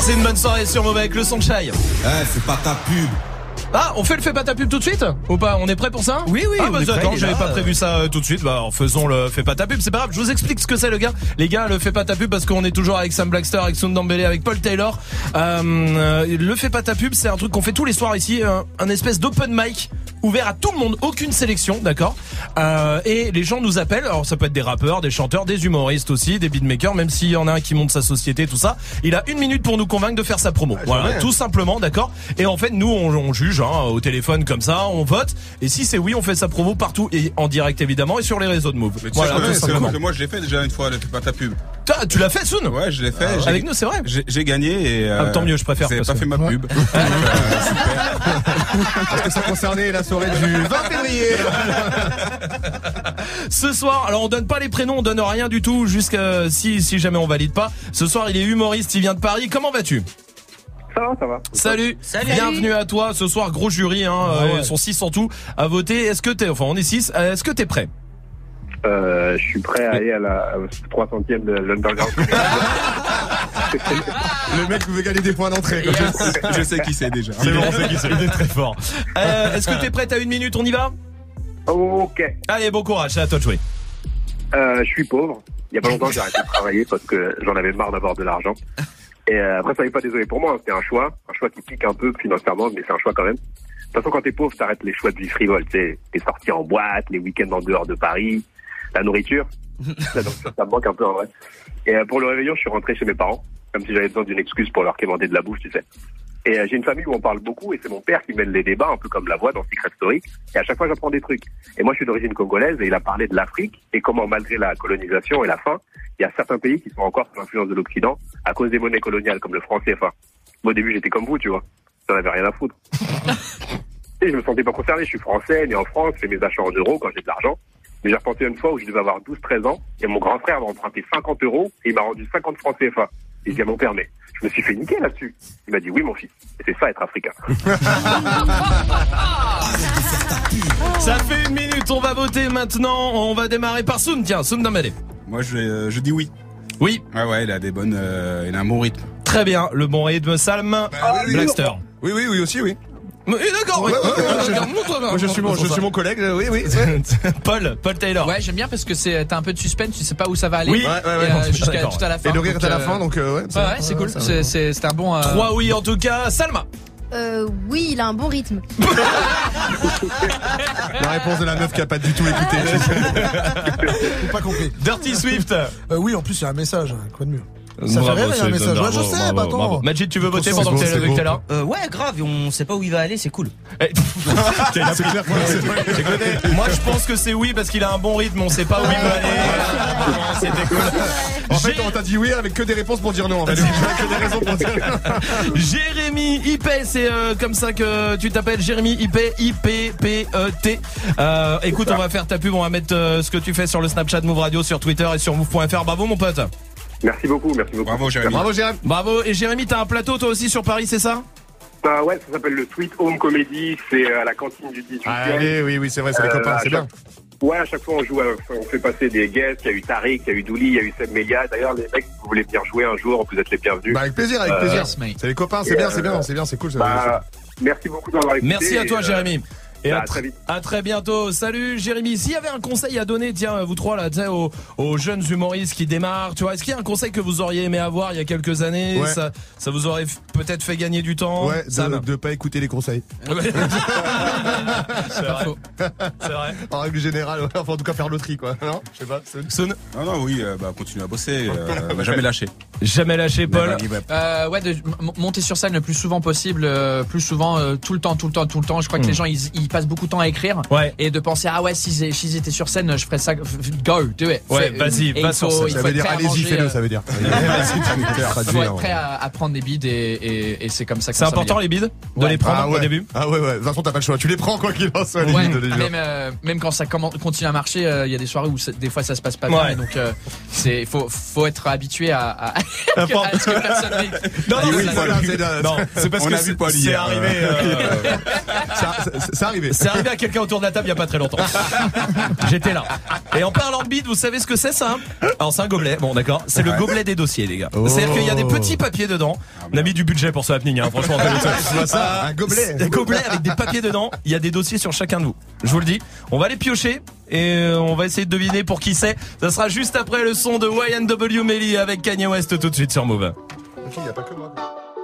Passez une bonne soirée sur Move avec le son de Shai. Eh, fais pas ta pub. Ah, on fait le fait pas ta pub tout de suite ou pas? On est prêt pour ça? Oui, oui. Ah bah on est d'accord, prêt, j'avais là, pas euh... prévu ça euh, tout de suite. Bah alors faisons le fait pas ta pub, c'est pas grave. Je vous explique ce que c'est le gars. Les gars, le fait pas ta pub parce qu'on est toujours avec Sam Blackster, avec Sound Dembélé, avec Paul Taylor. Euh, euh, le fait pas ta pub, c'est un truc qu'on fait tous les soirs ici, un, un espèce d'open mic ouvert à tout le monde, aucune sélection, d'accord. Euh, et les gens nous appellent. Alors ça peut être des rappeurs, des chanteurs, des humoristes aussi, des beatmakers. Même s'il y en a un qui monte sa société, tout ça, il a une minute pour nous convaincre de faire sa promo. Ah, voilà, tout simplement, d'accord. Et en fait, nous on, on juge hein, au téléphone comme ça, on vote. Et si c'est oui, on fait sa promo partout et en direct évidemment et sur les réseaux de Move. Mais tu voilà, sais tout que, c'est simplement. que moi je l'ai fait déjà une fois, le fais pas ta pub. Toi, tu l'as fait, Soun? Ouais, je l'ai fait. Ah, avec nous, c'est vrai. J'ai, j'ai gagné et. Euh, ah, tant mieux, je préfère. Vous avez pas que... fait ma pub. Ouais. Donc, euh, super. Parce que ça concernait la soirée du vingt février. Ce soir, alors on donne pas les prénoms, on donne rien du tout jusqu'à si si jamais on valide pas. Ce soir, il est humoriste, il vient de Paris. Comment vas-tu? Ça va, ça va. Salut. Salut. Bienvenue à toi. Ce soir, gros jury, hein, Ah ouais. euh, ils sont six en tout à voter. Est-ce que t'es, enfin, on est six. euh, Est-ce que t'es prêt? Euh, je suis prêt à aller à la trois centième de l'Underground. Le mec vous veut gagner des points d'entrée. Quoi. Je, je sais qui c'est déjà. C'est bon, on sait qui c'est. Il est très fort. Euh, est-ce que t'es prêt? T'as une minute, on y va? Ok. Allez, bon courage, c'est à toi de jouer. Euh, je suis pauvre. Il y a pas longtemps, j'ai arrêté de travailler parce que j'en avais marre d'avoir de l'argent. Et euh, après, ça n'est pas désolé pour moi. Hein. C'était un choix, un choix qui pique un peu financièrement, mais c'est un choix quand même. De toute façon, quand t'es pauvre, t'arrêtes les choix de vie frivole. Tu sais, t'es sorti en boîte, les week-ends en dehors de Paris, la nourriture. Ça, donc, ça, ça me manque un peu en vrai. Et euh, pour le réveillon, je suis rentré chez mes parents, comme si j'avais besoin d'une excuse pour leur quémander de la bouffe, tu sais. Et euh, j'ai une famille où on parle beaucoup et c'est mon père qui mène les débats, un peu comme La Voix dans Secret Story. Et à chaque fois, j'apprends des trucs. Et moi, je suis d'origine congolaise et il a parlé de l'Afrique et comment, malgré la colonisation et la faim, il y a certains pays qui sont encore sous l'influence de l'Occident à cause des monnaies coloniales, comme le franc C F A. Moi, au début, j'étais comme vous, tu vois. J'en avais rien à foutre. Et je me sentais pas concerné. Je suis français, né en France, je fais mes achats en euros quand j'ai de l'argent. Mais j'ai repensé une fois où je devais avoir douze treize ans et mon grand frère m'a emprunté cinquante euros et il m'a rendu cinquante francs C F A. Et il dit à mon père, mais je me suis fait niquer là-dessus. Il m'a dit, oui, mon fils. Et c'est ça, être africain. Ça fait une minute, on va voter maintenant. On va démarrer par Soun. Tiens, Soun Dembélé. Moi, je, euh, je dis oui. Oui. Ouais, ouais, il a des bonnes, euh, il a un bon rythme. Très bien, le bon rythme, Salm. Bah, oui, Blackster. Oui, oui, oui, aussi, oui. Oui, d'accord. Ouais, ouais, ouais, Euh, je- regarde, montre-moi. Moi, je suis mon, je suis mon collègue, euh, oui, oui. Paul, Paul Taylor. Ouais, j'aime bien parce que c'est t'as un peu de suspense, tu sais pas où ça va aller. Oui, Et, ouais, ouais, euh, ouais, jusqu'à d'accord. tout à la fin. Et le rire est à la donc, fin, donc, euh, ouais, Ouais, c'est- ouais, c'est cool. ça C'est va. c'est c'est un bon. euh, Trois oui en tout cas. Salma. Euh, oui, il a un bon rythme. La réponse de la meuf qui a pas du tout écouté. J'ai pas compris. Dirty Swift. Euh, oui, en plus, il y a un message. Quoi de mieux? Ça Bravo, fait rire, il y a un Swift, message. Ouais, bravo, je sais, bravo, bah attends. bravo. Majid, tu veux voter Attention, pendant que c'est t'es beau, avec c'est là? Euh, ouais, grave, et on sait pas où il va aller, c'est cool. C'est clair que c'est- Écoutez, moi je pense que c'est oui parce qu'il a un bon rythme, on sait pas où il veut aller. Vraiment, C'était cool. En fait, on t'a dit oui avec que des réponses pour dire non. En fait, que des raisons pour dire non. Jérémy Ipé, c'est euh, comme ça que tu t'appelles, Jérémy Ipé, I P P E T. Euh, écoute, on va faire ta pub, on va mettre euh, ce que tu fais sur le Snapchat Move Radio, sur Twitter et sur move point f r. Bravo mon pote. Merci beaucoup, merci beaucoup. Bravo, Jérémy. Bravo, Jérémy. Bravo. Et Jérémy, t'as un plateau toi aussi sur Paris, c'est ça? Ah ouais, ça s'appelle le Sweet Home Comedy. C'est à la cantine du dix-huitième. Allez, oui, oui, c'est vrai, c'est les Euh, copains, à c'est chaque- bien. Ouais, à chaque fois on joue, à- on fait passer des guests. Il y a eu Tariq, il y a eu Douli, il y a eu Seb Melia. D'ailleurs, les mecs, si vous voulez venir jouer un jour, vous êtes les bienvenus. Bah, avec plaisir, avec Euh, plaisir. yes, mate. C'est les copains, c'est Et, bien, euh, c'est bien, c'est bien, c'est cool. c'est- Bah, merci beaucoup d'avoir écouté. Merci à toi et, euh, Jérémy. Et bah, à, à très vite. à très bientôt. Salut Jérémy. S'il y avait un conseil à donner, tiens, vous trois là, tu sais, aux, aux jeunes humoristes qui démarrent, tu vois, est-ce qu'il y a un conseil que vous auriez aimé avoir il y a quelques années? Ouais. Ça, ça vous aurait f- peut-être fait gagner du temps. Ouais, Sam. de, de pas écouter les conseils. C'est vrai. C'est vrai. En règle générale, ouais, enfin, en tout cas, faire le tri, quoi. Non? Je sais pas. c'est- Sun. Non, non, oui, euh, bah, continue à bosser, euh, bah, jamais lâcher. Jamais lâché, Paul. Never give up. Euh, ouais, de m- monter sur scène le plus souvent possible, euh, plus souvent, euh, tout le temps, tout le temps, tout le temps. Je crois que Mm. les gens, ils, ils passent beaucoup de temps à écrire. Ouais. Et de penser, ah ouais, si s'ils si étaient sur scène, je ferais ça. F- f- Go, do it. Ouais, Fais- vas-y, et va il sur faut- scène. il Ça faut veut être dire, prêt à allez-y, manger, fais-le, euh, ça veut dire. Il faut être prêt à, à prendre des bides et, et, et c'est comme ça que C'est ça important s'améliore. les bides de Ouais. les prendre Ah ouais. au début. Ah ouais, ouais. De toute façon, t'as pas le choix. Tu les prends quoi qu'il en soit, les Ouais, vides, déjà. même, euh, même quand ça commen- continue à marcher, euh, il y a des soirées où ça- des fois ça se passe pas bien. Ouais. Et donc, euh, c'est faut faut être habitué à, à, À que- prendre- à ce que personne rit. Non, Ah oui, c'est- voilà, c'est la- non, c'est parce On que a vu c'est Paul c'est hier. arrivé. euh, Ça, ça, ça arrive arrivé. C'est arrivé à quelqu'un autour de la table il y a pas très longtemps. J'étais là. Et en parlant de bide, vous savez ce que c'est ça? Alors c'est un gobelet, bon d'accord. C'est le gobelet des dossiers les gars. Oh. C'est-à-dire qu'il y a des petits papiers dedans. On a mis du budget pour ce happening, hein, franchement. Tu vois ça, un gobelet. Un gobelet avec des papiers dedans. Il y a des dossiers sur chacun de vous. Je vous le dis. On va les piocher et on va essayer de deviner pour qui c'est. Ça sera juste après le son de Y N W Melly avec Kanye West tout de suite sur Move. Ok, y a pas que moi.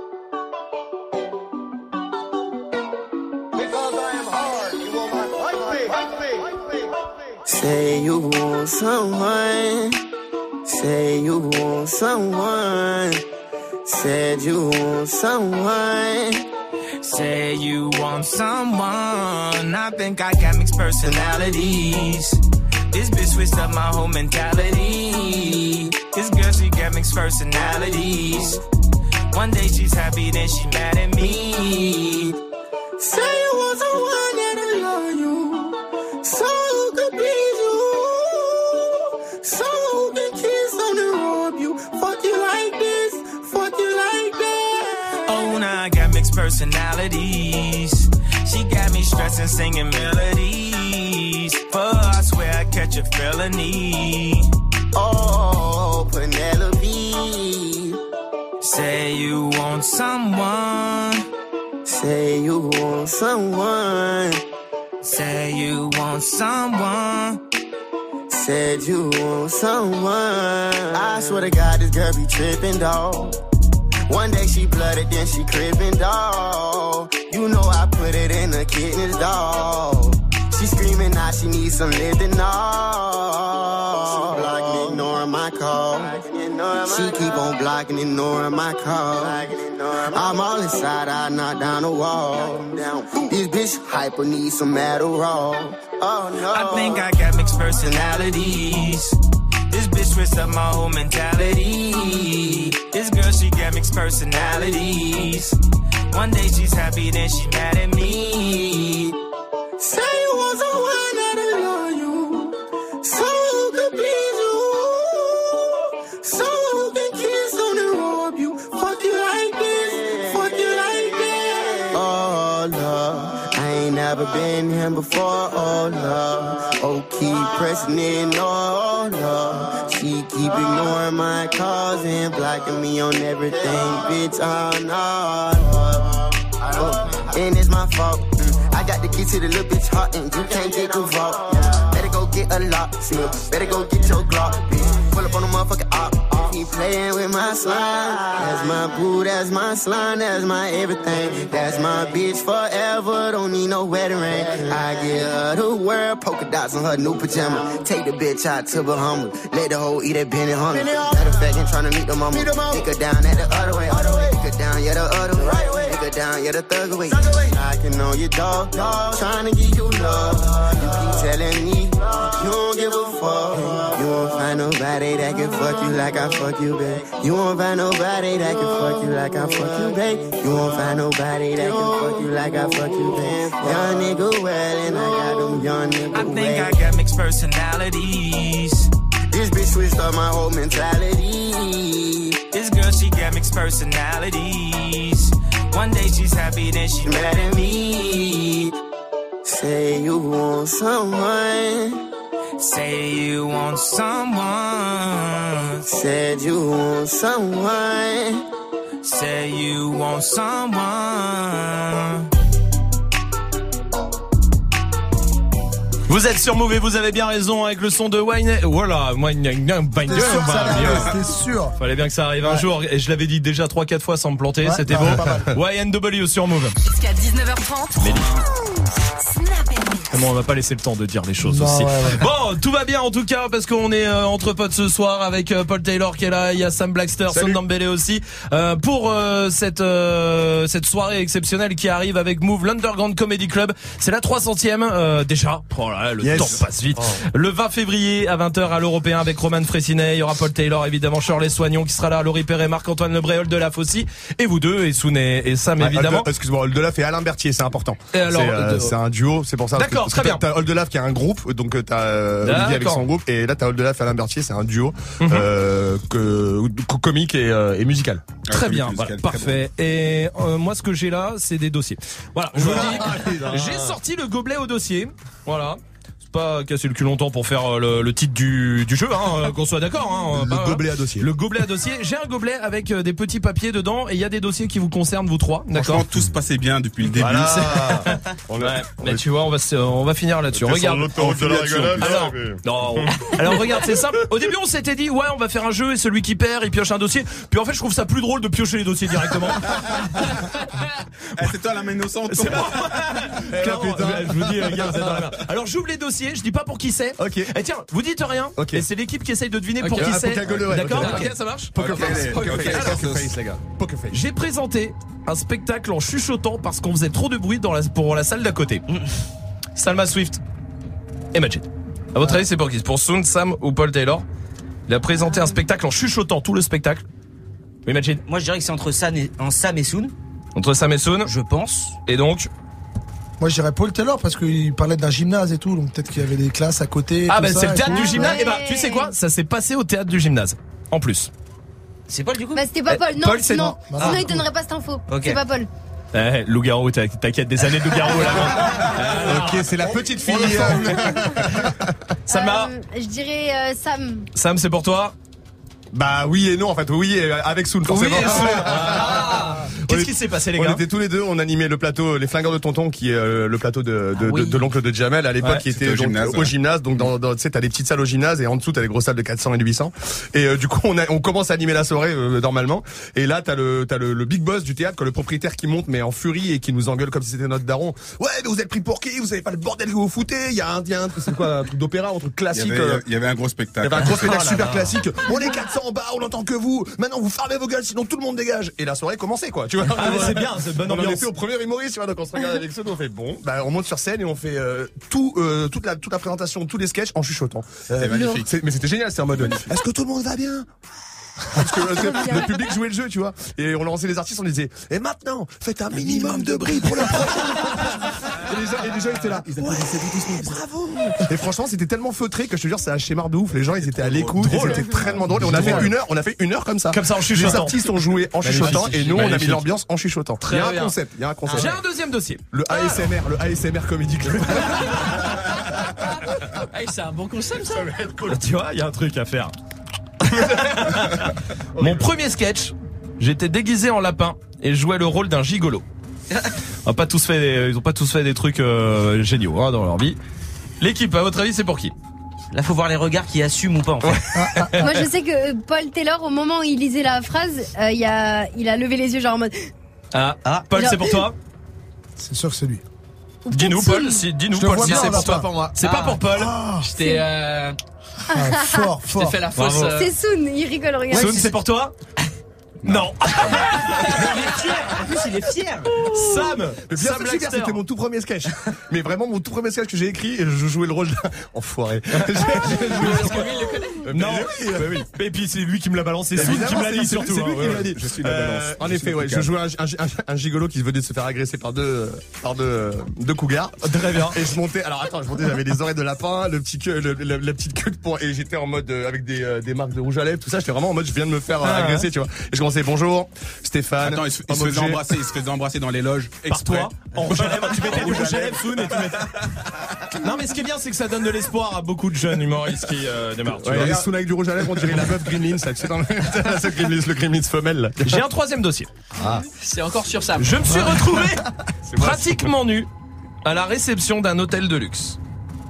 Say you want someone. Say you want someone. Said you want someone. Say you want someone. I think I got mixed personalities. This bitch switched up my whole mentality. This girl, she got mixed personalities. One day she's happy, then she mad at me. Say you want someone that'll love you, so who could please you, so who can kiss on the robe you, fuck you like this, fuck you like that. Oh, now I got mixed personalities. She got me stressing, singing melodies. For her, I swear I catch a felony. Oh, Penelope. Say you want someone. Say you want someone. Say you want someone. Said you want someone. I swear to God, this girl be tripping, dawg. One day she blooded, then she crippin', dawg. You know I put it in the kidneys, dawg. She screaming now she needs some lifting, dawg. She blocking, ignoring my call. She keep on blocking, ignoring my call. I'm all inside, I knock down the wall. This bitch hyper needs some Adderall. Oh no. I think I got mixed personalities. This bitch switched up my whole mentality. This girl, she got mixed personalities. One day she's happy, then she mad at me. Say you want someone that'll love you, so who could please you, so who can kiss on the robe you, fuck you like this, fuck you like that. Oh Lord, I ain't never been here before. Oh Lord, oh keep pressing in. Oh Lord, she keep ignoring my calls and blocking me on everything, bitch. Oh no, oh, and it's my fault. I got the key to the little bitch heart and you can't get the vault. Better go get a lock, better go get your Glock, bitch. Pull up on the motherfucking op. Keep playing with my slime. That's my boo, that's my slime, that's my everything. That's my bitch forever, don't need no wedding ring. I give her the world, polka dots on her new pajama. Take the bitch out to Bahamas, let the hoe eat that Benny Hunter. Matter of fact, ain't tryna meet the mama. Take her down at the other way. Take her down, yeah, the other way. Take her down, yeah, the thug away. Knocking on your door, tryna give you love. You keep telling me you don't give a fuck. You won't find nobody that can fuck you like I fuck you, babe. You won't find nobody that can fuck you like I fuck you, babe. You won't find nobody that can fuck you like I fuck you, babe. Young nigga well and I got them young nigga I think well. I got mixed personalities. This bitch switched up my whole mentality. This girl, she got mixed personalities. One day she's happy, then she mad at me. Say you want someone. Say you want someone. Said you want someone. Say you want someone. Vous êtes sur Move et vous avez bien raison avec le son de Wine. Voilà, Wine, banger. C'était sûr, ça allait arriver, c'était sûr. Fallait bien que ça arrive un Ouais. jour. Et je l'avais dit déjà trois quatre fois sans me planter. Ouais, C'était pas beau. mal, pas Y N W sur Move. Jusqu'à dix-neuf heures trente. Melly. Snap and mix. Comment on va pas laisser le temps de dire les choses Non, aussi. ouais, ouais. Bon, tout va bien en tout cas parce qu'on est euh, entre potes ce soir avec euh, Paul Taylor qui est là, il y a Sam Blackster, Son Dambélé aussi euh, pour euh, cette euh, cette soirée exceptionnelle qui arrive avec Move, l'Underground Comedy Club. C'est la trois centième euh, déjà. Oh là là, le Yes. temps passe vite. Oh. Le vingt février à vingt heures à l'Européen avec Roman Fressinet, il y aura Paul Taylor évidemment, Shirley Soignon qui sera là, Laurie Perret, Marc-Antoine Lebréol de la Fossi et vous deux et Soun et, et Sam Ouais, évidemment. Olde- excuse-moi, Oldelaf et Alain Berthier, c'est important. Et alors, c'est, euh, de- c'est un duo, c'est pour ça. parce que D'accord, Parce que très bien. T'as Hold the Lave qui a un groupe, donc euh, t'as euh, Olivier avec D'accord. son groupe, et là t'as Hold the Lave et Alain Bertier, c'est un duo euh, que, co- comique et, euh, et musical. Très bien, voilà, parfait. Et euh, moi, ce que j'ai là, c'est des dossiers. Voilà, je vous dis, J'ai sorti le gobelet au dossier. Voilà. C'est pas casser le cul longtemps pour faire euh, le, le titre du, du jeu, hein, euh, qu'on soit d'accord. Hein, Le Pas- gobelet à dossier. Le gobelet à dossier. J'ai un gobelet avec euh, des petits papiers dedans et il y a des dossiers qui vous concernent vous trois. D'accord. Franchement, tout se passait bien depuis le début. Voilà. C'est- On a- mais tu vois, on va, se- on va finir là-dessus. On était sur Regarde. l'autoroute de la rigolade, Alors, là, non. Alors regarde, c'est simple. Au début, on s'était dit, ouais, on va faire un jeu et celui qui perd, il pioche un dossier. Puis en fait, je trouve ça plus drôle de piocher les dossiers directement. Eh, c'est toi la main innocente. C'est bon. Clairement, je vous dis, les gars, vous êtes dans la merde. Alors j'ouvre les dossiers, je dis pas pour qui c'est. Ok. Et tiens, vous dites rien. Ok. Et c'est l'équipe qui essaye de deviner Ok. pour qui Ah, c'est. pour cagoler, ouais. D'accord. Ok, Ok, ça marche. Poker Ok, face. poker Ok, face. poker Alors, face, les gars. Poker face. J'ai présenté un spectacle en chuchotant parce qu'on faisait trop de bruit dans la, pour la salle d'à côté. Salma Swift et Majid. À votre avis, c'est pour qui? C'est pour Soon, Sam ou Paul Taylor? Il a présenté un spectacle en chuchotant tout le spectacle. Oui, Majid. Moi, je dirais que c'est entre Sam et, en Sam et Soon. Entre Sam et Soon. Je pense. Et donc? Moi, je dirais Paul Taylor parce qu'il parlait d'un gymnase et tout, donc peut-être qu'il y avait des classes à côté. Ah, tout bah ça, c'est le et théâtre tout. du gymnase. Ouais. Et bah, tu sais quoi? Ça s'est passé au théâtre du gymnase. En plus. C'est Paul du coup Bah, c'était pas Eh, Paul. Non, Paul, c'est- non. Ah. Sinon, il donnerait pas cette info. Ok. C'est pas Paul. Eh, loup-garou, t'as- t'inquiète, des années de loup-garou là. Ok, c'est la petite fille. Salma, Euh, je dirais euh, Sam. Sam, c'est pour toi? Bah oui et non en fait, oui et avec Soul forcément. Oui, et Soul. Ah. Qu'est-ce qui s'est passé les On gars? était tous les deux, on animait le plateau Les Flingueurs de Tonton qui est euh, le plateau de, de, Ah oui. de, de l'oncle de Jamel à l'époque Ouais, qui était c'était au donc, gymnase, au ouais. gymnase, donc dans, dans tu sais t'as des petites salles au gymnase et en dessous t'as des grosses salles de quatre cents et de huit cents et euh, du coup on, a, on commence à animer la soirée euh, normalement et là t'as le t'as le, le big boss du théâtre, quoi, le propriétaire qui monte mais en furie et qui nous engueule comme si c'était notre daron. Ouais mais vous êtes pris pour qui? Vous savez pas le bordel que vous foutez? Il y a un, il y a un c'est quoi un truc d'opéra, un truc Il y classique. avait, euh, il y avait un gros il y spectacle. avait un gros spectacle Oh là super là. classique. On est quatre cents en bas, on n'entend que vous. Maintenant, vous fermez vos gueules, sinon tout le monde dégage. Et la soirée commençait, quoi. Tu vois. Ah, mais c'est bien, c'est bonne On en ambiance. était au premier humoriste, tu vois. Donc on se regarde avec ceux, on fait bon. Bah, on monte sur scène et on fait euh, tout, euh, toute la toute la présentation, tous les sketchs en chuchotant. Euh, C'est magnifique. c'est- Mais c'était génial, c'est en mode. Est-ce que tout le monde va bien? Parce que, parce que le public jouait le jeu, tu vois. Et on lançait les artistes, on disait, et maintenant, faites un minimum de bruit pour le prochain. Et les gens, et les gens étaient là. Ouais, bravo. Et franchement, c'était tellement feutré que je te jure, ça a schémar de ouf. Les gens, ils étaient à l'écoute. et C'était très drôle. Et on a fait une heure, on a fait une heure comme ça. Comme ça, en chuchotant. Les artistes ont joué en Magnifique. chuchotant et nous, on a mis Magnifique. l'ambiance en chuchotant. Très Il y a un bien. concept. Il y a un concept. J'ai un deuxième dossier. Le A S M R, le A S M R Comedy Club. Hey, c'est un bon concept ça. Tu vois, il y a un truc à faire. Mon premier sketch, j'étais déguisé en lapin et je jouais le rôle d'un gigolo. On a pas tous fait des, ils ont pas tous fait des trucs euh, géniaux hein, dans leur vie. L'équipe, à votre avis, c'est pour qui? Là, faut voir les regards qui assument ou pas en fait. Moi, je sais que euh, Paul Taylor, au moment où il lisait la phrase, euh, il, a, il a levé les yeux, genre en mode. Ah, Paul, Genre- c'est pour toi? C'est sûr que c'est lui. Dis-nous, Paul, si, dis-nous, Je le Paul, vois si bien, c'est là, pour toi. pas pour moi. C'est Ah. pas pour Paul. J'étais. Euh... Ah, fort, J'étais fort. fait la fausse. Bravo. euh, C'est Soon, il rigole, regarde. Soon, c'est pour toi? Non. En plus, il est fier. Sam, Le bien Sam sûr, super, Laxter. c'était mon tout premier sketch. Mais vraiment mon tout premier sketch que j'ai écrit et je jouais le rôle d'un enfoiré. Parce que lui, il le connaît. Non, oui, bah oui. Et puis c'est lui qui me l'a balancé, c'est lui qui Évidemment, me l'a c'est- dit c'est- surtout. C'est lui hein, qui ouais, me l'a dit. Je suis la Euh, balance. En Je effet, suis ouais, le je coupable. jouais un, un, un, un gigolo qui venait de se faire agresser par deux, euh, par deux, euh, deux cougars. Très bien. Et je montais. Alors attends, je montais. J'avais les oreilles de lapin, le petit queue, le, le- la petite queue de pour. Et j'étais en mode euh, avec des, euh, des marques de rouge à lèvres, tout ça. J'étais vraiment en mode, je viens de me faire euh, Ah, agresser, tu vois. Et je commençais bonjour, Stéphane. Attends, il se, il homme se faisait objet. embrasser, il se faisait embrasser dans les loges. Par exprès. toi, en rouge à lèvres, tu mettais du rouge à lèvres, Soon, et tu mettais. Non, mais ce qui est bien, c'est que ça donne de l'espoir à beaucoup de jeunes humoristes qui euh, démarrent. tu Ouais, vois. il y a Soun avec du rouge à lèvres, on dirait la meuf Gremlins, là, tu sais, dans le, la seule Gremlins, le Gremlins femelle, là. J'ai un troisième dossier. C'est encore sur ça. Je me suis retrouvé pratiquement nu à la réception d'un hôtel de luxe.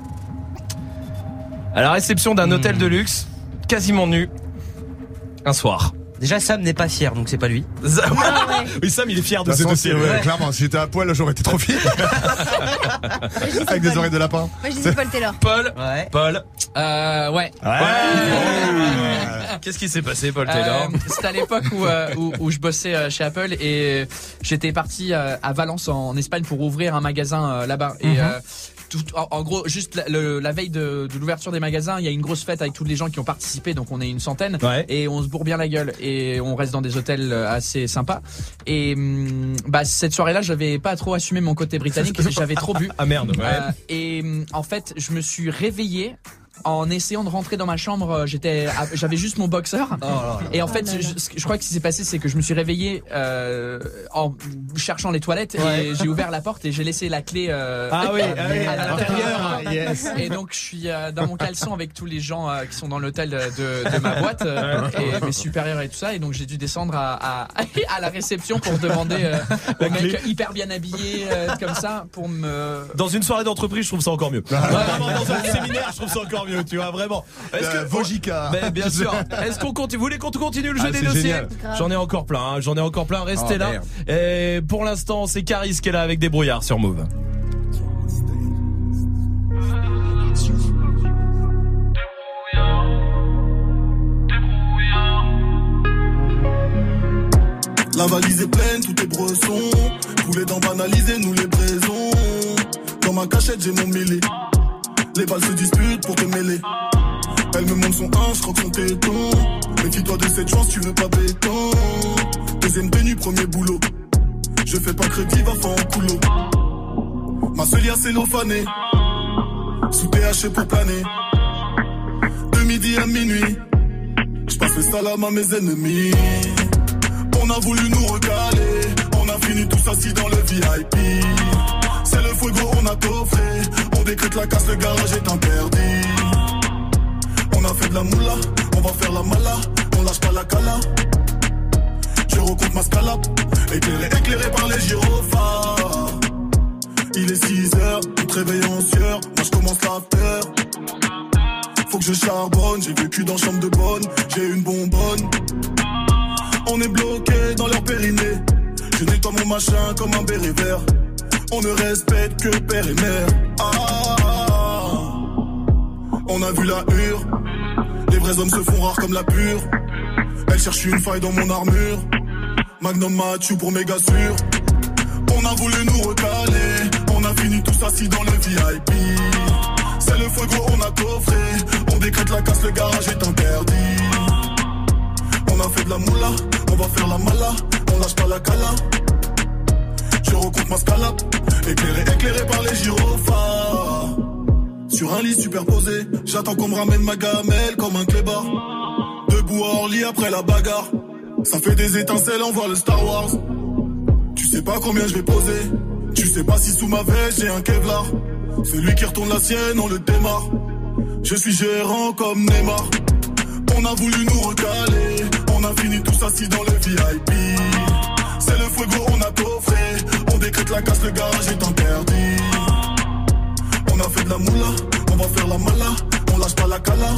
À la réception d'un hôtel de luxe, quasiment nu, un soir. Déjà, Sam n'est pas fier, donc c'est pas lui. Oui, Sam, il est fier de De ce toute façon, dossier. c'est- ouais, ouais. Clairement, si j'étais à poil, j'aurais été trop fier. Avec des oreilles de lapin. Moi, je dis Paul Taylor. Paul, Ouais. Paul. Euh, ouais. Qu'est-ce qui s'est passé, Paul Taylor? Euh, C'était à l'époque où, euh, où, où je bossais euh, chez Apple et j'étais parti euh, à Valence en Espagne pour ouvrir un magasin euh, là-bas. Et Mhm. euh, tout, en, en gros, juste la, le, la veille de, de l'ouverture des magasins, il y a une grosse fête avec tous les gens qui ont participé, donc on est une centaine, Ouais. et on se bourre bien la gueule, et on reste dans des hôtels assez sympas. Et hum, bah cette soirée-là, j'avais pas trop assumé mon côté britannique, j'avais trop bu. Ah merde. Ouais. Euh, et hum, en fait, je me suis réveillé en essayant de rentrer dans ma chambre. J'étais, j'avais juste mon boxeur. Oh là là. Et en fait, Oh là là. je, je crois que ce qui s'est passé, c'est que je me suis réveillé euh, en cherchant les toilettes, Ouais. et j'ai ouvert la porte et j'ai laissé la clé euh, Ah oui, à, ah oui, à à l'intérieur. l'intérieur, yes. Et donc je suis euh, dans mon caleçon avec tous les gens euh, qui sont dans l'hôtel de, de, de ma boîte euh, et mes supérieurs et tout ça. Et donc j'ai dû descendre à, à, à la réception pour demander euh, au mec hyper bien habillé euh, comme ça pour me. Dans une soirée d'entreprise, je trouve ça encore mieux. Vraiment, dans un séminaire, je trouve ça encore mieux, tu vois, vraiment. Est-ce que Vogica. Mais bien sûr. Est-ce qu'on continue? Vous voulez qu'on continue le jeu Ah, des c'est dossiers? génial. J'en ai encore plein, hein, j'en ai encore plein. Restez Oh, là. merde. Et pour l'instant, c'est Caris qui est là avec des brouillards sur Move. La valise est pleine, tout est bresson. Tous les dents banalisés, nous les braisons. Dans ma cachette, j'ai mon mêlé. Les balles se disputent pour te mêler. Elle me montre son un, je croque son téton. Méfie-toi de cette chance, tu veux pas béton. Deuxième tenue, premier boulot. Je fais pas crédit, va faire en coulo. Ma seule cellophanée. Sous T H pour planer. De midi à minuit. Je passe le salam à mes ennemis. On a voulu nous recaler, on a fini tous assis dans le V I P. C'est le fuego, on a toffré, on décrète la casse, le garage est interdit. On a fait de la moula, on va faire la mala, on lâche pas la cala. Je recompte ma scalap, éclairé, éclairé par les gyrophares. Il est six heures, on te réveille en sueur, moi je commence l'after. Faut que je charbonne, j'ai vécu dans chambre de bonne, j'ai une bonbonne. On est bloqué dans leur périnée. Je nettoie mon machin comme un béret vert. On ne respecte que père et mère. Ah, on a vu la hure. Les vrais hommes se font rares comme la pure. Elle cherche une faille dans mon armure. Magnum Mathieu pour méga sûr. On a voulu nous recaler. On a fini tous assis dans le V I P. C'est le fuego, on a coffré. On décrète la casse, le garage est interdit. On a fait de la moula, on va faire la mala, on lâche pas la cala. Je recompte ma scalap, éclairé, éclairé par les gyrophares. Sur un lit superposé, j'attends qu'on me ramène ma gamelle comme un clébard. Debout à Orly après la bagarre, ça fait des étincelles, on voit le Star Wars. Tu sais pas combien je vais poser, tu sais pas si sous ma veste j'ai un Kevlar. Celui qui retourne la sienne, on le démarre. Je suis gérant comme Neymar. On a voulu nous recaler, on a fini tous assis dans le V I P. C'est le fuego, on a coffré, on décrète la casse, le garage est interdit. On a fait de la moula, on va faire la mala, on lâche pas la cala.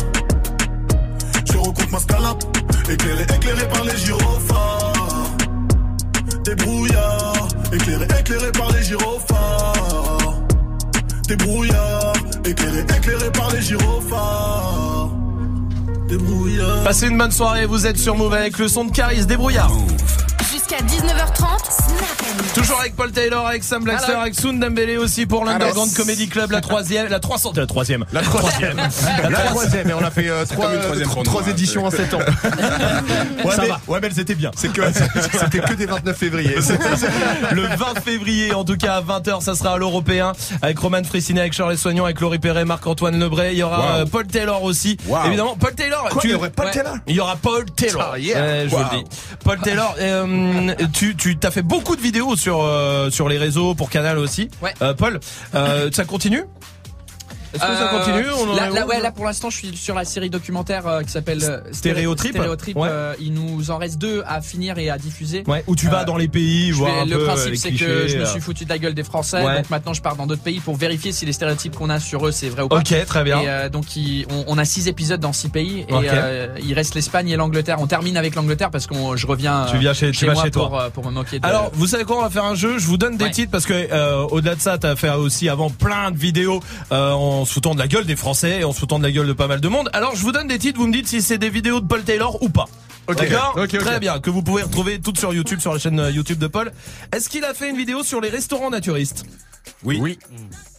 Je recompte ma scalap, éclairé, éclairé par les gyrophares. Des brouillards, éclairé, éclairé par les gyrophares. Des brouillards, éclairé, éclairé par les gyrophares. Débrouillard. Passez une bonne soirée, vous êtes sur Move avec le son de Caris, débrouillard. Jusqu'à dix-neuf heures trente, Snap. Toujours avec Paul Taylor, avec Sam Blackster, Alors. avec Sound Dembélé aussi pour l'Underground Alors. Comedy Club, la troisième, la trois cents, la troisième, La troisième. La troisième, et on a fait euh, trois, comme une troisième euh, pour trois nous, hein, éditions en c'est- sept ans. Ouais, Ça mais, va. Ouais, mais elles étaient bien. c'est que, c'était que des vingt-neuf février. Le vingt février, en tout cas à vingt heures, ça sera à l'Européen avec Roman Fressinet, avec Charles Soignon, avec Laurie Perret, Marc-Antoine Lebray. Il y aura Wow. euh, Paul Taylor aussi. Wow. Évidemment, Paul Taylor. Quoi, tu... il y aurait Paul Ouais. Taylor Il y aura Paul Taylor. Ah, yeah. Euh, je Wow. vous le dis. Paul Taylor, euh, tu tu t'as fait beaucoup de vidéos sur euh, sur les réseaux, pour Canal aussi. Ouais. Euh, Paul, euh, ça continue? Est-ce que ça continue? On en là, est là, où ouais, là pour l'instant je suis sur la série documentaire euh, qui s'appelle euh, Stéréotrip. Stéréotrip. Ouais. Euh, il nous en reste deux à finir et à diffuser. Ouais, où tu vas Euh, dans les pays, Je voir vais- un le peu principe les c'est que clichés, je me euh. suis foutu de la gueule des Français, Ouais. donc maintenant je pars dans d'autres pays pour vérifier si les stéréotypes qu'on a sur eux c'est vrai ou pas. Ok, très bien. Et euh, donc il- on, on a six épisodes dans six pays et Ok. euh, il reste l'Espagne et l'Angleterre. On termine avec l'Angleterre parce que je reviens. Tu viens chez- tu vas moi chez toi. pour, euh, pour me moquer de. Alors, vous savez quoi, on va faire un jeu. Je vous donne des Ouais. titres parce que euh, au-delà de ça, t'as fait aussi avant plein de vidéos euh, en se foutant de la gueule des Français et en se foutant de la gueule de pas mal de monde. Alors, je vous donne des titres. Vous me dites si c'est des vidéos de Paul Taylor ou pas. Ok. D'accord. Ok, ok. Très bien. Que vous pouvez retrouver toutes sur YouTube, sur la chaîne euh, YouTube de Paul. Est-ce qu'il a fait une vidéo sur les restaurants naturistes? Oui. Oui.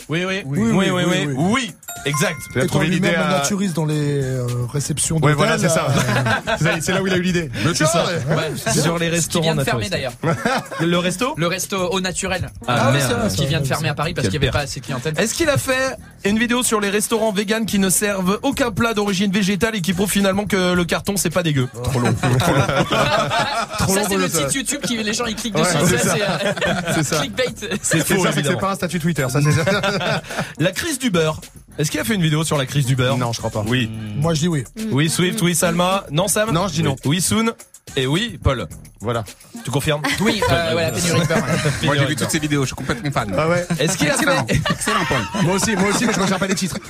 Oui, oui, oui, oui, oui, oui, oui, oui, exact. Tu as Et quand trouvé l'idée lui-même à... naturiste dans les euh, réceptions Ouais, d'hôtel. voilà, c'est ça. euh, C'est ça, c'est là où il a eu l'idée. C'est ça. Ouais. Ouais. Sur les Qui restaurants vient de fermer naturistes. d'ailleurs. Le resto Le resto au naturel. Ah, Euh, merde. Qui vient de fermer à Paris parce Quel qu'il n'y avait père. pas assez de clientèle. Est-ce qu'il a fait une vidéo sur les restaurants véganes qui ne servent aucun plat d'origine végétale et qui prouvent finalement que le carton c'est pas dégueu? Trop long. Trop long. Trop Ça long c'est pour le le site faire. YouTube qui les gens ils cliquent Ouais, dessus. c'est Ça, ça. c'est euh, C'est ça. clickbait. C'est C'est faux, ça, c'est que évidemment. c'est pas un statut Twitter, ça c'est ça. La crise du beurre. Est-ce qu'il a fait une vidéo sur la crise du beurre? Non, je crois pas. Oui. Moi, je dis oui. Oui, Swift, oui, Salma. Non, Sam? Non, je dis non. Oui, Soon. Et oui, Paul. Voilà. Tu confirmes? Oui, euh, ouais, la pénurie de beurre. ouais. Moi j'ai vu toutes ces vidéos, je suis complètement fan. Ah ouais. Est-ce qu'il a Excellent, fait, excellent Paul. Moi aussi, moi aussi, mais je retiens pas les titres.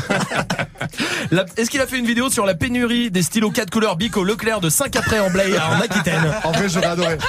la- est-ce qu'il a fait une vidéo sur la pénurie des stylos quatre couleurs Bic au Leclerc de Saint-Caprais en Blaye en Aquitaine? En vrai, j'aurais adoré.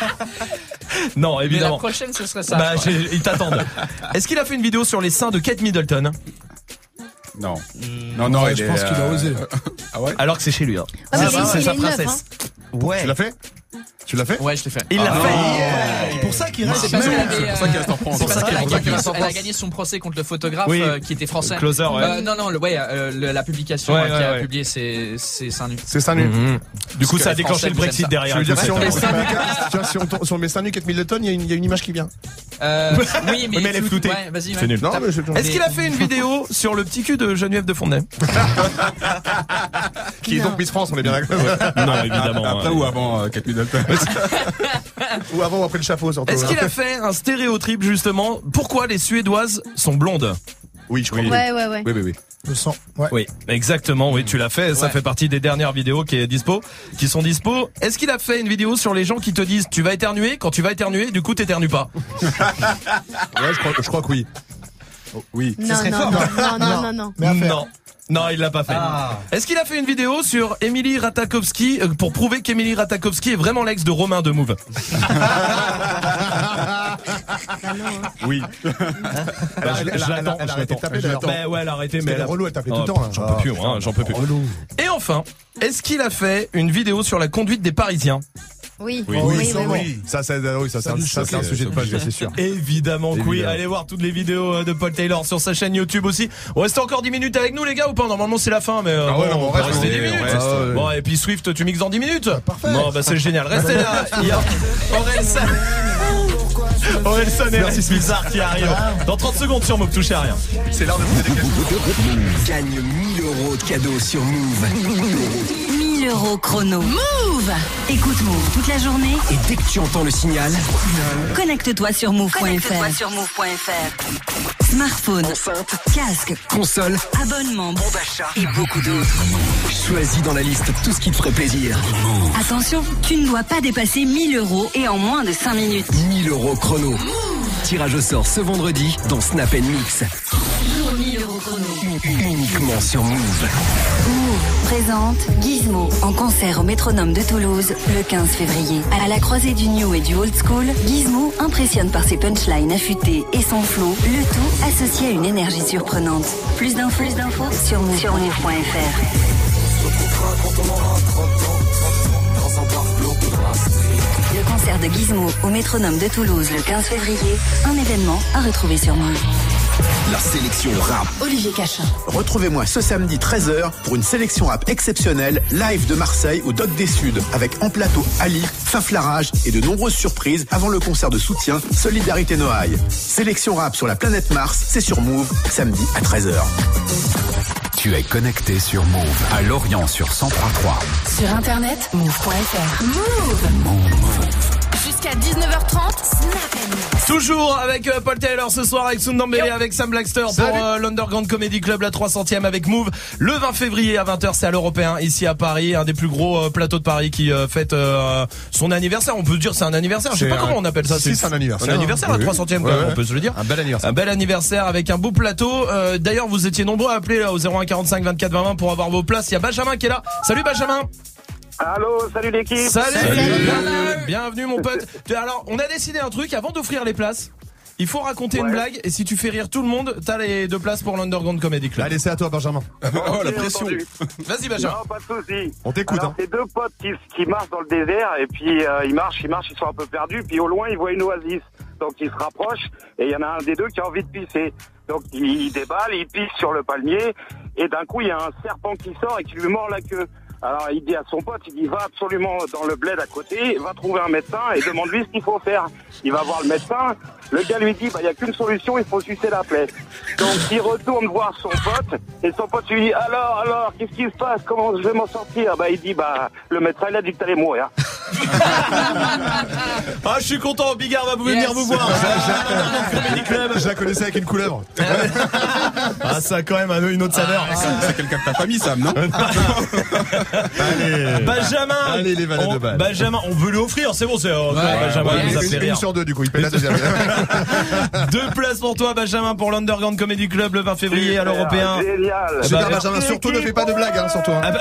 Non, Mais la évidemment. prochaine ce serait ça. Bah, je crois. j'ai- ils t'attendent. Est-ce qu'il a fait une vidéo sur les seins de Kate Middleton? Non. Non, non, Ouais, il je est, pense qu'il a euh, osé. Ah ouais? Alors que c'est chez lui, hein. Ah, mais C'est il- c'est il sa est neuf, princesse. Ouais. Tu l'as fait? Tu l'as fait? Ouais, je l'ai fait. Il l'a Ah, fait. non. C'est pour ça qu'il C'est reste. parce qu'elle même. avait, C'est pour ça qu'il reste en France. c'est parce C'est qu'elle a pour ça gagné- qu'il reste en elle a France. gagné son procès contre le photographe Oui. euh, qui était français. Closer, ouais. Euh, non, non, le, ouais, euh, le- la publication Ouais, euh, qui ouais, a ouais. publié ses, ses seins nus. C'est ça, nu. Mhm. Du coup, que ça a les déclenché Français, le vous Brexit aiment ça. derrière. Je veux dire, tout si ça. on met les si seins on met- nus. tu vois, si on tombe- si on met seins nus Kate Middleton, il y a une- il y a une image qui vient. Euh, oui, mais, Mais elle est flou- floutée. Ouais, vas-y. C'est ouais. nul. Non, mais je... Est-ce qu'il a fait une vidéo sur le petit cul de Geneviève de Fontenay? Qui est donc Miss France, on est bien d'accord. Non, évidemment. Après hein. ou avant euh, Kate Middleton? Ou avant ou après le chapeau, surtout. Est-ce qu'il a fait un stéréotype justement? Pourquoi les Suédoises sont blondes? Oui, je crois. Ouais, ouais, ouais. Oui, oui, oui. Le sang. Ouais. Oui, exactement, oui, tu l'as fait, ça Ouais. fait partie des dernières vidéos qui est dispo, qui sont dispo. Est-ce qu'il a fait une vidéo sur les gens qui te disent tu vas éternuer, quand tu vas éternuer, du coup t'éternues pas? Ouais, je crois, je crois que oui. Oh, oui. Non, serait non, fort. non, non, non, non, non. Mais à faire. Non. Non, il l'a pas fait. Ah. Est-ce qu'il a fait une vidéo sur Émilie Ratajkowski euh, pour prouver qu'Émilie Ratajkowski est vraiment l'ex de Romain de Mouve? Oui. Bah, je- Elle a- je elle a- l'attends, elle a je arrêté de l'attends. taper, Je d'ailleurs. l'attends. Bah ouais, elle a arrêté, mais Mais elle elle a... est relou, elle tapait tout Oh, le temps, là. J'en peux plus, hein, j'en peux plus. Relou. Et enfin, est-ce qu'il a fait une vidéo sur la conduite des Parisiens? Oui, Oui, oui, oui, oui, ça, oui. oui. Ça, ça, oui, ça, c'est Ça un, nous ça, c'est un choque, sujet de c'est page, obligé. c'est sûr. Évidemment que oui, Évidemment. allez voir toutes les vidéos euh, de Paul Taylor sur sa chaîne YouTube aussi. On reste encore dix minutes avec nous les gars ou pas? Normalement c'est la fin mais euh, Ah ouais, bon, non, on on va reste, rester on dix reste, minutes. on reste. Bon et puis Swift tu mixes dans dix minutes. Parfait. Bon bah c'est génial, restez là. Il y a Orelsan. Orelsan et Merci, Reste Bizarre qui arrive dans trente secondes sur Move, touchez à rien. C'est l'heure de monter des questions. Gagne mille euros de cadeaux sur Move. mille euros chrono. Move! Écoute Move toute la journée. Et dès que tu entends le signal, Connecte-toi sur move point f Connecte-toi r. sur move point f r. Smartphone, enceinte, casque, console, abonnement, bon d'achat, et beaucoup d'autres. choisis dans la liste tout ce qui te ferait plaisir. Attention, tu ne dois pas dépasser mille euros et en moins de cinq minutes. mille euros chrono. Tirage au sort ce vendredi dans Snap Mix. mille euros chrono. Uniquement sur Move. Move présente Gizmo en concert au Métronome de Toulouse le quinze février. À la croisée du new et du old school, Gizmo impressionne par ses punchlines affûtées et son flow, le tout associé à une énergie surprenante. Plus d'infos, plus d'infos sur move point f r. Le concert de Gizmo au Métronome de Toulouse le quinze février, un événement à retrouver sur Move. La sélection rap. Olivier Cachin. Retrouvez-moi ce samedi treize heures pour une sélection rap exceptionnelle, live de Marseille au Doc des Suds, avec en plateau Ali, Faflarage et de nombreuses surprises avant le concert de soutien Solidarité Noailles. Sélection rap sur la planète Mars, c'est sur Move, samedi à treize heures. Tu es connecté sur Move à Lorient sur cent trois virgule trois. Sur internet, move point f r. Move. Jusqu'à dix-neuf heures trente, Snap and Move. Toujours avec euh, Paul Taylor ce soir, avec Sundambele, avec Sam Blackster pour euh, l'Underground Comedy Club, la trois centième avec Move. Le vingt février à vingt heures, c'est à l'Européen, ici à Paris, un des plus gros euh, plateaux de Paris qui euh, fête euh, son anniversaire. On peut dire c'est un anniversaire, je sais C'est pas un- comment on appelle ça. Si, c'est un anniversaire. Un anniversaire, la Oui, oui. trois centième, Ouais, quand même, ouais. on peut se le dire. Un bel anniversaire. Un bel anniversaire avec un beau plateau. Euh, D'ailleurs, vous étiez nombreux à appeler là au zéro un quarante-cinq vingt-quatre vingt pour avoir vos places. Il y a Benjamin qui est là. Salut Benjamin. Allô, salut l'équipe. Salut, Salut. Bienvenue, bienvenue mon pote. Tu- Alors, on a décidé un truc avant d'offrir les places. Il faut raconter une blague et si tu fais rire tout le monde, t'as les deux places pour l'Underground Comedy Club. Allez, c'est à toi, Benjamin. Oh, la pression. Vas-y, Benjamin. Non, pas de soucis. On t'écoute, Alors, hein. c'est deux potes qui, qui marchent dans le désert et puis euh, ils marchent, ils marchent, ils sont un peu perdus. Puis au loin, ils voient une oasis. Donc il se rapproche et il y en a un des deux qui a envie de pisser. Donc il, il déballe, il pisse sur le palmier et d'un coup il y a un serpent qui sort et qui lui mord la queue. Alors il dit à son pote, il dit va absolument dans le bled à côté, va trouver un médecin et demande-lui ce qu'il faut faire. Il va voir le médecin, le gars lui dit bah il y a qu'une solution, il faut sucer la plaie. Donc il retourne voir son pote et son pote lui dit alors alors qu'est-ce qui se passe, comment je vais m'en sortir? Bah il dit bah le médecin il a dit que t'allais mourir. Ah, je suis content, Bigard va vous yes. venir vous voir. Je la connaissais avec une couleuvre. Ah, ça a quand même une autre saveur. Ah, c'est quelqu'un de ta famille, Sam, non? Allez. Benjamin. Allez, les valets on, de balle. Benjamin, on veut lui offrir, c'est bon, c'est euh, ouais, Benjamin. Ouais, nous a une, fait une, rire. une sur deux, du coup, il paye la deuxième. Deux places pour toi, Benjamin, pour l'Underground Comedy Club le vingt février à l'Européen. Génial. Super, Benjamin, surtout ne fais pas de blagues, hein, sur toi. Hein.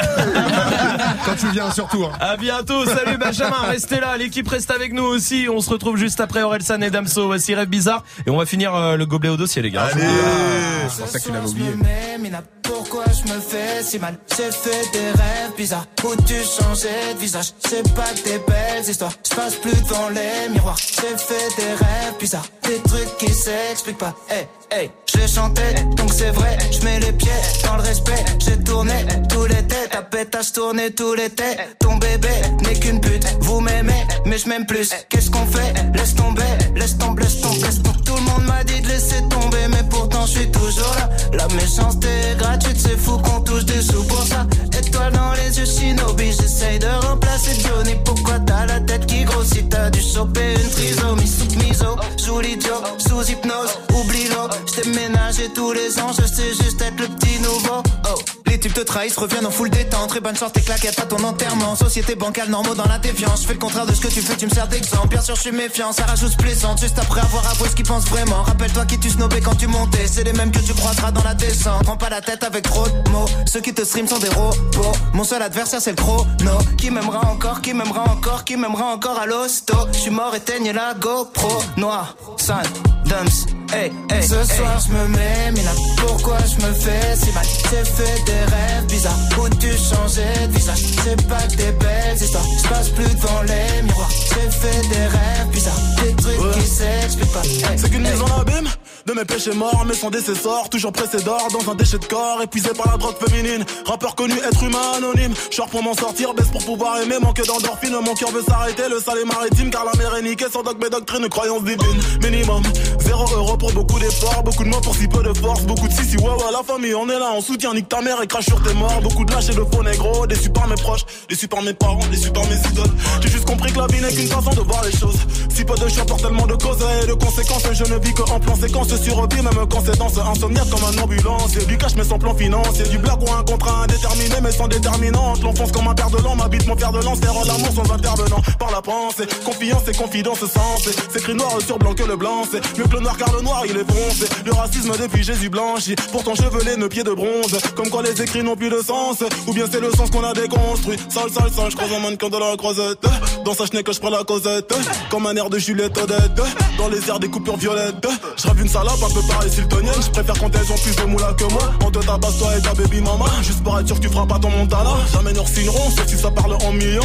Quand tu viens, surtout. Hein. À bientôt, salut Benjamin, restez là, l'équipe reste avec nous aussi. On se retrouve juste après Orelsan et Damso. Voici Rêve Bizarre et on va finir euh, le gobelet au dossier, les gars. Allez. Ah, je pensais que tu l'avais oublié. Pourquoi je me fais si mal? J'ai fait des rêves bizarres où tu changeais de visage. C'est pas que des belles histoires, je passe plus devant les miroirs. J'ai fait des rêves bizarres, des trucs qui s'expliquent pas. Hey, hey, je les chantais, donc c'est vrai. Je mets les pieds dans le respect. J'ai tourné tout l'été, ta pétasse tournée tout l'été. Ton bébé n'est qu'une pute, vous m'aimez, mais je m'aime plus. Qu'est-ce qu'on fait? Laisse tomber, laisse tomber, laisse tomber, laisse tomber. Tout le monde m'a dit de laisser tomber, mais pourtant je suis toujours là. La méchanceté est gratuite, c'est fou qu'on touche des sous pour ça. Étoile dans les yeux, Shinobi, j'essaye de remplacer Johnny. Pourquoi t'as la tête qui grossit? T'as dû choper une trisomie. Sous miso, joue l'idiot, sous hypnose, oublie-le. J't'ai ménagé tous les ans, je sais juste être le petit nouveau. Oh. Les types te trahissent, reviennent en full détente. Très bonne chance, tes claquettes à ton enterrement. Société bancale, normaux dans la défiance. Je fais le contraire de ce que tu fais, tu me sers d'exemple. Bien sûr, je suis méfiant, ça rajoute plaisante. Juste après avoir avoué ce qu'ils pensent vraiment. Rappelle-toi qui tu snobais quand tu montais. C'est les mêmes que tu croiseras dans la descente. Prends pas la tête avec trop de mots. Ceux qui te stream sont des robots. Mon seul adversaire, c'est le chrono. Qui m'aimera encore, qui m'aimera encore, qui m'aimera encore à l'hosto. Je suis mort, éteigne la GoPro. Noir, sale, dumps. Hey, hey, ce hey. soir je me mets, mais là pourquoi je me fais si mal? J'ai fait des rêves bizarres où tu changeais de visage. C'est pas que des belles histoires, je passe plus devant les miroirs. J'ai fait des rêves bizarres, des trucs ouais. qui s'expliquent pas. Hey, c'est qu'une hey. mise en abîme de mes péchés morts, mais son décessor toujours pressé d'or dans un déchet de corps, épuisé par la drogue féminine. Rappeur connu, être humain anonyme. Short pour m'en sortir, baisse pour pouvoir aimer, manque d'endorphine. Mon cœur veut s'arrêter, le sale est maritime, car la mer est niquée sans dogme et doctrine, croyance divine. Minimum, zéro euro pour beaucoup d'efforts, beaucoup de mots pour si peu de force, beaucoup de si si ouais ouais la famille on est là, on soutient, nique ta mère et crache sur tes morts, beaucoup de lâches et de faux négros, déçus par mes proches, déçus par mes parents, déçus par mes idoles. J'ai juste compris que la vie n'est qu'une façon de voir les choses. Si peu de choix pour tellement de causes et de conséquences, je ne vis que en plan séquence sur repas, même quand c'est dans ce insomniaque comme un ambulance. Et du cash mais sans plan financier, du blague ou un contrat indéterminé mais sans déterminante. L'enfonce comme un père de l'an, m'habite mon fer de lance, terre l'amour sans intervenant. Par la pensée, confiance et confidence sensée. C'est écrit noir sur blanc que le blanc, c'est mieux que le noir car le noir il est foncé. Le racisme depuis Jésus blanchi, pourtant chevelé, nos pieds de bronze. Comme quoi les écrits n'ont plus de sens, ou bien c'est le sens qu'on a déconstruit. Sale, sale, sale, je croise un mannequin de la croisette. Dans sa chenille que je prends la causette, comme un air de Juliette Odette. Dans les airs des coupures violettes, je rêve une salope un peu pareille siltonienne. Je préfère quand elles ont plus de moula que moi. On te tabasse toi et ta baby mama, juste pour être sûr que tu feras pas ton Montana. Jamais nous signerons, sauf si ça parle en millions.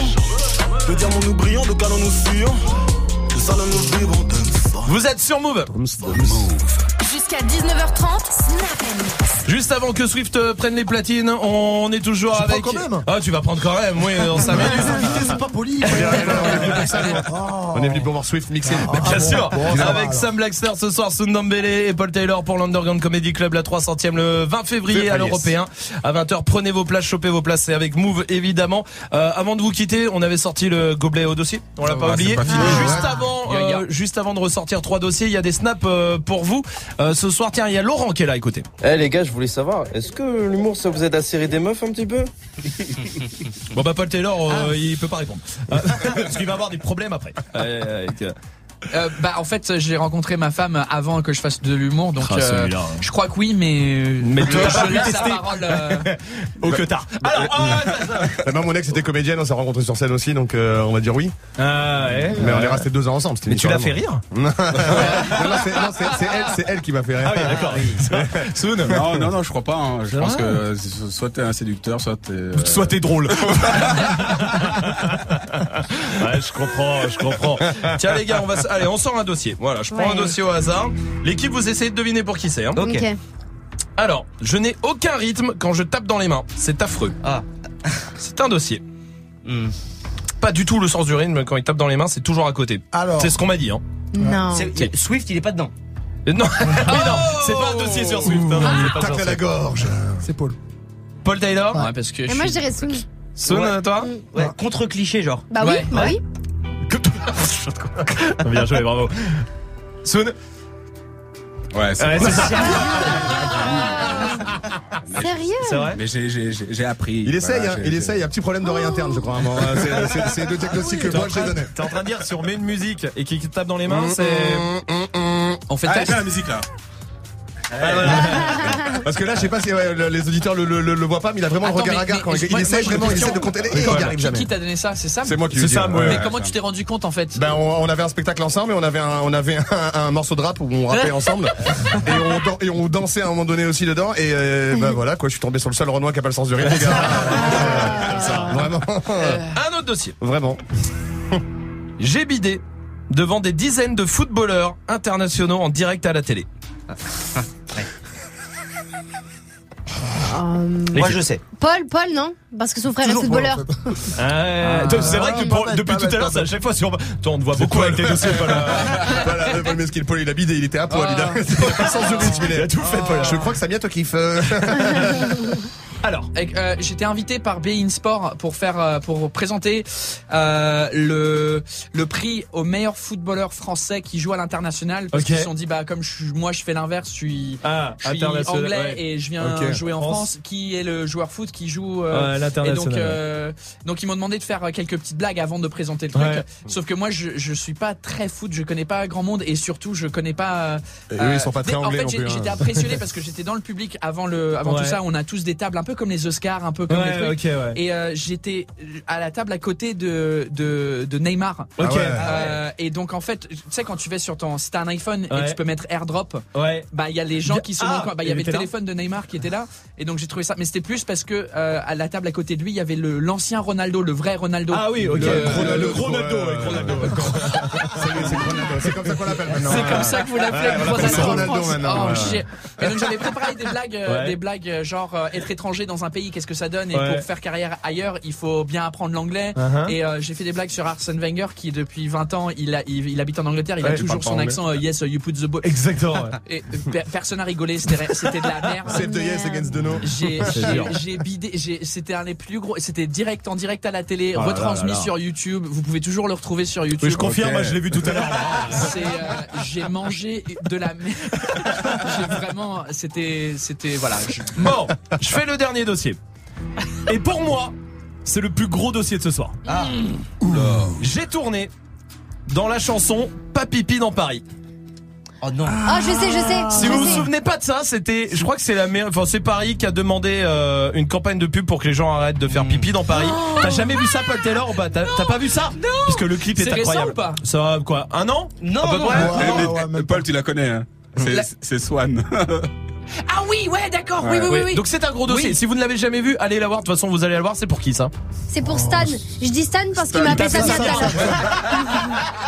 De diamants nous brillons, de canons nous fuyons, de salons nous vivons. Vous êtes sur Move. Jusqu'à dix-neuf heures trente, Snap and Mix. Juste avant que Swift prenne les platines, on est toujours je avec. Quand même. Ah, tu vas prendre quand même, oui, dans cinq minutes. Les invités, c'est pas poli. On est venu pour voir Swift mixer. Ah, bien ah sûr, bon, bon, avec va, Sam Blackster ce soir, Sundambele et Paul Taylor pour l'Underground Comedy Club, la trois centième le vingt février à l'Européen. À vingt heures, prenez vos places, chopez vos places, c'est avec Move évidemment. Euh, avant de vous quitter, on avait sorti le gobelet au dossier, on l'a pas ouais, oublié. Pas juste avant, euh, juste avant de ressortir trois dossiers, il y a des snaps euh, pour vous. Euh, ce soir, tiens, il y a Laurent qui est là, écoutez. Eh hey, les gars, je voulais savoir, est-ce que l'humour ça vous aide à serrer des meufs un petit peu? Bon bah Paul Taylor, euh, ah. il peut pas répondre. Parce qu'il va avoir des problèmes après. Euh, euh, Euh, bah en fait j'ai rencontré ma femme avant que je fasse de l'humour donc ah, euh, je crois que oui mais mais tu je laisse la parole euh... au que tard. Alors oh, moi mon ex était comédienne, on s'est rencontrés sur scène aussi donc euh, on va dire oui. Ah ouais. Mais on est restés deux ans ensemble. Mais tu l'as fait rire? Non, non c'est, non, c'est, c'est elle, c'est elle qui m'a fait rire. Ah oui d'accord. Soon. Non non non je crois pas. Hein. Je pense que soit t'es un séducteur, soit t'es euh... soit t'es drôle. Ouais, je comprends, je comprends. Tiens les gars, on va s- allez, on sort un dossier. Voilà, je prends Ouais. un dossier au hasard. L'équipe, vous essayez de deviner pour qui c'est. Hein. Ok. Alors, je n'ai aucun rythme quand je tape dans les mains. C'est affreux. Ah. C'est un dossier. Pas du tout le sens du rythme quand il tape dans les mains, c'est toujours à côté. Alors. C'est ce qu'on m'a dit. Hein. Non. C'est- Swift, il est pas dedans. Euh, Non, ah oui, non, c'est pas un dossier sur Swift. hein, non, c'est pas Tacle sur à la Swift. gorge. C'est Paul. Paul Taylor. Ouais, parce que Et je moi, je suis- dirais Soon. Soon, Ouais. toi Ouais, contre cliché, genre. Bah oui, Ouais. bah oui. Bien joué, bravo. Soon. Ouais, c'est Ouais, vrai. c'est ça. Sérieux? C'est vrai. Mais j'ai, j'ai, j'ai j'ai appris. Il essaye, Voilà, hein, j'ai- il j'ai- essaye. Un petit problème d'oreille interne, je crois. hein, bon, euh, c'est- c'est- C'est deux diagnostics que T'es en moi j'ai train- donné. T'es en train de dire si on met une musique et qu'il tape dans les mains, c'est. On fait Ah, test. j'ai la musique là. Parce que là, je sais pas si ouais, le- les auditeurs le, le, le, le voient pas, mais il a vraiment Attends, le regard mais- à gare mais- quand il, moi- il moi, essaie j'ai une vraiment, il question. essaie de compter les et Mais il quoi, n'y arrive qui- jamais. Qui t'a donné ça? C'est Sam? C'est moi qui lui C'est dis, Sam, ouais. ouais. Mais ouais. comment tu t'es rendu compte en fait? Ben on, on avait un spectacle ensemble et on avait un, on avait un, un morceau de rap où on rappait ensemble et on, dan- et on dansait à un moment donné aussi dedans et euh, ben voilà quoi, je suis tombé sur le seul Renoir qui a pas le sens du rythme, les gars. Comme ça, vraiment. Un autre dossier. Vraiment. J'ai bidé devant des dizaines de footballeurs internationaux en direct à la télé. Euh, Moi, je sais. Paul, Paul, non? Parce que son frère est Toujours Paul, footballeur. en fait. Euh, toi, c'est vrai que Ah, pour- pas bête, depuis pas tout bête, à l'heure, pas c'est à bête. chaque fois sur. Toi, on te voit beaucoup avec tes dossiers, Paul. Voilà, Paul Mesquil, Paul il a bidé, il était à poil, il a c'était pas le sens du rythme, il Il a tout fait, Paul. Je crois que Samia te kiffe. Alors, Et, euh, j'étais invité par Be In Sport pour faire euh, pour présenter euh, le le prix au meilleur footballeur français qui joue à l'international parce Ok. qu'ils se sont dit bah comme je suis, moi je fais l'inverse, je suis ah, je suis international, anglais ouais. et je viens Ok. jouer en France. France. Qui est le joueur foot qui joue euh, Ouais, et donc l'international. euh, donc ils m'ont demandé de faire quelques petites blagues avant de présenter le truc. Ouais. Sauf que moi je je suis pas très foot, je connais pas grand monde et surtout je connais pas. Et eux, ils sont pas très dès- anglais En non fait plus, j'ai- hein. j'étais impressionné parce que j'étais dans le public avant le avant Ouais. tout ça. On a tous des tables un peu comme les Oscars, un peu comme Ouais, les trucs. ok, ouais. Et euh, j'étais à la table à côté de de, de Neymar. Ok. Ah ouais. Euh, et donc en fait, tu sais quand tu vas sur ton, si t'as un iPhone Ouais. et tu peux mettre AirDrop, Ouais. bah il y a les gens qui sont, Ah, dans le coin. Bah il il y avait le était là téléphone de Neymar qui était là, et donc j'ai trouvé ça. Mais c'était plus parce que euh, à la table à côté de lui, il y avait le l'ancien Ronaldo, le vrai Ronaldo. Ah oui, ok. Le- Le, le le- Ronaldo, ouais, ouais, Ronaldo. C'est c'est Ronaldo, c'est comme ça qu'on l'appelle maintenant. C'est comme ça que vous l'appelez, Ouais, on l'appelle Ronaldo, en Ronaldo France. maintenant, Oh, ouais. chier. Et donc j'avais préparé des blagues, euh, Ouais. des blagues euh, genre euh, être étranger dans un pays, qu'est-ce que ça donne, et Ouais. pour faire carrière ailleurs, il faut bien apprendre l'anglais. Uh-huh. Et euh, j'ai fait des blagues sur Arsène Wenger qui depuis vingt ans, il a, il, il habite en Angleterre, il Ouais, a il toujours parle pas son anglais. accent. euh, yes, you put the ball. Exactement. ouais. Et euh, per- personne n'a rigolé, c'était c'était de la merde. Save the yes against the no. J'ai C'est j'ai- dur. j'ai bidé, j'ai- c'était un des plus gros, c'était direct en direct à la télé, Oh là retransmis là là. sur YouTube. Vous pouvez toujours le retrouver sur YouTube. Oui, je confirme, Ok. moi, je l'ai vu tout à l'heure. C'est, euh, j'ai mangé de la merde. J'ai vraiment, c'était, c'était, voilà. je- Bon, je fais le dernier dossier. Et pour moi, c'est le plus gros dossier de ce soir. Ah. J'ai tourné dans la chanson Pas pipi dans Paris. Oh non. Ah, je sais, je sais. Si je vous vous sais. souvenez pas de ça, c'était, je crois que c'est la meilleure, enfin c'est Paris qui a demandé euh, une campagne de pub pour que les gens arrêtent de faire pipi dans Paris. T'as jamais vu ça, Paul Taylor ou pas? T'as t'as pas vu ça? Non. Parce que le clip est, C'est récent incroyable. ou pas Ça va quoi? Un an? Non, À peu non. près Ouais, Mais- mais- ouais, même Paul, tu la connais, hein. C'est, La- c'est Swan. Ah oui, ouais, d'accord, Ouais. oui, oui, oui, Oui. oui. Donc c'est un gros dossier. Oui. Si vous ne l'avez jamais vu, allez la voir. De toute façon, vous allez la voir. C'est pour qui ça? C'est pour Stan. Je dis Stan parce qu'il m'a appelé T'as Samia fait tout ça, à l'heure.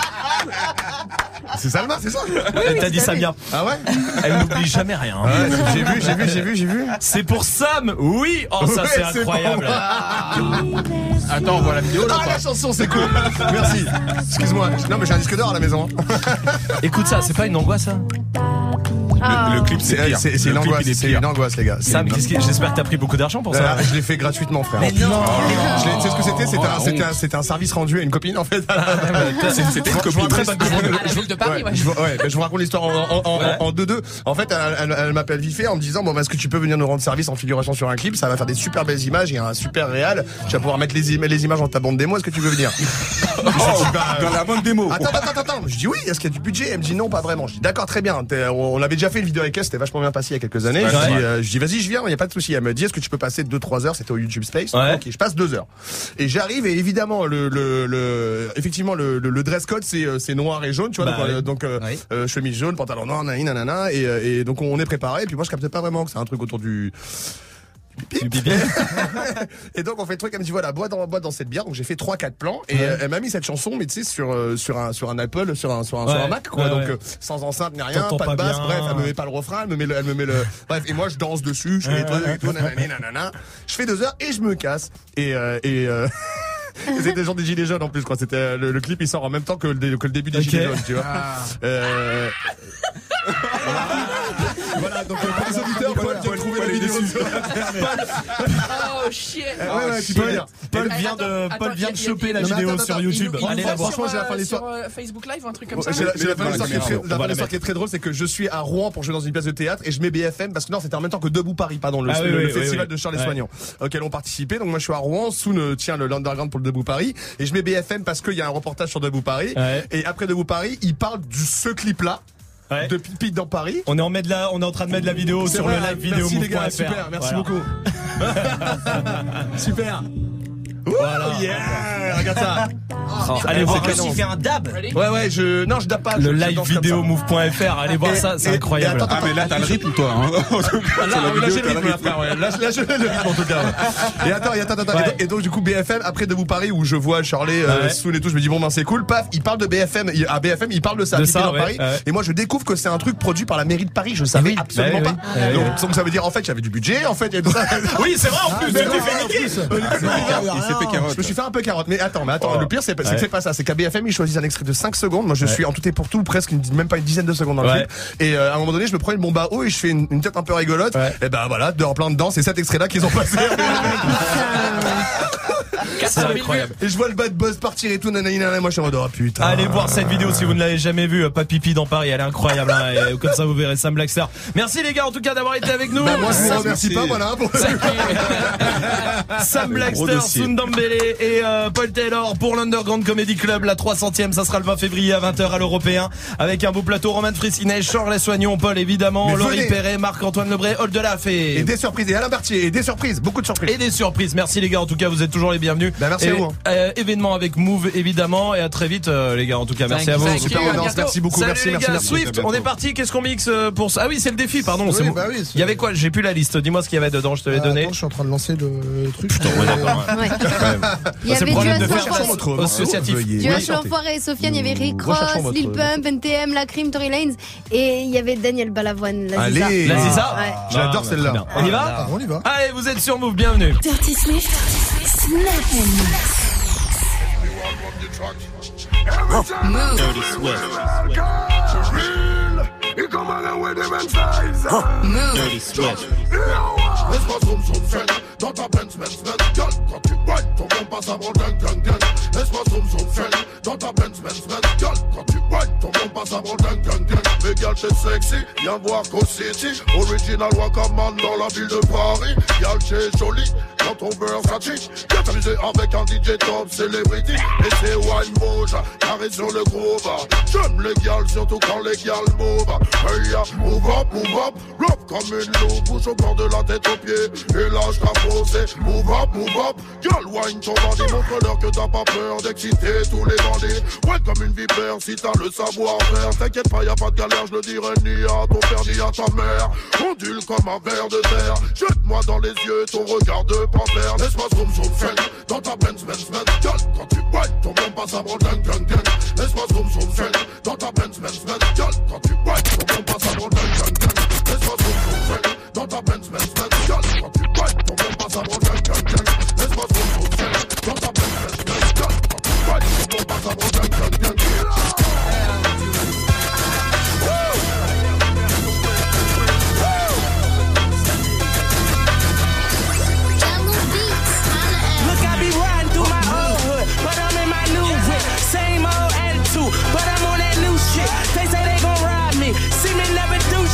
C'est Salma, c'est ça? Elle t'a dit c'est Samia. Ah ouais? Elle n'oublie jamais rien. Ouais, j'ai vu, j'ai vu, j'ai vu, j'ai vu. C'est pour Sam. Oui. Oh ça Ouais, c'est c'est incroyable. Attends, on voit la vidéo là. Ah, la chanson, c'est cool. Merci. Excuse-moi. Non, mais j'ai un disque d'or à la maison. Écoute ça, c'est pas une angoisse ça? Ah. Le, le clip, c'est C'est pire. c'est- c'est Le une clip, angoisse, il est c'est pire. une angoisse, les gars. C'est Sam, une- qu'est-ce que- j'espère que t'as pris beaucoup d'argent pour ça. Euh, je l'ai fait gratuitement, frère. Mais non. Je l'ai- Tu sais ce que c'était? C'était Oh, un, la c'était honte. un, c'était un service rendu à une copine, en fait. C'était une Je vous copine. raconte- À la, à la ville de Paris, ouais. Ouais, je, vous- ouais, mais je vous raconte l'histoire en, en, en, Ouais. en deux deux. En fait, elle, elle, elle m'appelle vite fait en me disant bon, bah, est-ce que tu peux venir nous rendre service en figuration sur un clip? Ça va faire des super belles images, il y a un super réal. Tu vas pouvoir mettre les, im- les images dans ta bande démo. Est-ce que tu veux venir? Oh, dans la bande démo. Attends, attends, attends. Je dis oui. Est-ce qu'il y a du budget? Elle me dit non, pas vraiment. Je dis d'accord, très bien. T'es- On, on avait déjà fait une vidéo avec elle, c'était vachement bien passé il y a quelques années. Ouais, je, dis, ouais. euh, je dis vas-y, je viens. Il y a pas de souci. Elle me dit est-ce que tu peux passer deux trois heures? C'était au YouTube Space. Ouais. Ok, je passe deux heures. Et j'arrive et évidemment le, le, le effectivement le, le, le dress code c'est euh, c'est noir et jaune, tu vois. Bah donc oui. euh, donc euh, Oui. euh, chemise jaune, pantalon noir, nanana, nanana. Et, euh, et donc on est préparé. Et puis moi je captais pas vraiment que c'est un truc autour du Et donc on fait le truc, elle me dit voilà, bois dans, bois dans cette bière. Donc j'ai fait trois quatre plans et Ouais. euh, elle m'a mis cette chanson, mais tu sais sur euh, sur un sur un Apple, sur un sur un, Ouais. sur un Mac quoi. Ouais, donc ouais. euh, sans enceinte ni rien, T'entends pas de pas basse. bien. Bref, elle me met pas le refrain, elle me met le, elle me met le. Bref, et moi je danse dessus, je fais des trucs et tout, nanani, nanana. Je fais deux heures et je me casse et euh, et euh, c'était des gens des Gilets jaunes en plus, quoi. C'était euh, le, le clip, il sort en même temps que le, dé- que le début des Ok. Gilets jaunes, tu vois. Ah. Euh... voilà, donc euh, pour les auditeurs, Paul vient de trouver la vidéo. Oh shit. Ouais, ouais, tu peux dire. Paul Eh, vient attends, de, attends, Paul vient y a- de y a- choper y a- la non, mais vidéo attends, sur attends, YouTube. il- il Allez nous la voit voir. franchement, sur, j'ai la fin de euh, l'histoire. sur, euh, Facebook Live ou un truc comme ça. J'ai la, j'ai la fin de l'histoire qui est très- On va la fin de la l'histoire qui est très drôle, c'est que je suis à Rouen pour jouer dans une pièce de théâtre et je mets B F M parce que non, c'était en même temps que Debout Paris, pardon, le, Ah oui, le- le oui, oui, festival oui. de Charles Ouais. Soignant auquel on participait. Donc moi je suis à Rouen, Soun tient le l'underground pour le Debout Paris et je mets B F M parce qu'il y a un reportage sur Debout Paris Ouais. et après Debout Paris, il parle de ce clip là. Ouais. De pipi dans Paris. On est en, med- la- on est en train de mettre la vidéo C'est sur vrai, le live vidéo merci les gars, move point F R. super, merci Voilà. beaucoup. Super. Voilà. Oh yeah, regarde ça. Oh, Allez allez voir voir aussi, il fait un dab. Ouais ouais, je non, je tape pas. le je- je live danse comme vidéo ça. move point F R. Allez voir Et- ça, c'est et- incroyable. et attends, Ah, mais là, t'as le rythme, toi. Hein. Ah, là, Sur la oui, là, vidéo, j'ai le t'as rythme, là, frère, ouais. Là, là, j'ai le rythme, en tout cas, ouais. Et attends, et attends, attends. Ouais. Et, donc, et donc, du coup, B F M, après Debout Paris, où je vois Charlie, euh, Ouais. Soun et tout, je me dis, bon, ben, c'est cool. Paf, il parle de B F M. Il- À B F M, il parle de ça. De Pipi ça, dans ouais, Paris. ouais. Et moi, je découvre que c'est un truc produit par la mairie de Paris. Je savais oui. absolument Bah oui, pas. oui. Ouais, donc, ouais. donc, ça veut dire, en fait, il y avait du budget, en fait, il y a tout ça. Oui, c'est vrai en plus. mais tu t'es non, fait en niquer. plus. Il s'est fait carotte. Je me suis fait un peu carotte. Mais attends, mais attends, Oh. le pire, c'est c'est Ouais. que c'est pas ça. C'est qu'à B F M, ils choisissent un extrait de cinq secondes. Moi, je Ouais. suis en tout et pour tout presque une, même pas une dizaine de secondes dans le Ouais. clip. Et euh, à un moment donné, je me prends une bombe à eau et je fais une, une tête un peu rigolote. Ouais. Et ben voilà, de en plein dedans, c'est cet extrait-là qu'ils ont passé. C'est incroyable. Et je vois le bad buzz partir et tout, nanani, nanana, moi je suis en mode, oh putain. Allez voir cette vidéo si vous ne l'avez jamais vue, pas pipi dans Paris, elle est incroyable, hein, et comme ça vous verrez Sam Blackstar. Merci les gars en tout cas d'avoir été avec nous. Bah, moi je vous Sam- remercie pas, voilà. Pour... Sam Gros Blackster, dossier. Soun Dambélé et euh, Paul Taylor pour l'Underground Comedy Club, la trois centième, ça sera le vingt février à vingt heures à l'Européen, avec un beau plateau, Roman Frissinet, Charles Soignon, Paul évidemment, Mais Laurie venez. Perret, Marc-Antoine Lebré, Oldelaf et... Et des surprises, et Alain Berthier, et des surprises, beaucoup de surprises. Et des surprises. Merci les gars, en tout cas vous êtes toujours les bienvenus. Bah, merci et, à vous, hein. euh, événement avec Move évidemment, et à très vite euh, les gars, en tout cas merci Thank à you, vous. thank Super you, à ambiance, bientôt. merci beaucoup, Salut merci, les merci, gars, merci. Swift, on est parti, qu'est-ce qu'on mixe euh, pour ça? Ah oui c'est le défi, pardon. Oui, c'est bon. bah oui, c'est- Il y avait quoi? J'ai plus la liste, dis-moi ce qu'il y avait dedans, je te l'ai Ah, donné. attends, je suis en train de lancer le truc. Putain, ouais, d'accord. ouais. Ouais. Il y C'est le avait problème de Duas faire L'Enfoiré. votre morceau, associatif. veuillez. Duas Oui, chantez. L'Enfoiré et Sofiane, il y avait Rick Recherchons Ross, votre- Lil Pump, N T M, La Crime, Tory Lanez et il y avait Daniel Balavoine, la Ziza. Allez. La Ziza Ouais. J'adore Ah, celle-là. très bien. On y va? Ah, on y va. Allez, vous êtes sur Move, bienvenue. Dirty Swift, Snap and Mix. Move. Dirty Swift. You come on with them and size. Move. Dirty Swift. Laisse-moi zoom zoom fen dans ta Benz Benz Benz. Gueule quand tu white, ton bon passe à mon gang gang gang. Laisse-moi zoom zoom fen dans ta Benz Benz Benz. Gueule quand tu white, ton bon passe à mon gang gang gang. Mais gueule t'es sexy, viens voir Co City. Original Wakaman dans la ville de Paris. Gueule t'es jolie quand ton beurre s'achète. Viens t'amuser avec un D J top celebrity. Et c'est Wine Moja, carré sur le groove. J'aime les gals, surtout quand les gals move. Hey ya, move up, move up, rap comme une loupe. Bouge au bord de la tête aux pieds. Et là je t'ai posé, move up, move up. Girl, wine ton bandit, montre-leur que t'as pas peur d'exciter tous les bandits. Ouais, comme une vipère, si t'as le savoir-faire. T'inquiète pas, y'a pas de galère, je le dirai ni à ton père ni à ta mère. Ondule comme un ver de terre. Jette-moi dans les yeux ton regard de panthère. Laisse-moi zoom zoom fen dans ta Benz Benz Benz. Girl, quand tu white, ton bon passe à mon gang gang gang. Laisse-moi zoom zoom fen dans ta Benz Benz Benz. Girl, quand tu white, ton bon passe à mon gang gang gang. Laisse-moi zoom zoom fen dans ta Benz Benz Benz. Girl, quand tu white, ton bon passe à mon gang gang gang. Laisse-moi zoom zoom fen dans ta Benz Benz Benz. Girl, quand tu white, ton bon passe à mon gang gang gang. Look, I be riding through my old hood, but I'm in my new whip. Same old attitude, but I'm on that new shit. They say they gon' ride me, see me never do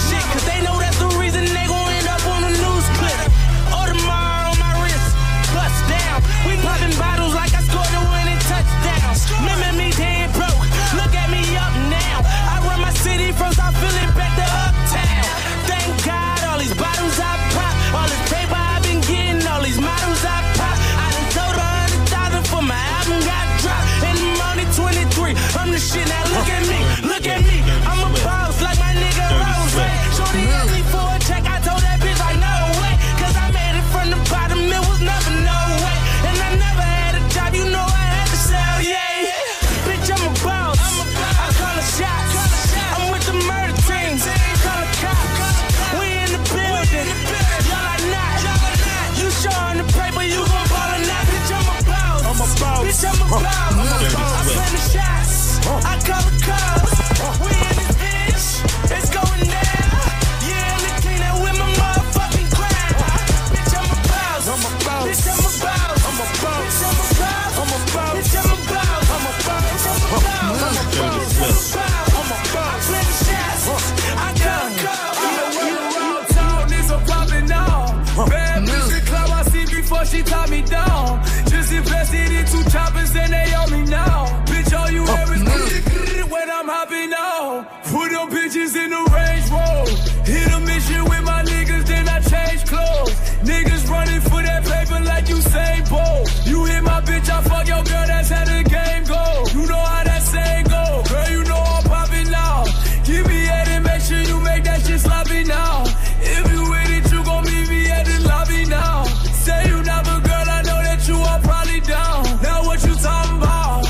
did it, two choppers and they on me now. Bitch, all you ever see when I'm hopping out. Put them bitches in the Range Rover. Hit a mission with my niggas, then I change clothes. Niggas running for that paper like Usain Bolt. You hit my bitch, I fuck your girl, that's how the game go. You know how that saying go. Girl, you know I'm popping now. Give me head and make sure you make that shit sloppy now. If you with it, you gon' meet me at the lobby now. Say you never, girl, I know that you are probably down. Now what you talking about?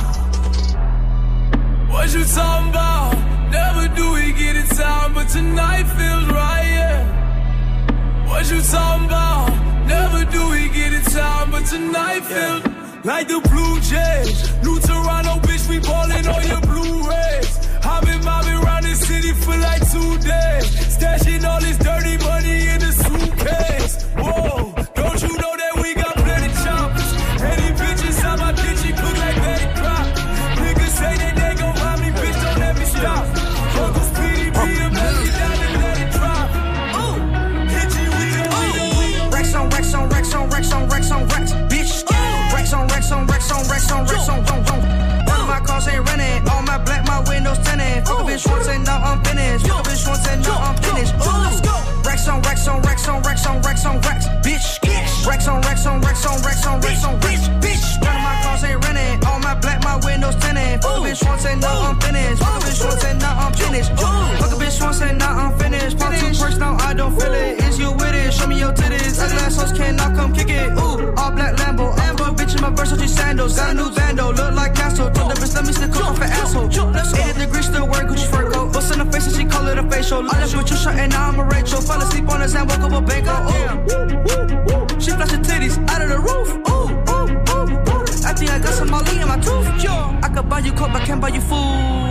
What you talking about? Never do we get it time, but tonight feels right, yeah. What you talking about? Never do we get it time, but tonight feels like the Blue Jays. New Toronto, bitch, we ballin' on your Blu-rays. I've been mobbing around the city for like two days. Stashing all this dirty money in a suitcase. Whoa, don't you know that we got plenty choppers? Any bitches out my kitchen cook like Betty Crocker. Niggas say that they gon' rob me, bitch, don't let me stop. Uncle Speedy, beat him, let me down and let it drop. Ooh, hit you with it. Rex on Rex on Rex on Rex on Rex on Rex, bitch. Rex on Rex on Rex on Rex on Rex on Rex on. None of my cars ain't renting. All my black, my windows tinted. Fuck a bitch once and now I'm finished. Fuck a bitch once and now I'm finished. Let's go. Rex on Rex on Rex on Rex on Rex on Rex, bitch. Rex on Rex on Rex on Rex on Rex on Rex, bitch. None of my cars ain't renting. All my black, my windows tinted. Fuck a bitch once and now I'm finished. Fuck a bitch once and now I'm finished. Fuck a bitch once and now I'm finished. Pop two perks now I don't feel it. Is you with it? Show me your titties. Ugly assholes cannot come kick it. Ooh, all black Lambo. Amber bitch in my Versace sandals. Got a new bando, look like Castro. Told the bitch let me stick cook off an asshole. eighty degrees still wearing Gucci fur coat. Bust in the face and she call it a facial. I left with you shot and now I'm a Rachel. Fell asleep on his hand, woke up a bango. Ooh, she flashed her titties out of the roof. Ooh, ooh, ooh, ooh. I think I got some Molly in my tooth. Yo, I could buy you coke, but can't buy you food.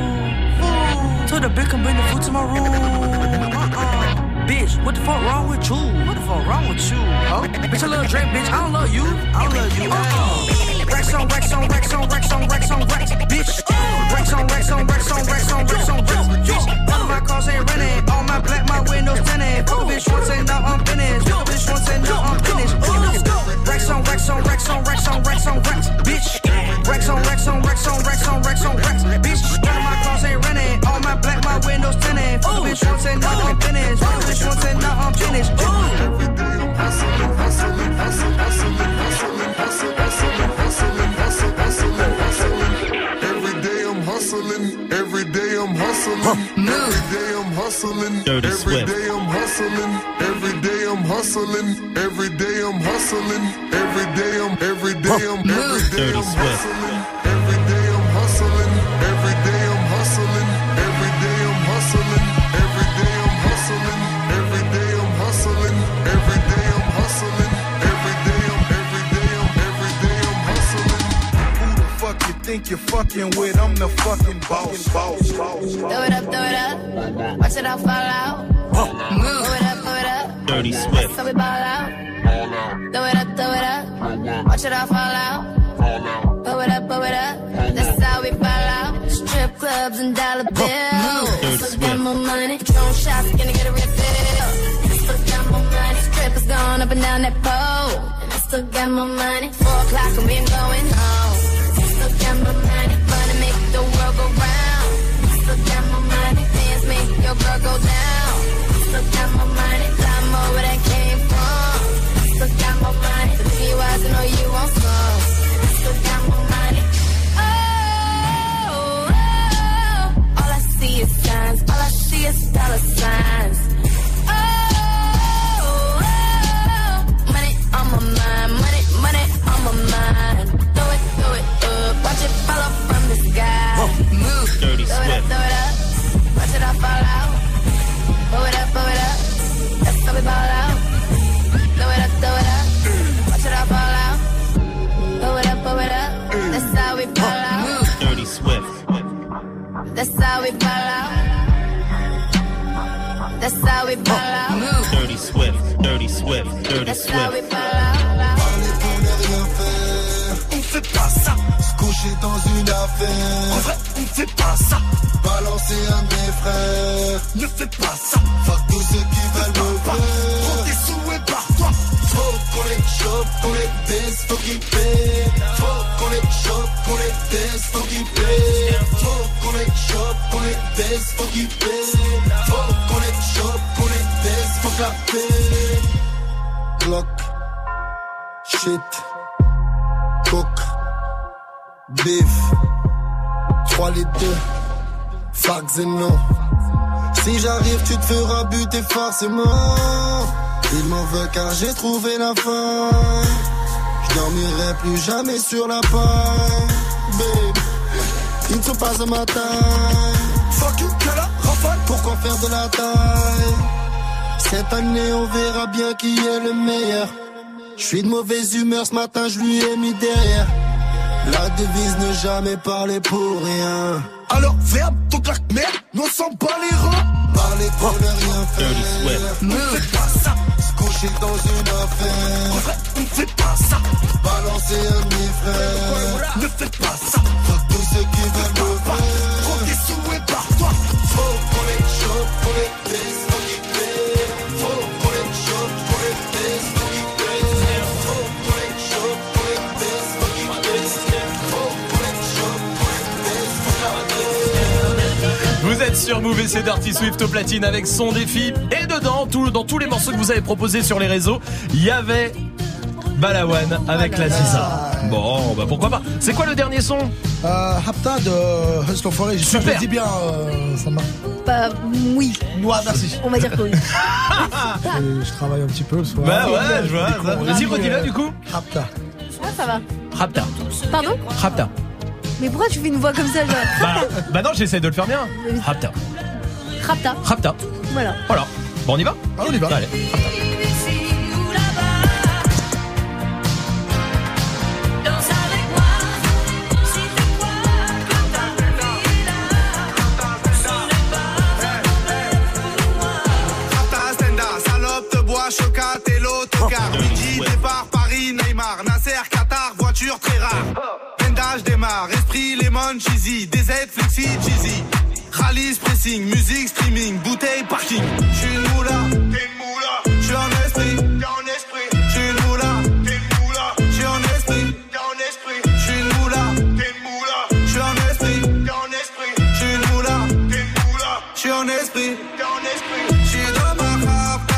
Ooh, told the bitch come bring the food to my room. Uh-uh. Bitch, what the fuck wrong with you? What the fuck wrong with you? Huh? Bitch, I love Drake, bitch. I don't love you. I don't love you. Uh-uh. Rex on Rex on Rex on Rex on Rex on Rex, bitch. Rex on Rex on Rex on Rex on Rex on Rex, bitch. All of my cars ain't renting. All my black, my windows tinted. Fuck a bitch once and now I'm finished. Fuck a bitch once and now I'm finished. Rex on Rex on Rex on Rex on Rex on Rex, bitch. Rex on Rex on Rex on Rex on Rex on Rex, bitch. All of my cars ain't renting. All my black, my windows tinted. Fuck a bitch once and now I'm finished. Fuck a bitch once and now I'm finished. Every day I'm hustling, hustling, hustling, hustling, hustling, hustling, hustling, hustling, hustling, hustling, hustling. Every day I'm hustling. Every day I'm hustling. Every day I'm hustling. Every day I'm hustling. Every day I'm hustling. Every day I'm hustling. Every day I'm. Every day I'm. Every day I'm hustling. Every day I'm hustling. Every day I'm hustling. Every day I'm hustling. Every day I'm hustling. Every day I'm hustling. Every day I'm hustling. Every day I'm. Every day I'm. Every day I'm hustling. Who the fuck you think you're fucking with? I'm the fucking boss. Boss. Boss. Throw it up, throw it up. Watch it all fall out. Move. Throw it up, throw it up. Dirty Swift. So we ball out. Throw it up, throw it up. Watch it all fall out. Throw it up, throw it up. That's how we fall out. Strip clubs and dollar bills. Still got more money. Drone shots, gonna get a refill. Still got more money. Strippers going up and down that pole. And I still got more money. Four o'clock and we ain't going home. Still got more money. Money make the world go round. Still got more money. Dance make your girl go down. Still got more money. Lot more where that came from. Still got more money. The G Ys know you won't smoke. Still got more money. Oh, oh, all I see is signs. All I see is dollar signs. Oh, oh, money on my mind. Money, money on my mind. Throw it, throw it up. Watch it fall off from the sky. Move. Dirty throw it up, throw it up. Watch it all fall out. Throw it up, throw it up. That's how we ball out. Throw it up, throw it up. Watch it all fall out. Throw it up, throw it up. That's how we ball out. Dirty Swift. That's how we ball out. That's how we ball out. Dirty Swift. Dirty Swift. Dirty That's how we Swift. ball out. Parler pour ne rien faire. On fait pas ça. Se coucher dans une affaire. En vrai, on fait pas ça. Balancer un de mes frères. Ne fais pas ça. Fuck tous ceux qui veulent me faire. Prends tes sous et barre-toi. Faut qu'on les chope, qu'on les baisse, faut qu'ils paient. Faut qu'on éclaté. Glock, shit, coke, beef, trois les deux, fax et non. Si j'arrive, tu te feras buter forcément. Il m'en veut car j'ai trouvé la fin. Je dormirai plus jamais sur la paille. Babe, ils ne sont pas à ma taille. Fuck you, que la rafale, pourquoi faire de la taille? Cette année on verra bien qui est le meilleur. Je suis de mauvaise humeur ce matin, je lui ai mis derrière. La devise ne jamais parler pour rien. Alors ferme ton claque merde, nous sommes pas les rats. Parler pour ne rien faire. Ne fais pas ça. Se coucher dans une affaire. En vrai, on fait pas ça. Balancer un demi-frère. Ne fais pas ça. Fuck tous ceux qui veulent me faire. Trop des sous et par toi. Faut qu'on les chope, qu'on les baisse, faut qu'ils paient. Faut qu'on les chope, qu'on les baisse, faut qu'ils paient. Faut qu'on les chope, qu'on les baisse, faut qu'ils baissent. Faut qu'on les chope, qu'on les baisse, faut qu'ils baissent. Vous êtes sur Move et c'est Dirty Swift au platine avec son défi. Et dedans, tout, dans tous les morceaux que vous avez proposés sur les réseaux, il y avait Balawan avec la Ziza. Bon, bah pourquoi pas. C'est quoi le dernier son? euh, Hapta de Hustle Forêt. J'espère que je le dis bien, euh, ça m'a. Bah oui. Ouais, merci. On va dire que oui. Et je travaille un petit peu le soir. Bah ouais, je vois. Vas-y, redis-le du coup. Rapta. Ouais, ça va. Rapta. Pardon? Rapta. Mais pourquoi tu fais une voix comme ça, genre? Bah, bah non, j'essaie de le faire bien. Rapta. Rapta. Rapta. Voilà. Voilà. Bon, on y va? Ah, on y va. Allez, Rapta. Chocat et l'autocar. Midi, départ, Paris, Neymar, Nasser, Qatar, voiture très rare. Pendage démarre, esprit, lemon, cheesy, D Z, flexi, cheesy. Rallye, pressing, musique, streaming, bouteille, parking. J'suis une moula, t'es une moula. J'suis en esprit, t'es en esprit. J'suis une moula, t'es une moula. J'suis en esprit, t'es en esprit. J'suis une moula, t'es une moula. J'suis en esprit, t'es en esprit. J'suis une moula, t'es une moula. J'suis en esprit, t'es en esprit. J'suis dans ma rap.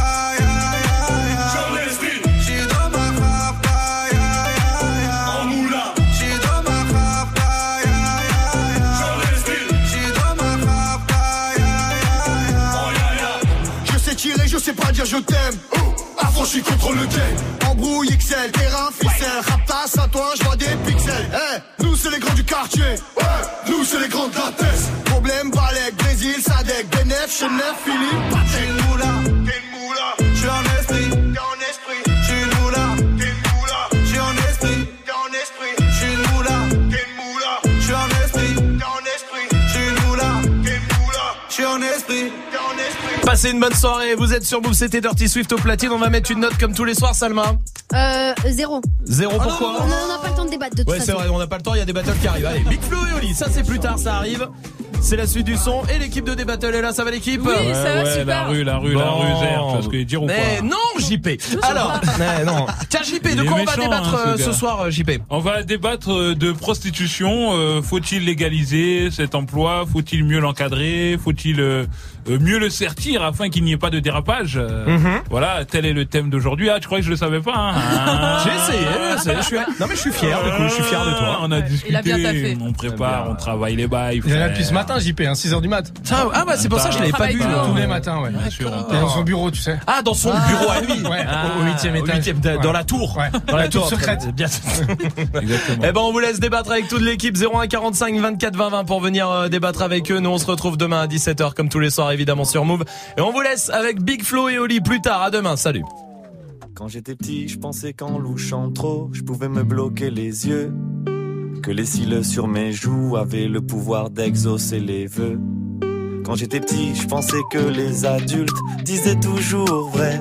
Je sais pas dire je t'aime, affranchi contre le game. Embrouille X L, terrain, ficelle. Raptas à toi, je vois des pixels. Hey, nous c'est les grands du quartier. Ouais, nous c'est les grands de la tête. Problème, Balek, Brésil, Sadek, Benef, Chenef, Philippe. J'suis une moula, t'es une moula. J'suis en esprit, t'es en esprit. J'suis une moula, t'es une moula. J'suis en esprit, t'es en esprit. J'suis une moula, t'es une moula. J'suis en esprit, t'es en esprit. J'suis une moula, t'es une moula. J'suis en esprit, t'es en esprit. Passez une bonne soirée, vous êtes sur Move, c'était Dirty Swift au platine. On va mettre une note comme tous les soirs, Salma. Euh, zéro. Zéro, Oh pourquoi? non, on n'a pas le temps de débattre de tout Ouais, ça. c'est vrai, on n'a pas le temps, il y a des battles qui arrivent. Allez, Big Flo et Oli, ça c'est plus tard, ça arrive. C'est la suite du son et l'équipe de D-Battle est là, ça va l'équipe? Oui, ça va, ouais, super. La rue, la rue, la Bon. rue, Zère, tu vois ce que je veux dire ou pas? Mais non, J P. Alors, mais non. Tiens, J P, de Il quoi est on va méchant, débattre hein, euh, ce ce gars. soir, J P? On va débattre de prostitution. Euh, faut-il légaliser cet emploi? Faut-il mieux l'encadrer? Faut-il euh, euh, mieux le sertir afin qu'il n'y ait pas de dérapage? Euh, Mhm. Voilà, tel est le thème d'aujourd'hui. Ah, tu crois que je le savais pas, hein? Ah. J'ai essayé, j'ai essayé, je suis... Non mais je suis fier, du coup, je suis fier de toi. On a Il a bien discuté, taffé. on prépare, on travaille les bails. Il est là depuis ce matin, J P, hein, six heures du mat. Ça, ah bah c'est pour ça que je l'avais pas vu. Travaille Tous les matins, ouais. Bien sûr, on Il est dans son bureau, tu sais. Ah, dans son bureau à lui. Ouais, Ah, au huitième au étage. huitième, dans Ouais. la tour. Ouais. Dans la tour tour secrète. Bien. Exactement. Eh ben on vous laisse débattre avec toute l'équipe. Zéro un quarante-cinq vingt-quatre vingt vingt pour venir euh, débattre avec eux. Nous on se retrouve demain à dix-sept heures comme tous les soirs évidemment sur Move. Et on vous laisse avec Big Flo et Oli plus tard. À demain. Salut. Quand j'étais petit, je pensais qu'en louchant trop, je pouvais me bloquer les yeux. Que les cils sur mes joues avaient le pouvoir d'exaucer les vœux. Quand j'étais petit, je pensais que les adultes disaient toujours vrai.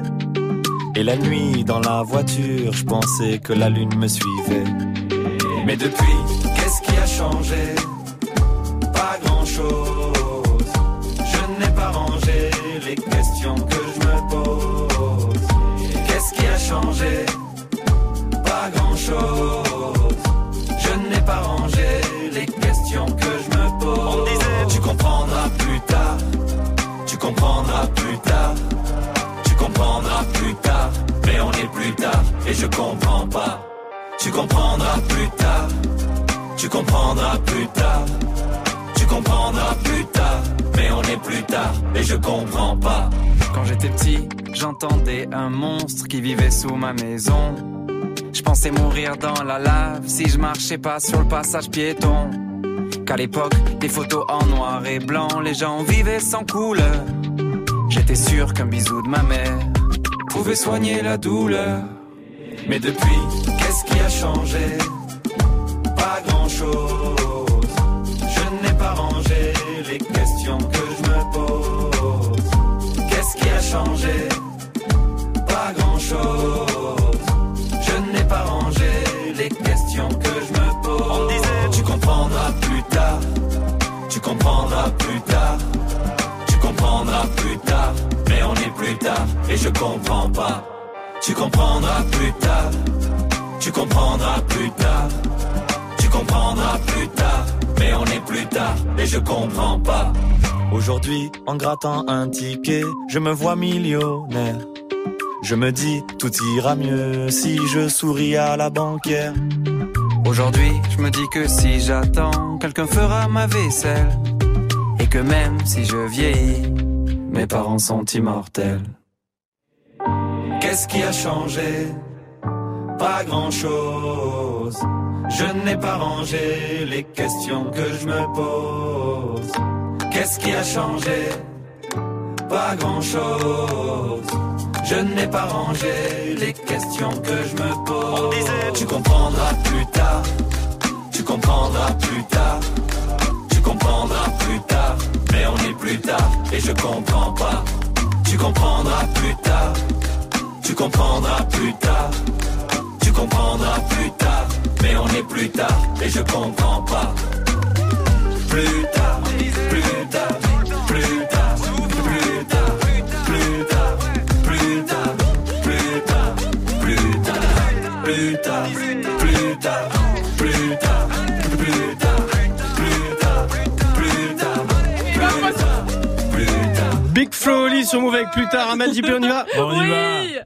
Et la nuit, dans la voiture, je pensais que la lune me suivait. Mais depuis, qu'est-ce qui a changé? Pas grand-chose. Je n'ai pas rangé les questions que je me pose. Qu'est-ce qui a changé? Pas grand-chose. Je n'ai pas rangé les questions que je me pose. On me disait, tu comprendras plus tard. Tu comprendras plus tard. Tu comprendras plus tard et je comprends pas. Tu comprendras plus tard. Tu comprendras plus tard. Tu comprendras plus tard. Mais on est plus tard et je comprends pas. Quand j'étais petit, j'entendais un monstre qui vivait sous ma maison. Je pensais mourir dans la lave si je marchais pas sur le passage piéton. Qu'à l'époque, des photos en noir et blanc, les gens vivaient sans couleur. J'étais sûr qu'un bisou de ma mère pouvait soigner la douleur. Mais depuis, qu'est-ce qui a changé? Pas grand-chose. Je n'ai pas rangé les questions que je me pose. Qu'est-ce qui a changé? Pas grand-chose. Je n'ai pas rangé les questions que je me pose. On disait, tu comprendras plus tard. Tu comprendras plus tard. Tu comprendras plus tard. Mais on est plus tard et je comprends pas. Tu comprendras plus tard. Tu comprendras plus tard. Tu comprendras plus tard. Mais on est plus tard et je comprends pas. Aujourd'hui, en grattant un ticket, je me vois millionnaire. Je me dis, tout ira mieux si je souris à la banquière. Aujourd'hui, je me dis que si j'attends, quelqu'un fera ma vaisselle. Et que même si je vieillis, mes parents sont immortels. Qu'est-ce qui a changé? Pas grand-chose. Je n'ai pas rangé les questions que je me pose. Qu'est-ce qui a changé? Pas grand-chose. Je n'ai pas rangé les questions que je me pose. On disait, tu comprendras plus tard. Tu comprendras plus tard. Tu comprendras plus tard. Mais on est plus tard et je comprends pas. Tu comprendras plus tard. Tu comprendras plus tard. Tu comprendras plus tard. Mais on est plus tard et je comprends pas. Plus tard, plus tard, plus tard, plus tard, plus tard, plus tard, plus tard, plus tard, plus tard, plus tard, plus tard, plus tard, plus tard, plus tard, plus tard, plus tard. Big Flo Oli sur Move avec plus tard. Amel J P, on y va? Bon, on y va.